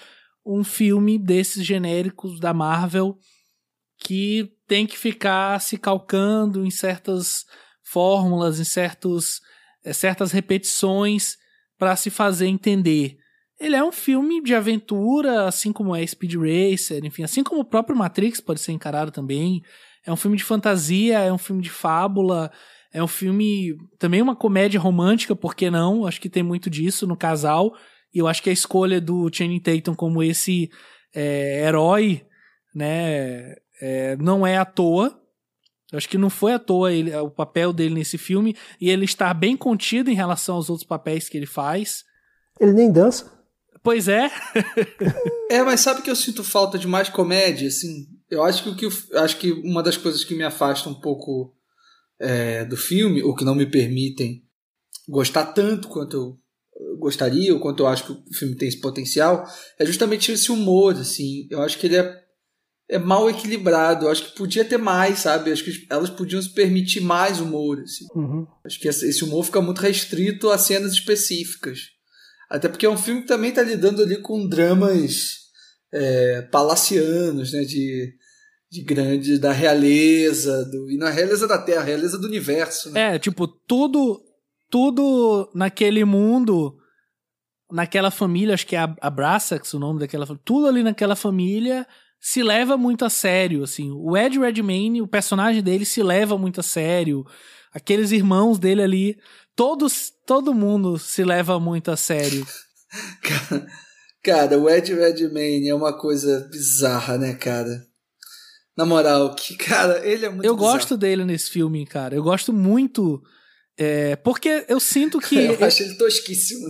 Speaker 1: um filme desses genéricos da Marvel que tem que ficar se calcando em certas fórmulas, em certos, é, certas repetições para se fazer entender. Ele é um filme de aventura, assim como é Speed Racer, enfim, assim como o próprio Matrix pode ser encarado também. É um filme de fantasia, é um filme de fábula, é um filme também uma comédia romântica, por que não? Acho que tem muito disso no casal. E eu acho que a escolha do Channing Tatum como esse é, herói, né, é, não é à toa. Eu acho que não foi à toa ele, o papel dele nesse filme, e ele está bem contido em relação aos outros papéis que ele faz.
Speaker 4: Ele nem dança.
Speaker 1: Pois é.
Speaker 3: É, mas sabe que eu sinto falta de mais comédia, assim? Eu acho que, o que eu, acho que uma das coisas que me afasta um pouco é, do filme, ou que não me permitem gostar tanto quanto eu gostaria, ou quanto eu acho que o filme tem esse potencial, é justamente esse humor, assim. Eu acho que ele é, é mal equilibrado. Eu acho que podia ter mais, sabe? Eu acho que elas podiam se permitir mais humor, assim.
Speaker 4: Uhum.
Speaker 3: Acho que esse humor fica muito restrito a cenas específicas. Até porque é um filme que também está lidando ali com dramas é, palacianos, né? De, de grande, da realeza, do, e não é a realeza da Terra, a realeza do universo. Né?
Speaker 1: É, tipo, tudo, tudo naquele mundo, naquela família, acho que é a, a Brasax, o nome daquela família, tudo ali naquela família se leva muito a sério, assim. O Ed Redmayne, o personagem dele se leva muito a sério. Aqueles irmãos dele ali, todos, todo mundo se leva muito a sério.
Speaker 3: Cara, cara, o Ed Redmayne é uma coisa bizarra, né, cara? Na moral, que, cara, ele é muito
Speaker 1: Eu
Speaker 3: bizarro.
Speaker 1: gosto dele nesse filme, cara. Eu gosto muito, é, porque eu sinto que...
Speaker 3: eu acho ele tosquíssimo.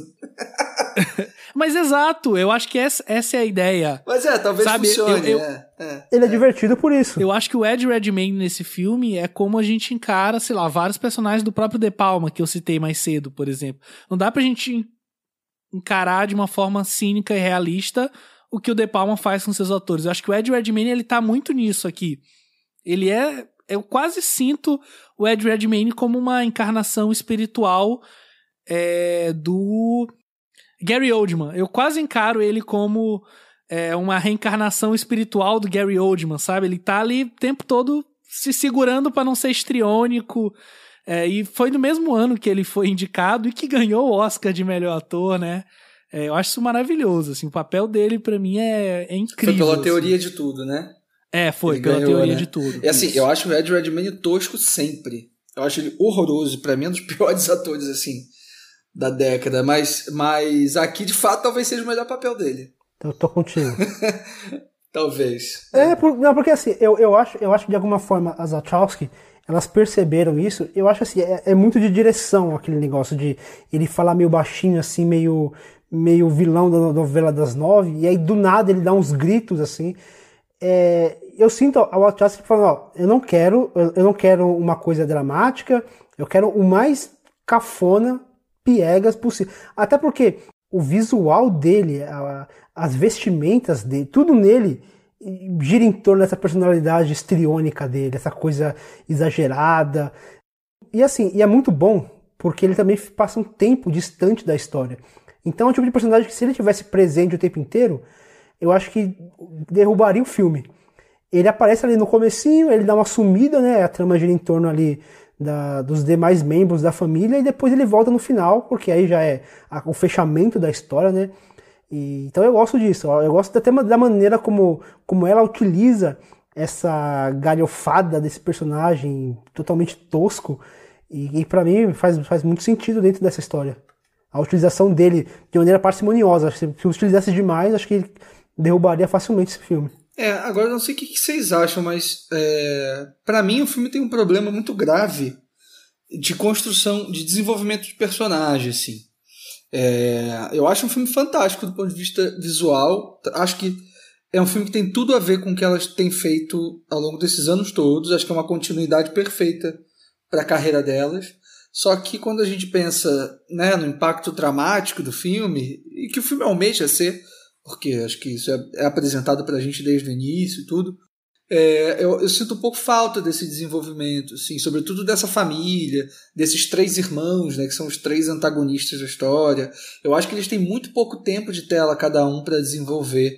Speaker 1: Mas exato, eu acho que essa, essa é a ideia.
Speaker 3: Mas é, talvez
Speaker 1: Sabe,
Speaker 3: funcione.
Speaker 1: eu- eu-
Speaker 3: é, é.
Speaker 4: Ele é divertido por isso.
Speaker 1: Eu acho que o Ed Redmayne nesse filme é como a gente encara, sei lá, vários personagens do próprio De Palma, que eu citei mais cedo, por exemplo. Não dá pra gente encarar de uma forma cínica e realista o que o De Palma faz com seus atores. Eu acho que o Ed Redmayne, ele tá muito nisso aqui. Ele é... Eu quase sinto o Ed Redmayne como uma encarnação espiritual é, do Gary Oldman. Eu quase encaro ele como é, uma reencarnação espiritual do Gary Oldman, sabe? Ele tá ali o tempo todo se segurando pra não ser histriônico. É, e foi no mesmo ano que ele foi indicado e que ganhou o Oscar de melhor ator, né? É, eu acho isso maravilhoso, assim. O papel dele, pra mim, é, é incrível.
Speaker 3: Foi pela
Speaker 1: assim.
Speaker 3: teoria de tudo, né?
Speaker 1: É, foi,
Speaker 3: Ele
Speaker 1: pela
Speaker 3: ganhou,
Speaker 1: teoria
Speaker 3: né?
Speaker 1: de tudo.
Speaker 3: E assim,
Speaker 1: Isso.
Speaker 3: eu acho o Ed Redmayne tosco sempre. Eu acho ele horroroso. Pra mim é um dos piores atores, assim, da década. Mas, mas aqui, de fato, talvez seja o melhor papel dele.
Speaker 4: Eu tô contigo.
Speaker 3: Talvez.
Speaker 4: É, por, não, porque assim, eu, eu, acho, eu acho que de alguma forma as Wachowski, elas perceberam isso. Eu acho assim, é, é muito de direção aquele negócio de ele falar meio baixinho, assim, meio, meio vilão da novela das nove, e aí do nada ele dá uns gritos assim. É, eu sinto a Wachowski falando, ó, eu não quero, eu, eu não quero uma coisa dramática, eu quero o mais cafona, piegas possível. Até porque o visual dele, a, as vestimentas dele, tudo nele gira em torno dessa personalidade histriônica dele, essa coisa exagerada. E assim, e é muito bom, porque ele também passa um tempo distante da história. Então é um tipo de personagem que, se ele tivesse presente o tempo inteiro, eu acho que derrubaria o filme. Ele aparece ali no comecinho, ele dá uma sumida, né? A trama gira em torno ali da, dos demais membros da família, e depois ele volta no final, porque aí já é a, o fechamento da história, né? E, então eu gosto disso, eu gosto até da maneira como, como ela utiliza essa galhofada desse personagem totalmente tosco, e, e para mim faz, faz muito sentido dentro dessa história. A utilização dele de maneira parcimoniosa. Se eu utilizasse demais, acho que ele derrubaria facilmente esse filme.
Speaker 3: É, agora eu não sei o que vocês acham, mas é, para mim o filme tem um problema muito grave de construção, de desenvolvimento de personagem, assim. É, eu acho um filme fantástico do ponto de vista visual. Acho que é um filme que tem tudo a ver com o que elas têm feito ao longo desses anos todos. Acho que é uma continuidade perfeita para a carreira delas. Só que quando a gente pensa, né, no impacto dramático do filme, e que o filme almeja ser, porque acho que isso é, é apresentado pra gente desde o início e tudo, é, eu, eu sinto um pouco falta desse desenvolvimento, assim, sobretudo dessa família, desses três irmãos, né, que são os três antagonistas da história. Eu acho que eles têm muito pouco tempo de tela cada um para desenvolver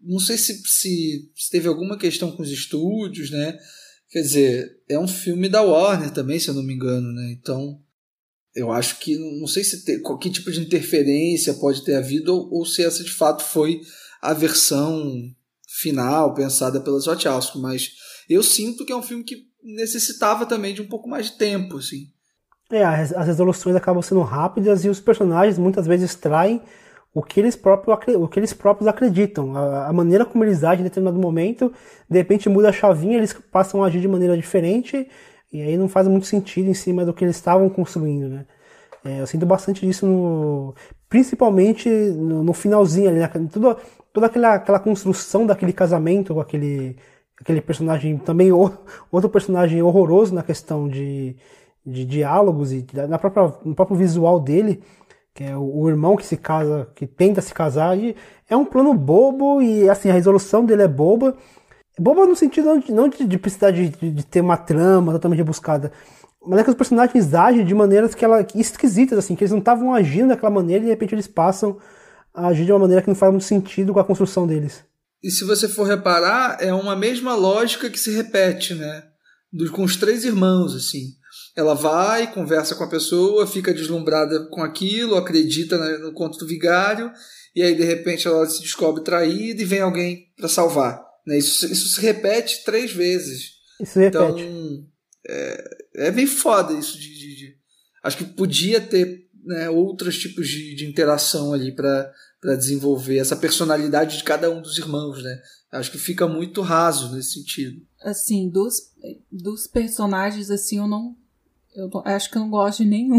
Speaker 3: não sei se, se, se teve alguma questão com os estúdios, né? Quer dizer, é um filme da Warner também, se eu não me engano, né? Então, eu acho que, não sei se tem, que tipo de interferência pode ter havido, ou, ou se essa de fato foi a versão final pensada pelas Wachowski, mas eu sinto que é um filme que necessitava também de um pouco mais de tempo, assim.
Speaker 4: É, as, as resoluções acabam sendo rápidas e os personagens muitas vezes extraem o que eles próprios, o que eles próprios acreditam. A, a maneira como eles agem em determinado momento, de repente muda a chavinha, eles passam a agir de maneira diferente, e aí não faz muito sentido em cima do que eles estavam construindo, né? É, eu sinto bastante disso, no, principalmente no, no finalzinho ali, né? Toda, toda aquela, aquela construção daquele casamento com aquele, aquele personagem também, outro personagem horroroso na questão de, de diálogos e na própria, no próprio visual dele, que é o, o irmão que se casa, que tenta se casar, e é um plano bobo e assim, a resolução dele é boba. Boba no sentido não de, não de, de precisar de, de, de ter uma trama totalmente rebuscada, mas é que os personagens agem de maneiras que ela, esquisitas, assim, que eles não estavam agindo daquela maneira e de repente eles passam a agir de uma maneira que não faz muito sentido com a construção deles.
Speaker 3: E se você for reparar, é uma mesma lógica que se repete, né? Do, com os três irmãos, assim. Ela vai, conversa com a pessoa, fica deslumbrada com aquilo, acredita no conto do vigário, e aí de repente ela se descobre traída e vem alguém para salvar. Né? Isso, isso se repete três vezes.
Speaker 4: Isso se repete.
Speaker 3: Então, é, é bem foda isso. De, de, de... Acho que podia ter, né, outros tipos de, de interação ali para desenvolver essa personalidade de cada um dos irmãos, né? Acho que fica muito raso nesse sentido.
Speaker 2: Assim, dos, dos personagens, assim, eu não... Eu não, acho que eu não gosto de nenhum.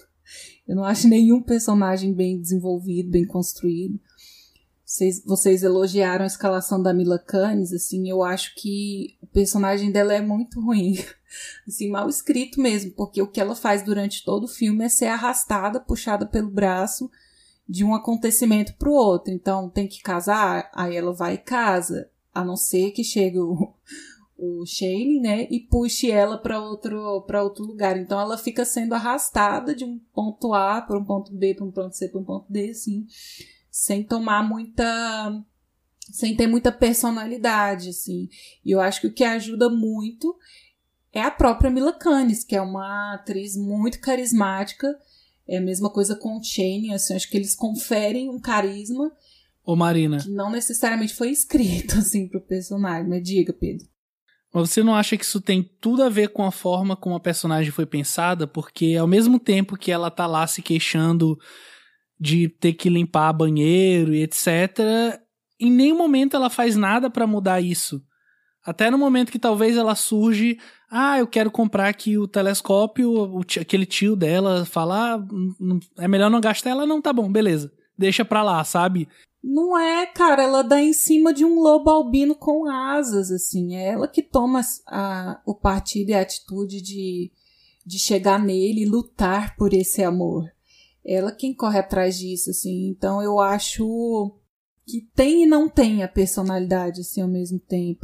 Speaker 2: Eu não acho nenhum personagem bem desenvolvido, bem construído. Vocês, vocês elogiaram a escalação da Mila Kunis, assim, eu acho que o personagem dela é muito ruim. Assim, mal escrito mesmo, porque o que ela faz durante todo o filme é ser arrastada, puxada pelo braço de um acontecimento pro outro. Então, tem que casar, aí ela vai e casa, a não ser que chegue o... o Shane, né, e puxe ela para outro, para outro lugar. Então ela fica sendo arrastada de um ponto A para um ponto B, para um ponto C, para um ponto D, assim, sem tomar muita... sem ter muita personalidade, assim. E eu acho que o que ajuda muito é a própria Mila Kunis, que é uma atriz muito carismática. É a mesma coisa com o Shane, assim, acho que eles conferem um carisma
Speaker 1: Ô Marina,
Speaker 2: que não necessariamente foi escrito, assim, pro personagem. Mas diga, Pedro.
Speaker 1: mas você não acha que isso tem tudo a ver com a forma como a personagem foi pensada? Porque ao mesmo tempo que ela tá lá se queixando de ter que limpar banheiro e etcétera, em nenhum momento ela faz nada pra mudar isso. Até no momento que talvez ela surge, ah, eu quero comprar aqui o telescópio, o tio, aquele tio dela fala, ah, não, é melhor não gastar, ela não, tá bom, beleza, deixa pra lá, sabe?
Speaker 2: Não é, cara, ela dá em cima de um lobo albino com asas, assim, é ela que toma a, o partido e a atitude de, de chegar nele e lutar por esse amor. Ela quem corre atrás disso, assim, então eu acho que tem e não tem a personalidade, assim, ao mesmo tempo.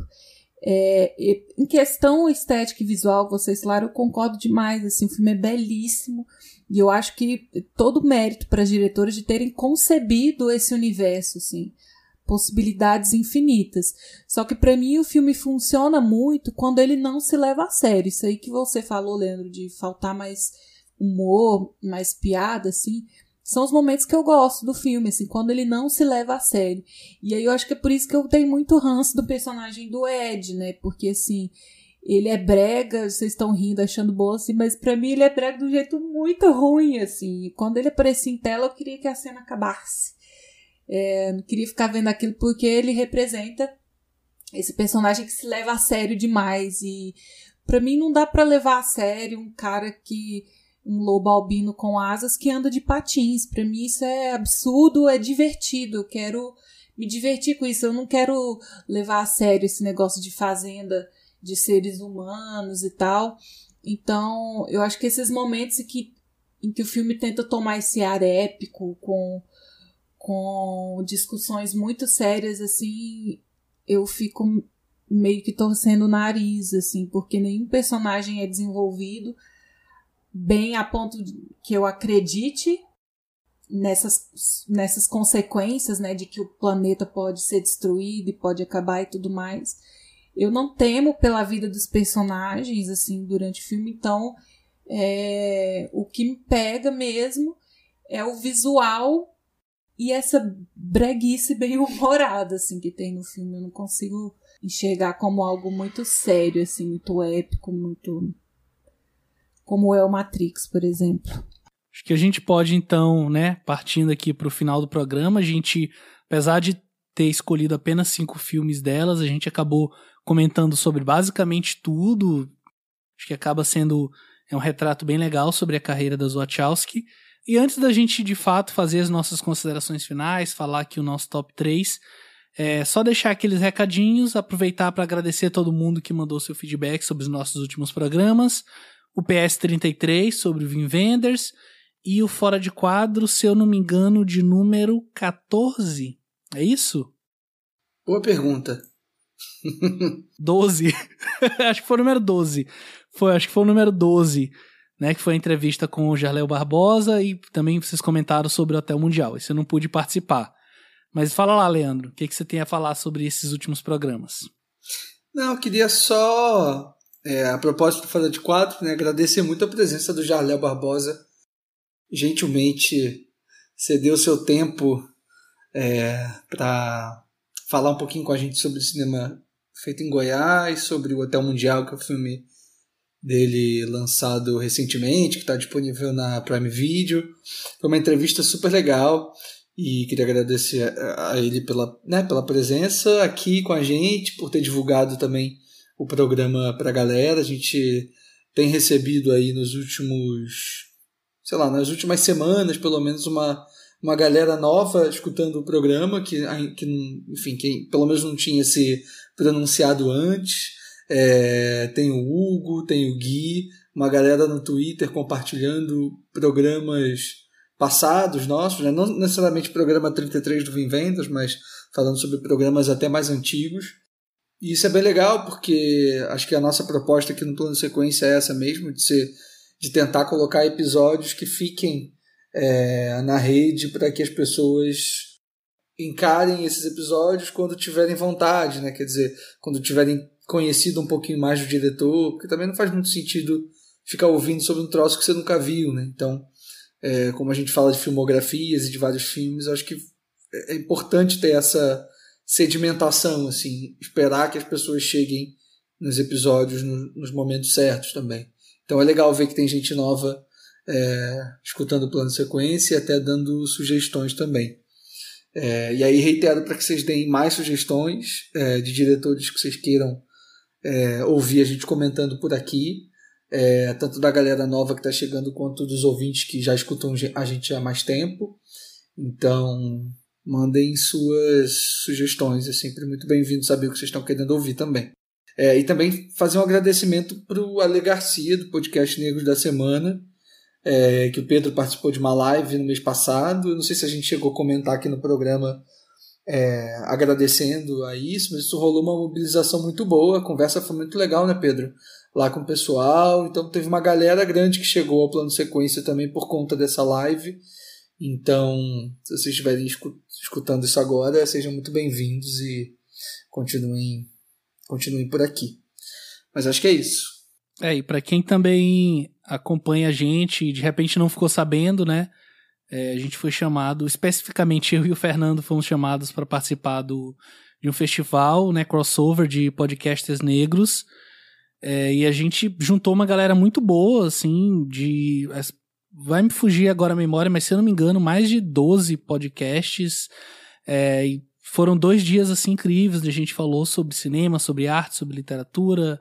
Speaker 2: É, em questão estética e visual, vocês falaram, eu concordo demais, assim, o filme é belíssimo e eu acho que todo o mérito para as diretoras de terem concebido esse universo, assim, possibilidades infinitas. Só que para mim o filme funciona muito quando ele não se leva a sério. Isso aí que você falou, Leandro, de faltar mais humor, mais piada, assim, são os momentos que eu gosto do filme, assim, quando ele não se leva a sério. E aí eu acho que é por isso que eu tenho muito ranço do personagem do Ed, né? Porque, assim, ele é brega, vocês estão rindo, achando bom, assim, mas pra mim ele é brega de um jeito muito ruim, assim. E quando ele aparecia em tela, eu queria que a cena acabasse. É, não queria ficar vendo aquilo porque ele representa esse personagem que se leva a sério demais. E pra mim não dá pra levar a sério um cara que... um lobo albino com asas que anda de patins. Pra mim isso é absurdo, é divertido. Eu quero me divertir com isso. Eu não quero levar a sério esse negócio de fazenda de seres humanos e tal. Então, eu acho que esses momentos em que, em que o filme tenta tomar esse ar épico com, com discussões muito sérias, assim, eu fico meio que torcendo o nariz, assim, porque nenhum personagem é desenvolvido bem a ponto de que eu acredite nessas, nessas consequências, né, de que o planeta pode ser destruído e pode acabar e tudo mais. Eu não temo pela vida dos personagens, assim, durante o filme, então é, o que me pega mesmo é o visual e essa breguice bem humorada, assim, que tem no filme. Eu não consigo enxergar como algo muito sério, assim, muito épico, muito... como é o Matrix, por exemplo.
Speaker 1: Acho que a gente pode, então, né, partindo aqui para o final do programa, a gente, apesar de ter escolhido apenas cinco filmes delas, a gente acabou comentando sobre basicamente tudo. Acho que acaba sendo é um retrato bem legal sobre a carreira das Wachowski. E antes da gente, de fato, fazer as nossas considerações finais, falar aqui o nosso top três, é só deixar aqueles recadinhos, aproveitar para agradecer a todo mundo que mandou seu feedback sobre os nossos últimos programas, o P S trinta e três sobre o Wim Wenders e o Fora de Quadro, se eu não me engano, de número quatorze. É isso?
Speaker 3: Boa pergunta.
Speaker 1: doze. Acho que foi o número doze. Foi, acho que foi o número doze, né? Que foi a entrevista com o Jarléu Barbosa e também vocês comentaram sobre o Hotel Mundial. Esse eu não pude participar. Mas fala lá, Leandro, o que, que você tem a falar sobre esses últimos programas?
Speaker 3: Não, eu queria só... É, a propósito do Fora de Quadro, né, agradecer muito a presença do Jarléu Barbosa. Gentilmente cedeu seu tempo é, para falar um pouquinho com a gente sobre o cinema feito em Goiás, sobre o Hotel Mundial, que é o filme dele lançado recentemente, que está disponível na Prime Video. Foi uma entrevista super legal e queria agradecer a ele pela, né, pela presença aqui com a gente, por ter divulgado também o programa para a galera. A gente tem recebido aí nos últimos, sei lá, nas últimas semanas, pelo menos, uma, uma galera nova escutando o programa, que, que enfim, que pelo menos não tinha se pronunciado antes. É, tem o Hugo, tem o Gui, uma galera no Twitter compartilhando programas passados nossos, né? Não necessariamente o programa trinta e três do Wim Wenders, mas falando sobre programas até mais antigos. E isso é bem legal, porque acho que a nossa proposta aqui no Plano Sequência é essa mesmo, de, ser, de tentar colocar episódios que fiquem é, na rede para que as pessoas encarem esses episódios quando tiverem vontade, né? Quer dizer, quando tiverem conhecido um pouquinho mais do diretor, porque também não faz muito sentido ficar ouvindo sobre um troço que você nunca viu, né? Então, é, como a gente fala de filmografias e de vários filmes, eu acho que é importante ter essa sedimentação, assim, esperar que as pessoas cheguem nos episódios no, nos momentos certos também. Então é legal ver que tem gente nova é, escutando o Plano Sequência e até dando sugestões também. É, e aí reitero para que vocês deem mais sugestões é, de diretores que vocês queiram é, ouvir a gente comentando por aqui, é, tanto da galera nova que está chegando quanto dos ouvintes que já escutam a gente há mais tempo. Então mandem suas sugestões, é sempre muito bem-vindo saber o que vocês estão querendo ouvir também. É, e também fazer um agradecimento para o Ale Garcia, do podcast Negros da Semana, é, que o Pedro participou de uma live no mês passado. Eu não sei se a gente chegou a comentar aqui no programa é, agradecendo a isso, mas isso rolou uma mobilização muito boa, a conversa foi muito legal, né, Pedro? Lá com o pessoal, então teve uma galera grande que chegou ao Plano Sequência também por conta dessa live. Então, se vocês estiverem escutando isso agora, sejam muito bem-vindos e continuem, continuem por aqui. Mas acho que é isso.
Speaker 1: É, e para quem também acompanha a gente e de repente não ficou sabendo, né? É, a gente foi chamado, especificamente eu e o Fernando fomos chamados para participar do, de um festival, né, crossover de podcasters negros. É, e a gente juntou uma galera muito boa, assim, de... Vai me fugir agora a memória, mas se eu não me engano, mais de doze podcasts. É, e foram dois dias assim incríveis, onde a gente falou sobre cinema, sobre arte, sobre literatura.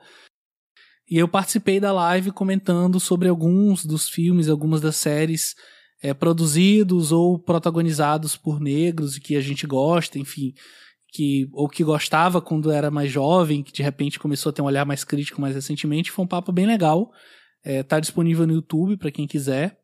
Speaker 1: E eu participei da live comentando sobre alguns dos filmes, algumas das séries é, produzidos ou protagonizados por negros que a gente gosta, enfim, que, ou que gostava quando era mais jovem, que de repente começou a ter um olhar mais crítico mais recentemente. Foi um papo bem legal. É, tá disponível no YouTube para quem quiser.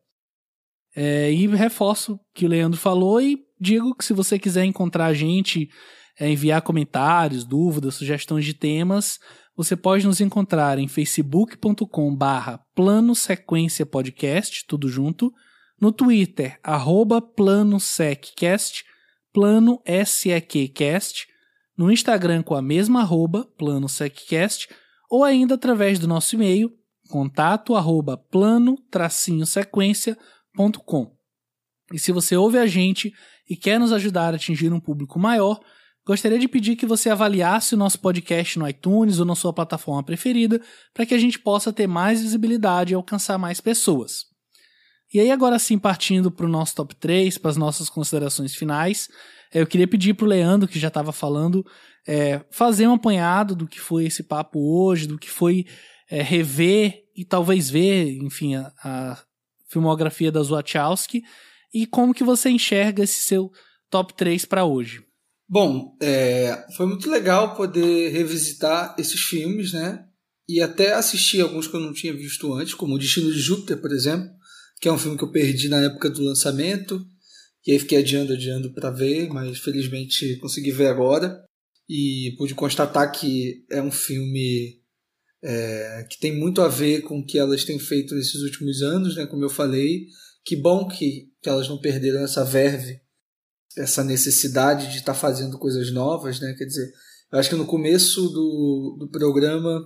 Speaker 1: É, e reforço o que o Leandro falou e digo que se você quiser encontrar a gente, é, enviar comentários, dúvidas, sugestões de temas, você pode nos encontrar em facebook ponto com barra plano sequência podcast, tudo junto, No Twitter, arroba planoseccast, plano S E Q cast, no Instagram com a mesma arroba, planoseccast, ou ainda através do nosso e-mail, contato arroba plano tracinho sequência ponto com. E se você ouve a gente e quer nos ajudar a atingir um público maior, gostaria de pedir que você avaliasse o nosso podcast no iTunes ou na sua plataforma preferida, para que a gente possa ter mais visibilidade e alcançar mais pessoas. E aí agora sim, partindo para o nosso top três, para as nossas considerações finais, eu queria pedir para o Leandro, que já estava falando, é, fazer um apanhado do que foi esse papo hoje, do que foi é, rever e talvez ver, enfim, a, a filmografia das Wachowski, e como que você enxerga esse seu top três para hoje.
Speaker 3: Bom, é, foi muito legal poder revisitar esses filmes, né? E até assistir alguns que eu não tinha visto antes, como O Destino de Júpiter, por exemplo, que é um filme que eu perdi na época do lançamento, e aí fiquei adiando, adiando para ver, mas felizmente consegui ver agora, e pude constatar que é um filme é, que tem muito a ver com o que elas têm feito nesses últimos anos, né? Como eu falei, que bom que, que elas não perderam essa verve, essa necessidade de estar tá fazendo coisas novas, né? Quer dizer, eu acho que no começo do, do programa,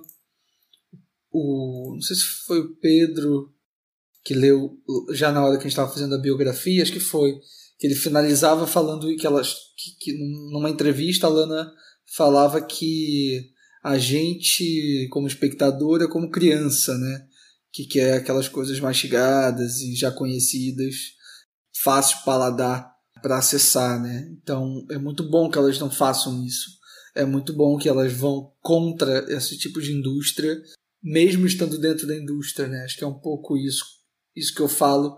Speaker 3: o, não sei se foi o Pedro que leu, já na hora que a gente estava fazendo a biografia, acho que foi, que ele finalizava falando que elas, que, que numa entrevista a Lana falava que a gente, como espectador, é como criança, né? Que quer aquelas coisas mastigadas e já conhecidas, fácil paladar para acessar, né? Então é muito bom que elas não façam isso. É muito bom que elas vão contra esse tipo de indústria, mesmo estando dentro da indústria, né? Acho que é um pouco isso, isso que eu falo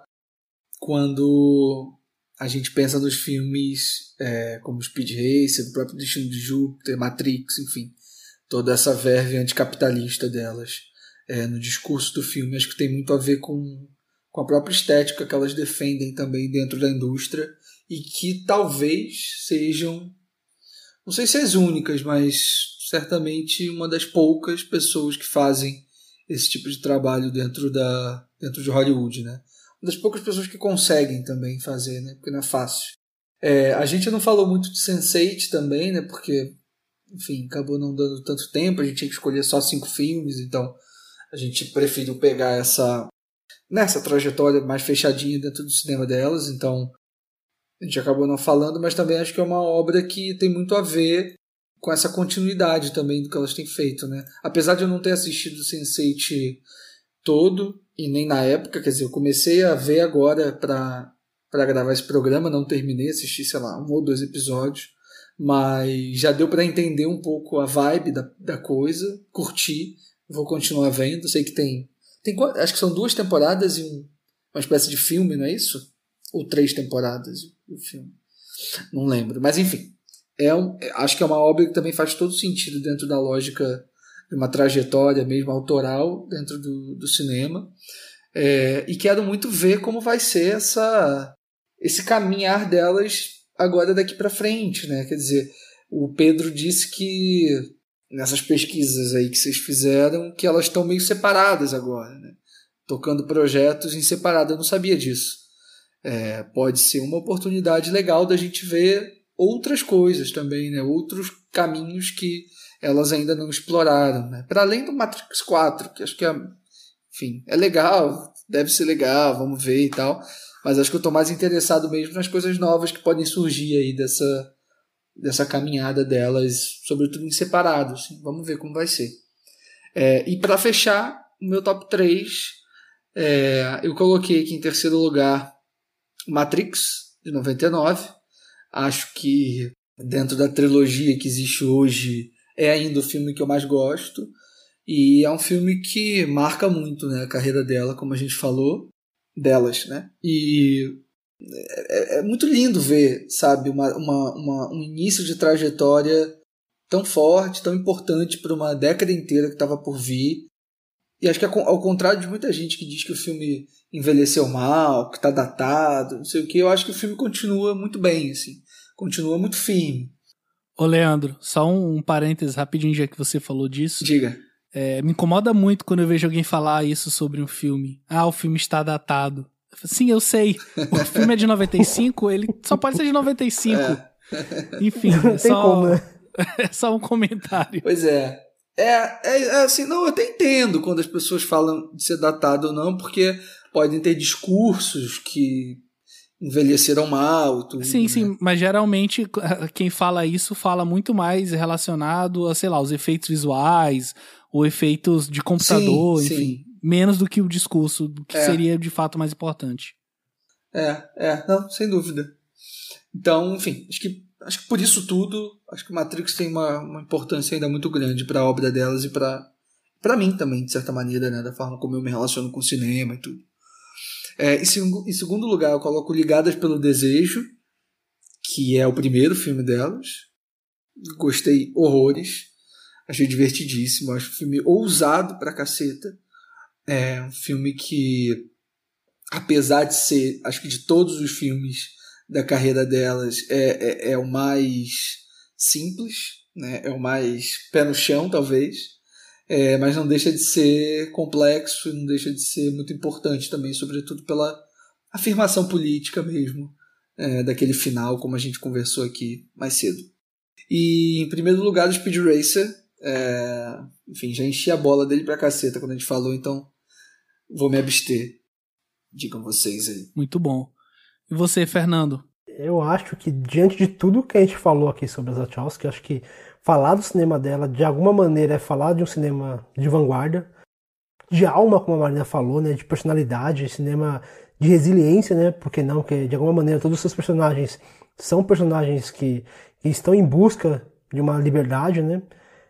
Speaker 3: quando a gente pensa nos filmes é, como Speed Racer, o próprio Destino de Júpiter, Matrix, enfim, toda essa verve anticapitalista delas. É, no discurso do filme, acho que tem muito a ver com, com a própria estética que elas defendem também dentro da indústria, e que talvez sejam, não sei se as únicas, mas certamente uma das poucas pessoas que fazem esse tipo de trabalho dentro, da, dentro de Hollywood, né? Uma das poucas pessoas que conseguem também fazer, né? Porque não é fácil. É, a gente não falou muito de sense eight também, né? Porque, enfim, acabou não dando tanto tempo, a gente tinha que escolher só cinco filmes, então a gente preferiu pegar essa nessa trajetória mais fechadinha dentro do cinema delas, então a gente acabou não falando, mas também acho que é uma obra que tem muito a ver com essa continuidade também do que elas têm feito, né? Apesar de eu não ter assistido o sense eight todo, e nem na época, quer dizer, eu comecei a ver agora para para gravar esse programa, não terminei, assisti, sei lá, um ou dois episódios, mas já deu para entender um pouco a vibe da, da coisa, curti. Vou continuar vendo. Sei que tem, tem. Acho que são duas temporadas e um, uma espécie de filme, não é isso? Ou três temporadas o filme. Não lembro. Mas enfim. É um, acho que é uma obra que também faz todo sentido dentro da lógica de uma trajetória mesmo autoral dentro do, do cinema. É, e quero muito ver como vai ser essa, esse caminhar delas agora daqui para frente, né? Quer dizer, o Pedro disse que nessas pesquisas aí que vocês fizeram, que elas estão meio separadas agora, né? Tocando projetos em separado. Eu não sabia disso. É, pode ser uma oportunidade legal da gente ver outras coisas também, né? Outros caminhos que elas ainda não exploraram, né? Para além do Matrix quatro, que acho que é, enfim, é legal, deve ser legal, vamos ver e tal, mas acho que eu estou mais interessado mesmo nas coisas novas que podem surgir aí dessa dessa caminhada delas, sobretudo em separado, assim. Vamos ver como vai ser. É, e para fechar o meu top três, é, eu coloquei aqui em terceiro lugar Matrix, de noventa e nove. Acho que dentro da trilogia que existe hoje é ainda o filme que eu mais gosto, e é um filme que marca muito, né, a carreira dela, como a gente falou, delas, né? E É, é muito lindo ver, sabe, uma, uma, uma, um início de trajetória tão forte, tão importante para uma década inteira que estava por vir. E acho que ao contrário de muita gente que diz que o filme envelheceu mal, que está datado, não sei o que, eu acho que o filme continua muito bem, assim, continua muito firme.
Speaker 1: Ô Leandro, só um, um parênteses rapidinho, já que você falou disso.
Speaker 3: Diga.
Speaker 1: É, me incomoda muito quando eu vejo alguém falar isso sobre um filme. Ah, o filme está datado. Sim, eu sei. O filme é de noventa e cinco, ele só pode ser de noventa e cinco.
Speaker 3: É.
Speaker 1: Enfim, é
Speaker 4: tem
Speaker 1: só,
Speaker 4: como, né?
Speaker 1: é só um comentário.
Speaker 3: Pois é. É, é, é assim, não, eu até entendo quando as pessoas falam de ser datado ou não, porque podem ter discursos que envelheceram mal. Tudo,
Speaker 1: Sim,
Speaker 3: né?
Speaker 1: sim, mas geralmente quem fala isso fala muito mais relacionado a, sei lá, os efeitos visuais ou efeitos de computador,
Speaker 3: Sim,
Speaker 1: enfim.
Speaker 3: sim.
Speaker 1: Menos do que o discurso, do que
Speaker 3: É.
Speaker 1: seria de fato mais importante.
Speaker 3: É, é, não, sem dúvida. Então, enfim, acho que, acho que por isso tudo, acho que Matrix tem uma, uma importância ainda muito grande para a obra delas e para para mim também, de certa maneira, né, da forma como eu me relaciono com o cinema e tudo. É, em, seg- em segundo lugar, eu coloco Ligadas pelo Desejo, que é o primeiro filme delas. Gostei horrores, achei divertidíssimo, acho um filme ousado pra caceta. É um filme que, apesar de ser, acho que de todos os filmes da carreira delas, é, é, é o mais simples, né? É o mais pé no chão, talvez, é, mas não deixa de ser complexo, não deixa de ser muito importante também, sobretudo pela afirmação política mesmo, é, daquele final, como a gente conversou aqui mais cedo. E em primeiro lugar, o Speed Racer, é, enfim, já enchi a bola dele pra caceta quando a gente falou, então vou me abster. Digam vocês aí.
Speaker 1: Muito bom. E você, Fernando?
Speaker 4: Eu acho que, diante de tudo que a gente falou aqui sobre as Wachowski, acho que falar do cinema dela, de alguma maneira, é falar de um cinema de vanguarda, de alma, como a Marina falou, né, de personalidade, cinema de resiliência, né, porque não, que de alguma maneira todos os seus personagens são personagens que, que estão em busca de uma liberdade, né,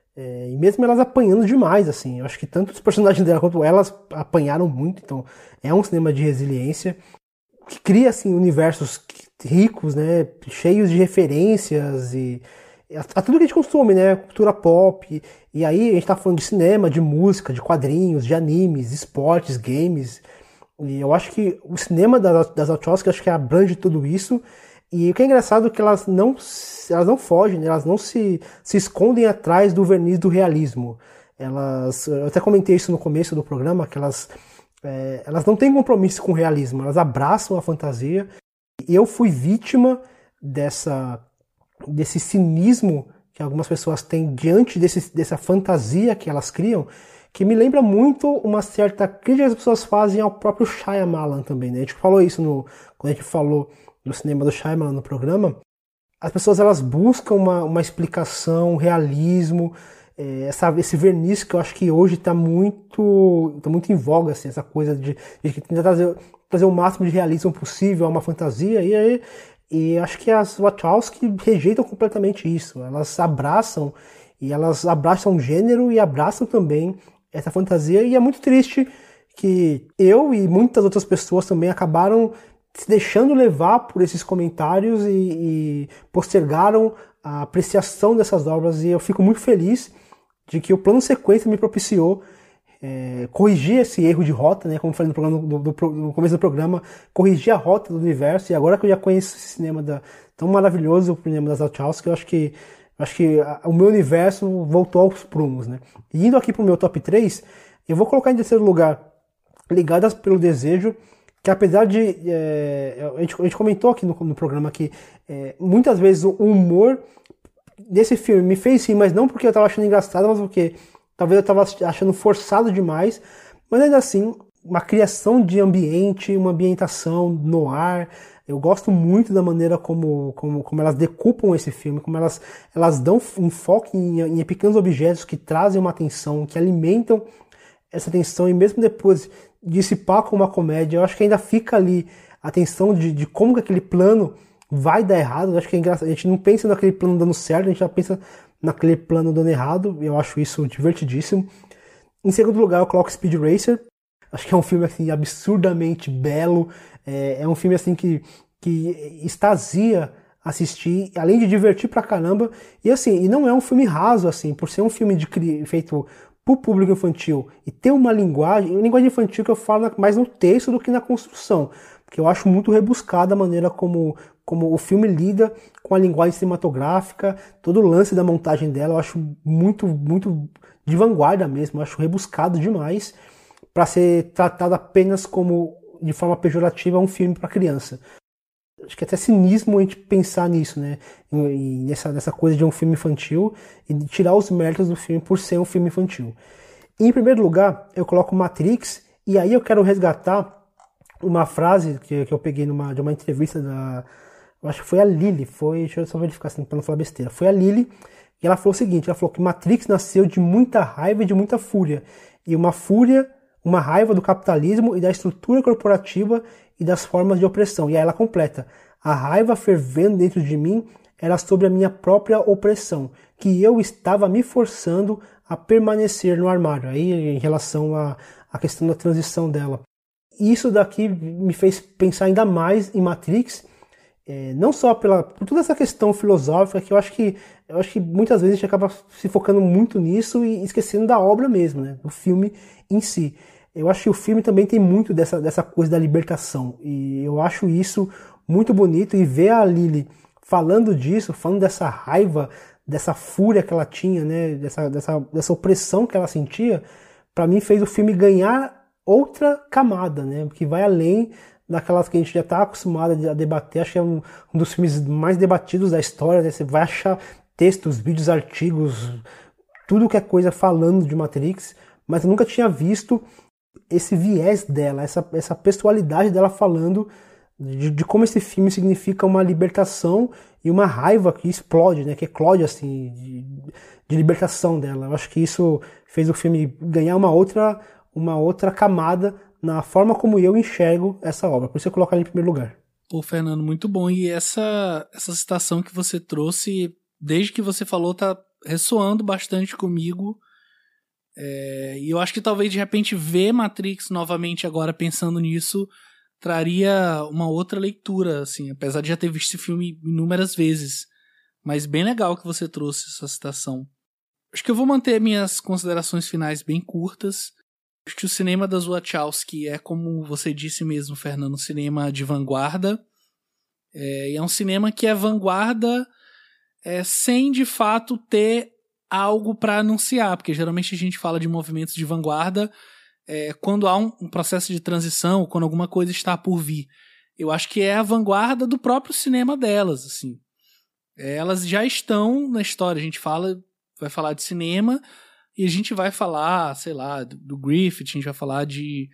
Speaker 4: é, e mesmo elas apanhando demais, assim, eu acho que tanto os personagens dela quanto elas apanharam muito, então é um cinema de resiliência, que cria, assim, universos ricos, né, cheios de referências e a, a tudo que a gente consome, né, cultura pop, e aí a gente tá falando de cinema, de música, de quadrinhos, de animes, esportes, games, e eu acho que o cinema das, das Wachowski, acho que abrange tudo isso, e o que é engraçado é que elas não, elas não fogem, né, elas não se, se escondem atrás do verniz do realismo. Elas, eu até comentei isso no começo do programa, que elas, é, elas não têm compromisso com o realismo, elas abraçam a fantasia. Eu fui vítima dessa, desse cinismo que algumas pessoas têm diante desse, dessa fantasia que elas criam, que me lembra muito uma certa crítica que as pessoas fazem ao próprio Shyamalan também, né? A gente falou isso no, quando a gente falou do cinema do Shyamalan no programa. As pessoas elas buscam uma, uma explicação, um realismo, é, essa, esse verniz que eu acho que hoje está muito, tá muito em voga, assim, essa coisa de, de tentar trazer, trazer o máximo de realismo possível a uma fantasia, e aí e acho que as Wachowski rejeitam completamente isso. Elas abraçam, e elas abraçam o gênero e abraçam também essa fantasia, e é muito triste que eu e muitas outras pessoas também acabaram se deixando levar por esses comentários e, e postergaram a apreciação dessas obras, e eu fico muito feliz de que o plano sequência me propiciou é, corrigir esse erro de rota, né, como eu falei no, programa, no, no, no começo do programa, corrigir a rota do universo, e agora que eu já conheço esse cinema da, tão maravilhoso, o cinema das Wachowski, eu acho que, eu acho que a, o meu universo voltou aos prumos, né. E indo aqui pro meu top três, eu vou colocar em terceiro lugar Ligadas pelo Desejo, que apesar de, é, a, gente, a gente comentou aqui no, no programa que é, muitas vezes o humor desse filme me fez rir, mas não porque eu estava achando engraçado, mas porque talvez eu estava achando forçado demais, mas ainda assim, uma criação de ambiente, uma ambientação no ar. Eu gosto muito da maneira como, como, como elas decupam esse filme, como elas, elas dão um foco em, em pequenos objetos que trazem uma atenção, que alimentam essa atenção, e mesmo depois dissipar com uma comédia, eu acho que ainda fica ali a tensão de, de como que aquele plano vai dar errado. Eu acho que é engraçado, a gente não pensa naquele plano dando certo, a gente já pensa naquele plano dando errado, eu acho isso divertidíssimo. Em segundo lugar, eu coloco Speed Racer, acho que é um filme assim, absurdamente belo, é, é um filme assim que, que extasia assistir, além de divertir pra caramba, e assim, e não é um filme raso, assim, por ser um filme de, feito para o público infantil e ter uma linguagem, uma linguagem infantil que eu falo mais no texto do que na construção, porque eu acho muito rebuscada a maneira como, como o filme lida com a linguagem cinematográfica, todo o lance da montagem dela, eu acho muito, muito de vanguarda mesmo, eu acho rebuscado demais para ser tratado apenas como de forma pejorativa um filme para criança. Acho que é até cinismo a gente pensar nisso, né? E nessa, nessa coisa de um filme infantil e de tirar os méritos do filme por ser um filme infantil. E, em primeiro lugar, eu coloco Matrix, e aí eu quero resgatar uma frase que, que eu peguei numa, de uma entrevista da... Eu acho que foi a Lily, foi, deixa eu só verificar assim, para não falar besteira. Foi a Lily, e ela falou o seguinte, ela falou que Matrix nasceu de muita raiva e de muita fúria. E uma fúria, uma raiva do capitalismo e da estrutura corporativa e das formas de opressão. E aí ela completa, a raiva fervendo dentro de mim era sobre a minha própria opressão, que eu estava me forçando a permanecer no armário. Aí em relação à, à questão da transição dela. E isso daqui me fez pensar ainda mais em Matrix, é, não só pela, por toda essa questão filosófica, que eu acho que, eu acho que muitas vezes a gente acaba se focando muito nisso e esquecendo da obra mesmo, né, do filme em si. Eu acho que o filme também tem muito dessa, dessa coisa da libertação, e eu acho isso muito bonito, e ver a Lily falando disso, falando dessa raiva, dessa fúria que ela tinha, né, dessa, dessa, dessa opressão que ela sentia, para mim fez o filme ganhar outra camada, né, que vai além daquelas que a gente já está acostumado a debater. Acho que é um, um dos filmes mais debatidos da história, né? Você vai achar textos, vídeos, artigos, tudo que é coisa falando de Matrix, mas eu nunca tinha visto esse viés dela, essa, essa pessoalidade dela falando de, de como esse filme significa uma libertação e uma raiva que explode, né? Que eclode assim, de, de libertação dela. Eu acho que isso fez o filme ganhar uma outra, uma outra camada na forma como eu enxergo essa obra. Por isso eu coloco ela em primeiro lugar.
Speaker 1: Pô, Fernando, muito bom. E essa, essa citação que você trouxe, desde que você falou, tá ressoando bastante comigo. É, e eu acho que talvez, de repente, ver Matrix novamente agora, pensando nisso, traria uma outra leitura, assim, apesar de já ter visto esse filme inúmeras vezes. Mas bem legal que você trouxe essa citação. Acho que eu vou manter minhas considerações finais bem curtas. Acho que o cinema das Wachowski é, como você disse mesmo, Fernando, um cinema de vanguarda. É, e é um cinema que é vanguarda é, sem, de fato, ter algo para anunciar. Porque geralmente a gente fala de movimentos de vanguarda é, quando há um, um processo de transição, quando alguma coisa está por vir. Eu acho que é a vanguarda do próprio cinema delas. Assim. É, elas já estão na história. A gente fala, vai falar de cinema... E a gente vai falar, sei lá, do, do Griffith, a gente vai falar de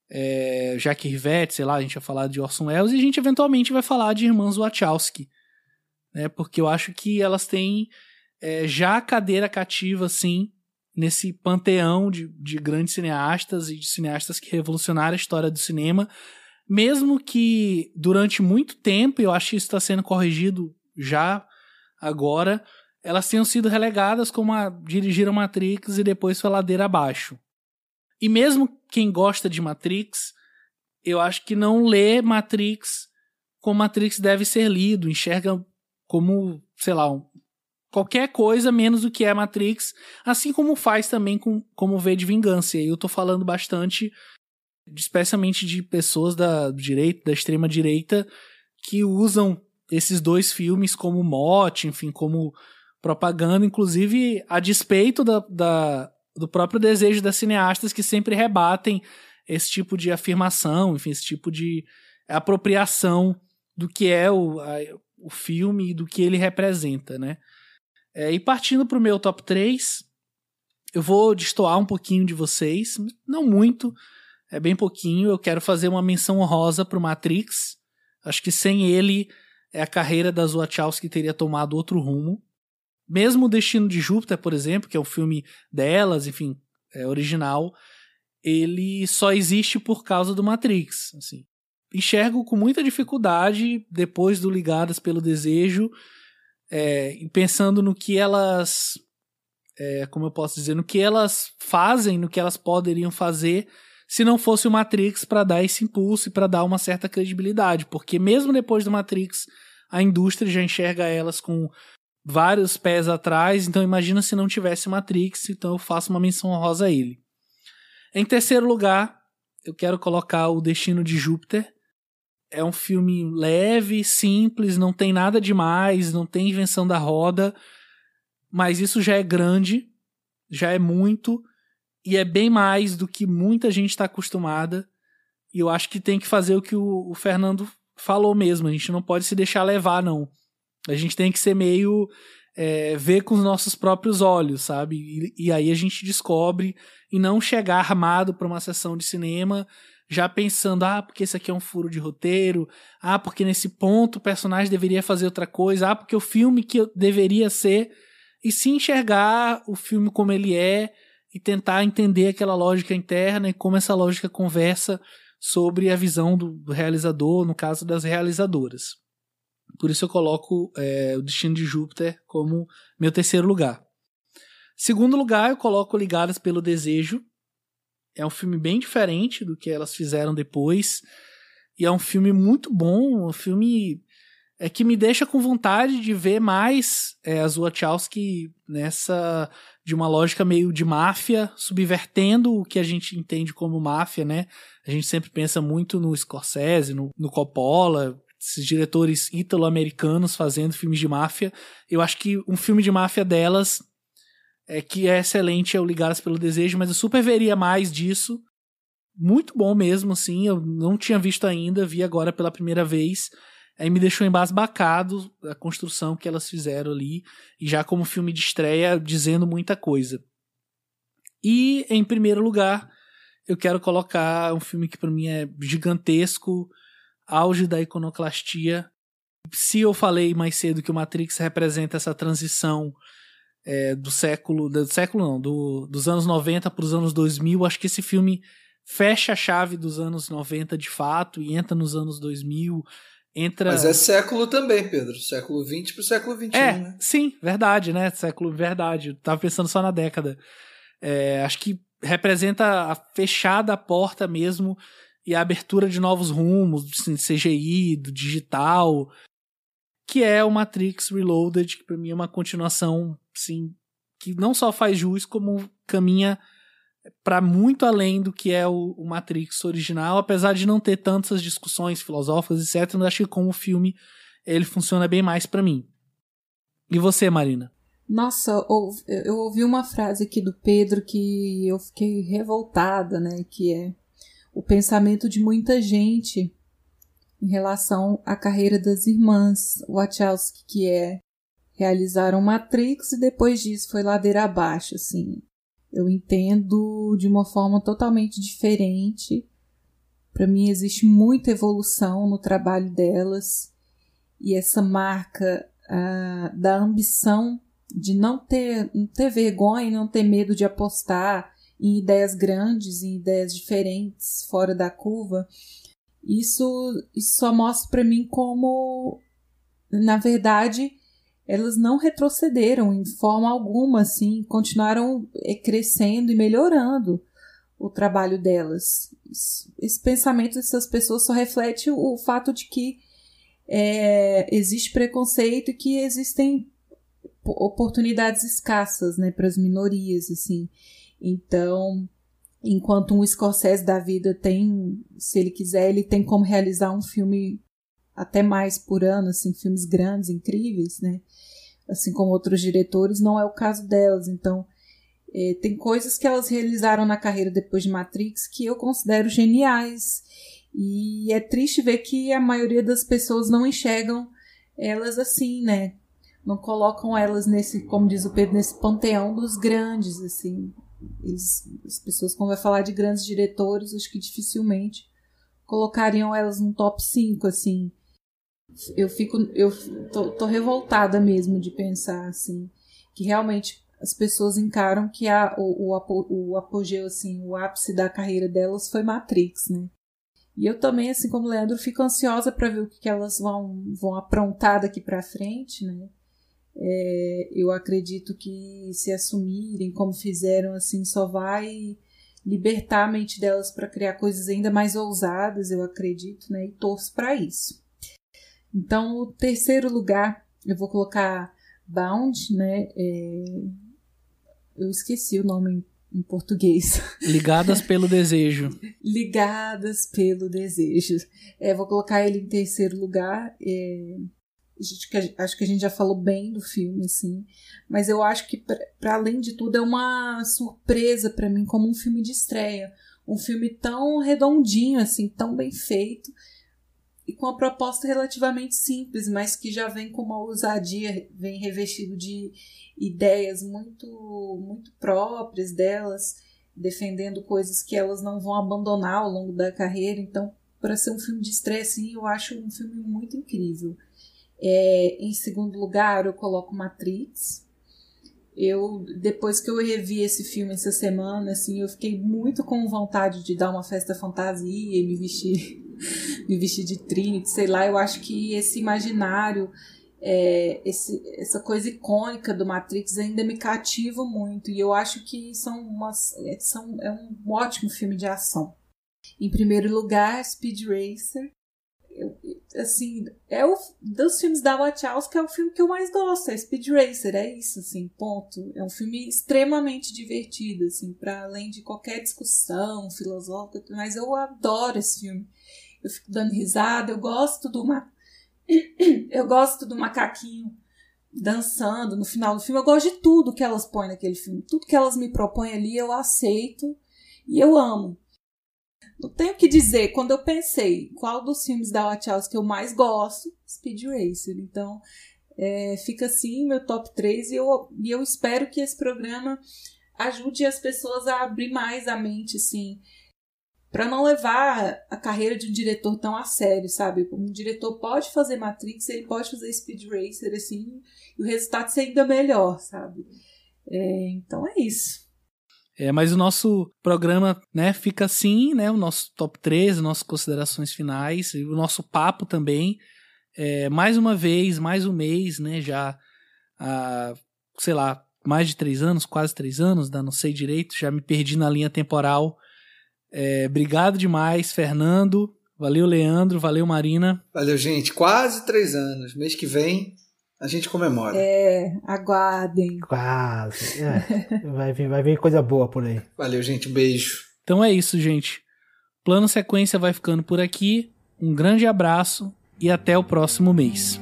Speaker 1: é, Jacques Rivette, sei lá, a gente vai falar de Orson Welles, e a gente eventualmente vai falar de Irmãs Wachowski, né? Porque eu acho que elas têm é, já a cadeira cativa, assim, nesse panteão de, de grandes cineastas e de cineastas que revolucionaram a história do cinema, mesmo que durante muito tempo, eu acho que isso está sendo corrigido já agora, elas tenham sido relegadas como a dirigiram Matrix e depois foi ladeira abaixo. E mesmo quem gosta de Matrix, eu acho que não lê Matrix como Matrix deve ser lido, enxerga como, sei lá, um, qualquer coisa menos do que é Matrix, assim como faz também com como V de Vingança. E eu tô falando bastante, especialmente de pessoas da direita, da extrema direita, que usam esses dois filmes como mote, enfim, como propaganda, inclusive a despeito da, da, do próprio desejo das cineastas que sempre rebatem esse tipo de afirmação, enfim, esse tipo de apropriação do que é o, a, o filme e do que ele representa, né? É, e partindo para o meu top três, eu vou destoar um pouquinho de vocês, não muito, é bem pouquinho. Eu quero fazer uma menção honrosa para o Matrix. Acho que sem ele a carreira das Wachowski teria tomado outro rumo. Mesmo o Destino de Júpiter, por exemplo, que é um filme delas, enfim, é original, ele só existe por causa do Matrix. Assim. Enxergo com muita dificuldade, depois do Ligadas pelo Desejo, é, e pensando no que elas, é, como eu posso dizer, no que elas fazem, no que elas poderiam fazer, se não fosse o Matrix para dar esse impulso e para dar uma certa credibilidade. Porque mesmo depois do Matrix, a indústria já enxerga elas com vários pés atrás, então imagina se não tivesse Matrix, então eu faço uma menção honrosa a ele. Em terceiro lugar, eu quero colocar o Destino de Júpiter. É um filme leve, simples, não tem nada demais, não tem invenção da roda, mas isso já é grande, já é muito, e é bem mais do que muita gente está acostumada, E eu acho que tem que fazer o que o, o Fernando falou mesmo. A gente não pode se deixar levar, não. A gente tem que ser meio... É, ver com os nossos próprios olhos, sabe? E, e aí a gente descobre, e não chegar armado para uma sessão de cinema já pensando, ah, porque esse aqui é um furo de roteiro, ah, porque nesse ponto o personagem deveria fazer outra coisa, ah, porque o filme que eu deveria ser, e se enxergar o filme como ele é e tentar entender aquela lógica interna e como essa lógica conversa sobre a visão do, do realizador, no caso das realizadoras. Por isso eu coloco é, O Destino de Júpiter como meu terceiro lugar. Segundo lugar, eu coloco Ligadas pelo Desejo. É um filme bem diferente do que elas fizeram depois. E é um filme muito bom, um filme é, que me deixa com vontade de ver mais é, as Wachowski nessa... de uma lógica meio de máfia, subvertendo o que a gente entende como máfia, né? A gente sempre pensa muito no Scorsese, no, no Coppola... esses diretores ítalo-americanos fazendo filmes de máfia. Eu acho que um filme de máfia delas é que é excelente, é o Ligadas pelo Desejo, mas eu super veria mais disso. Muito bom mesmo, assim. Eu não tinha visto ainda, vi agora pela primeira vez. Aí me deixou embasbacado a construção que elas fizeram ali, e já como filme de estreia, dizendo muita coisa. E, em primeiro lugar, eu quero colocar um filme que para mim é gigantesco, auge da iconoclastia. Se eu falei mais cedo que o Matrix representa essa transição é, do século, do século não, do, dos anos noventa para os anos dois mil, acho que esse filme fecha a chave dos anos noventa de fato e entra nos anos dois mil. Entra...
Speaker 3: Mas é século também, Pedro. Século vinte para o século vinte e um,
Speaker 1: é,
Speaker 3: né?
Speaker 1: Sim, verdade, né? Século, verdade. Eu tava pensando só na década. É, acho que representa a fechada a porta mesmo e a abertura de novos rumos, do C G I, do digital, que é o Matrix Reloaded, que pra mim é uma continuação, assim, que não só faz jus, como caminha para muito além do que é o, o Matrix original, apesar de não ter tantas discussões filosóficas, etcétera. Eu acho que como filme ele funciona bem mais para mim. E você, Marina?
Speaker 2: Nossa, eu ouvi uma frase aqui do Pedro que eu fiquei revoltada, né, que é o pensamento de muita gente em relação à carreira das irmãs Wachowski, que é realizaram Matrix e depois disso foi ladeira abaixo, assim. Eu entendo de uma forma totalmente diferente. Para mim existe muita evolução no trabalho delas e essa marca ah, da ambição de não ter, não ter vergonha, não ter medo de apostar em ideias grandes, em ideias diferentes, fora da curva, isso, isso só mostra para mim como, na verdade, elas não retrocederam em forma alguma, assim, continuaram crescendo e melhorando o trabalho delas. Esse pensamento dessas pessoas só reflete o, o fato de que é, existe preconceito e que existem oportunidades escassas, né, para as minorias, assim. Então, enquanto um Scorsese da vida tem, se ele quiser, ele tem como realizar um filme até mais por ano, assim, filmes grandes, incríveis, né? Assim como outros diretores, não é o caso delas. Então, é, tem coisas que elas realizaram na carreira depois de Matrix que eu considero geniais. E é triste ver que a maioria das pessoas não enxergam elas assim, né? Não colocam elas nesse, como diz o Pedro, nesse panteão dos grandes, assim. Eles, as pessoas, quando vai falar de grandes diretores, acho que dificilmente colocariam elas no top cinco, assim. Eu fico, eu tô, tô revoltada mesmo de pensar, assim, que realmente as pessoas encaram que a, o, o, o apogeu, assim, o ápice da carreira delas foi Matrix, né? E eu também, assim como o Leandro, fico ansiosa para ver o que, que elas vão, vão aprontar daqui para frente, né? É, eu acredito que se assumirem como fizeram, assim, só vai libertar a mente delas para criar coisas ainda mais ousadas, eu acredito, né? E torço para isso. Então, o terceiro lugar, eu vou colocar Bound, né? É, eu esqueci o nome em, em português.
Speaker 1: Ligadas pelo Desejo.
Speaker 2: Ligadas pelo Desejo. É, vou colocar ele em terceiro lugar. É, acho que a gente já falou bem do filme, assim, mas eu acho que, para além de tudo, é uma surpresa para mim como um filme de estreia. um filme tão redondinho, assim, tão bem feito, e com uma proposta relativamente simples, mas que já vem com uma ousadia, vem revestido de ideias muito, muito próprias delas, defendendo coisas que elas não vão abandonar ao longo da carreira. Então, para ser um filme de estreia, assim, eu acho um filme muito incrível. É, em segundo lugar, eu coloco Matrix. Eu, depois que eu revi esse filme essa semana, assim, eu fiquei muito com vontade de dar uma festa fantasia e me vestir, me vestir de Trinity, sei lá. Eu acho que esse imaginário, é, esse, essa coisa icônica do Matrix ainda me cativa muito. E eu acho que são umas, são, é um ótimo filme de ação. Em primeiro lugar, Speed Racer. Eu, assim, é o dos filmes da Wachowski, é o filme que eu mais gosto, é Speed Racer, é isso, assim, ponto. É um filme extremamente divertido, assim, para além de qualquer discussão filosófica, mas eu adoro esse filme. Eu fico dando risada, eu gosto do ma... eu gosto do macaquinho dançando no final do filme, eu gosto de tudo que elas põem naquele filme, tudo que elas me propõem ali eu aceito e eu amo. Não tenho o que dizer, quando eu pensei qual dos filmes da Wachowski que eu mais gosto, Speed Racer. Então, é, fica assim meu top três e eu, e eu espero que esse programa ajude as pessoas a abrir mais a mente, assim, para não levar a carreira de um diretor tão a sério, sabe? Um diretor pode fazer Matrix, ele pode fazer Speed Racer, assim, e o resultado ser ainda melhor, sabe? É, então é isso.
Speaker 1: É, mas o nosso programa, né, fica assim, né, o nosso top três, nossas considerações finais, e o nosso papo também, é, mais uma vez, mais um mês, né, já há, sei lá, mais de três anos, quase três anos, não sei direito, já me perdi na linha temporal. É, obrigado demais, Fernando, valeu, Leandro, valeu, Marina.
Speaker 3: Valeu, gente, quase três anos, mês que vem a gente comemora.
Speaker 2: É, aguardem.
Speaker 4: Quase. É, vai, vir, vai vir coisa boa por aí.
Speaker 3: Valeu, gente. Um beijo.
Speaker 1: Então é isso, gente. Plano Sequência vai ficando por aqui. Um grande abraço e até o próximo mês.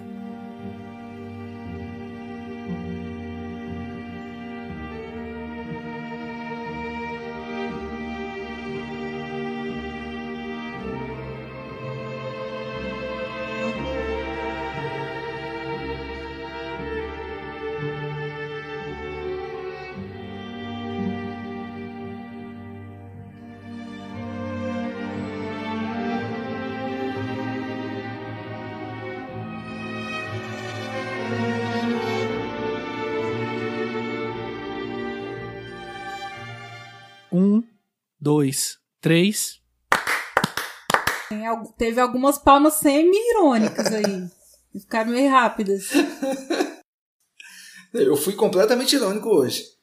Speaker 1: Um, dois, três.
Speaker 2: Tem, teve algumas palmas semi-irônicas aí. Ficaram meio rápidas.
Speaker 3: Eu fui completamente irônico hoje.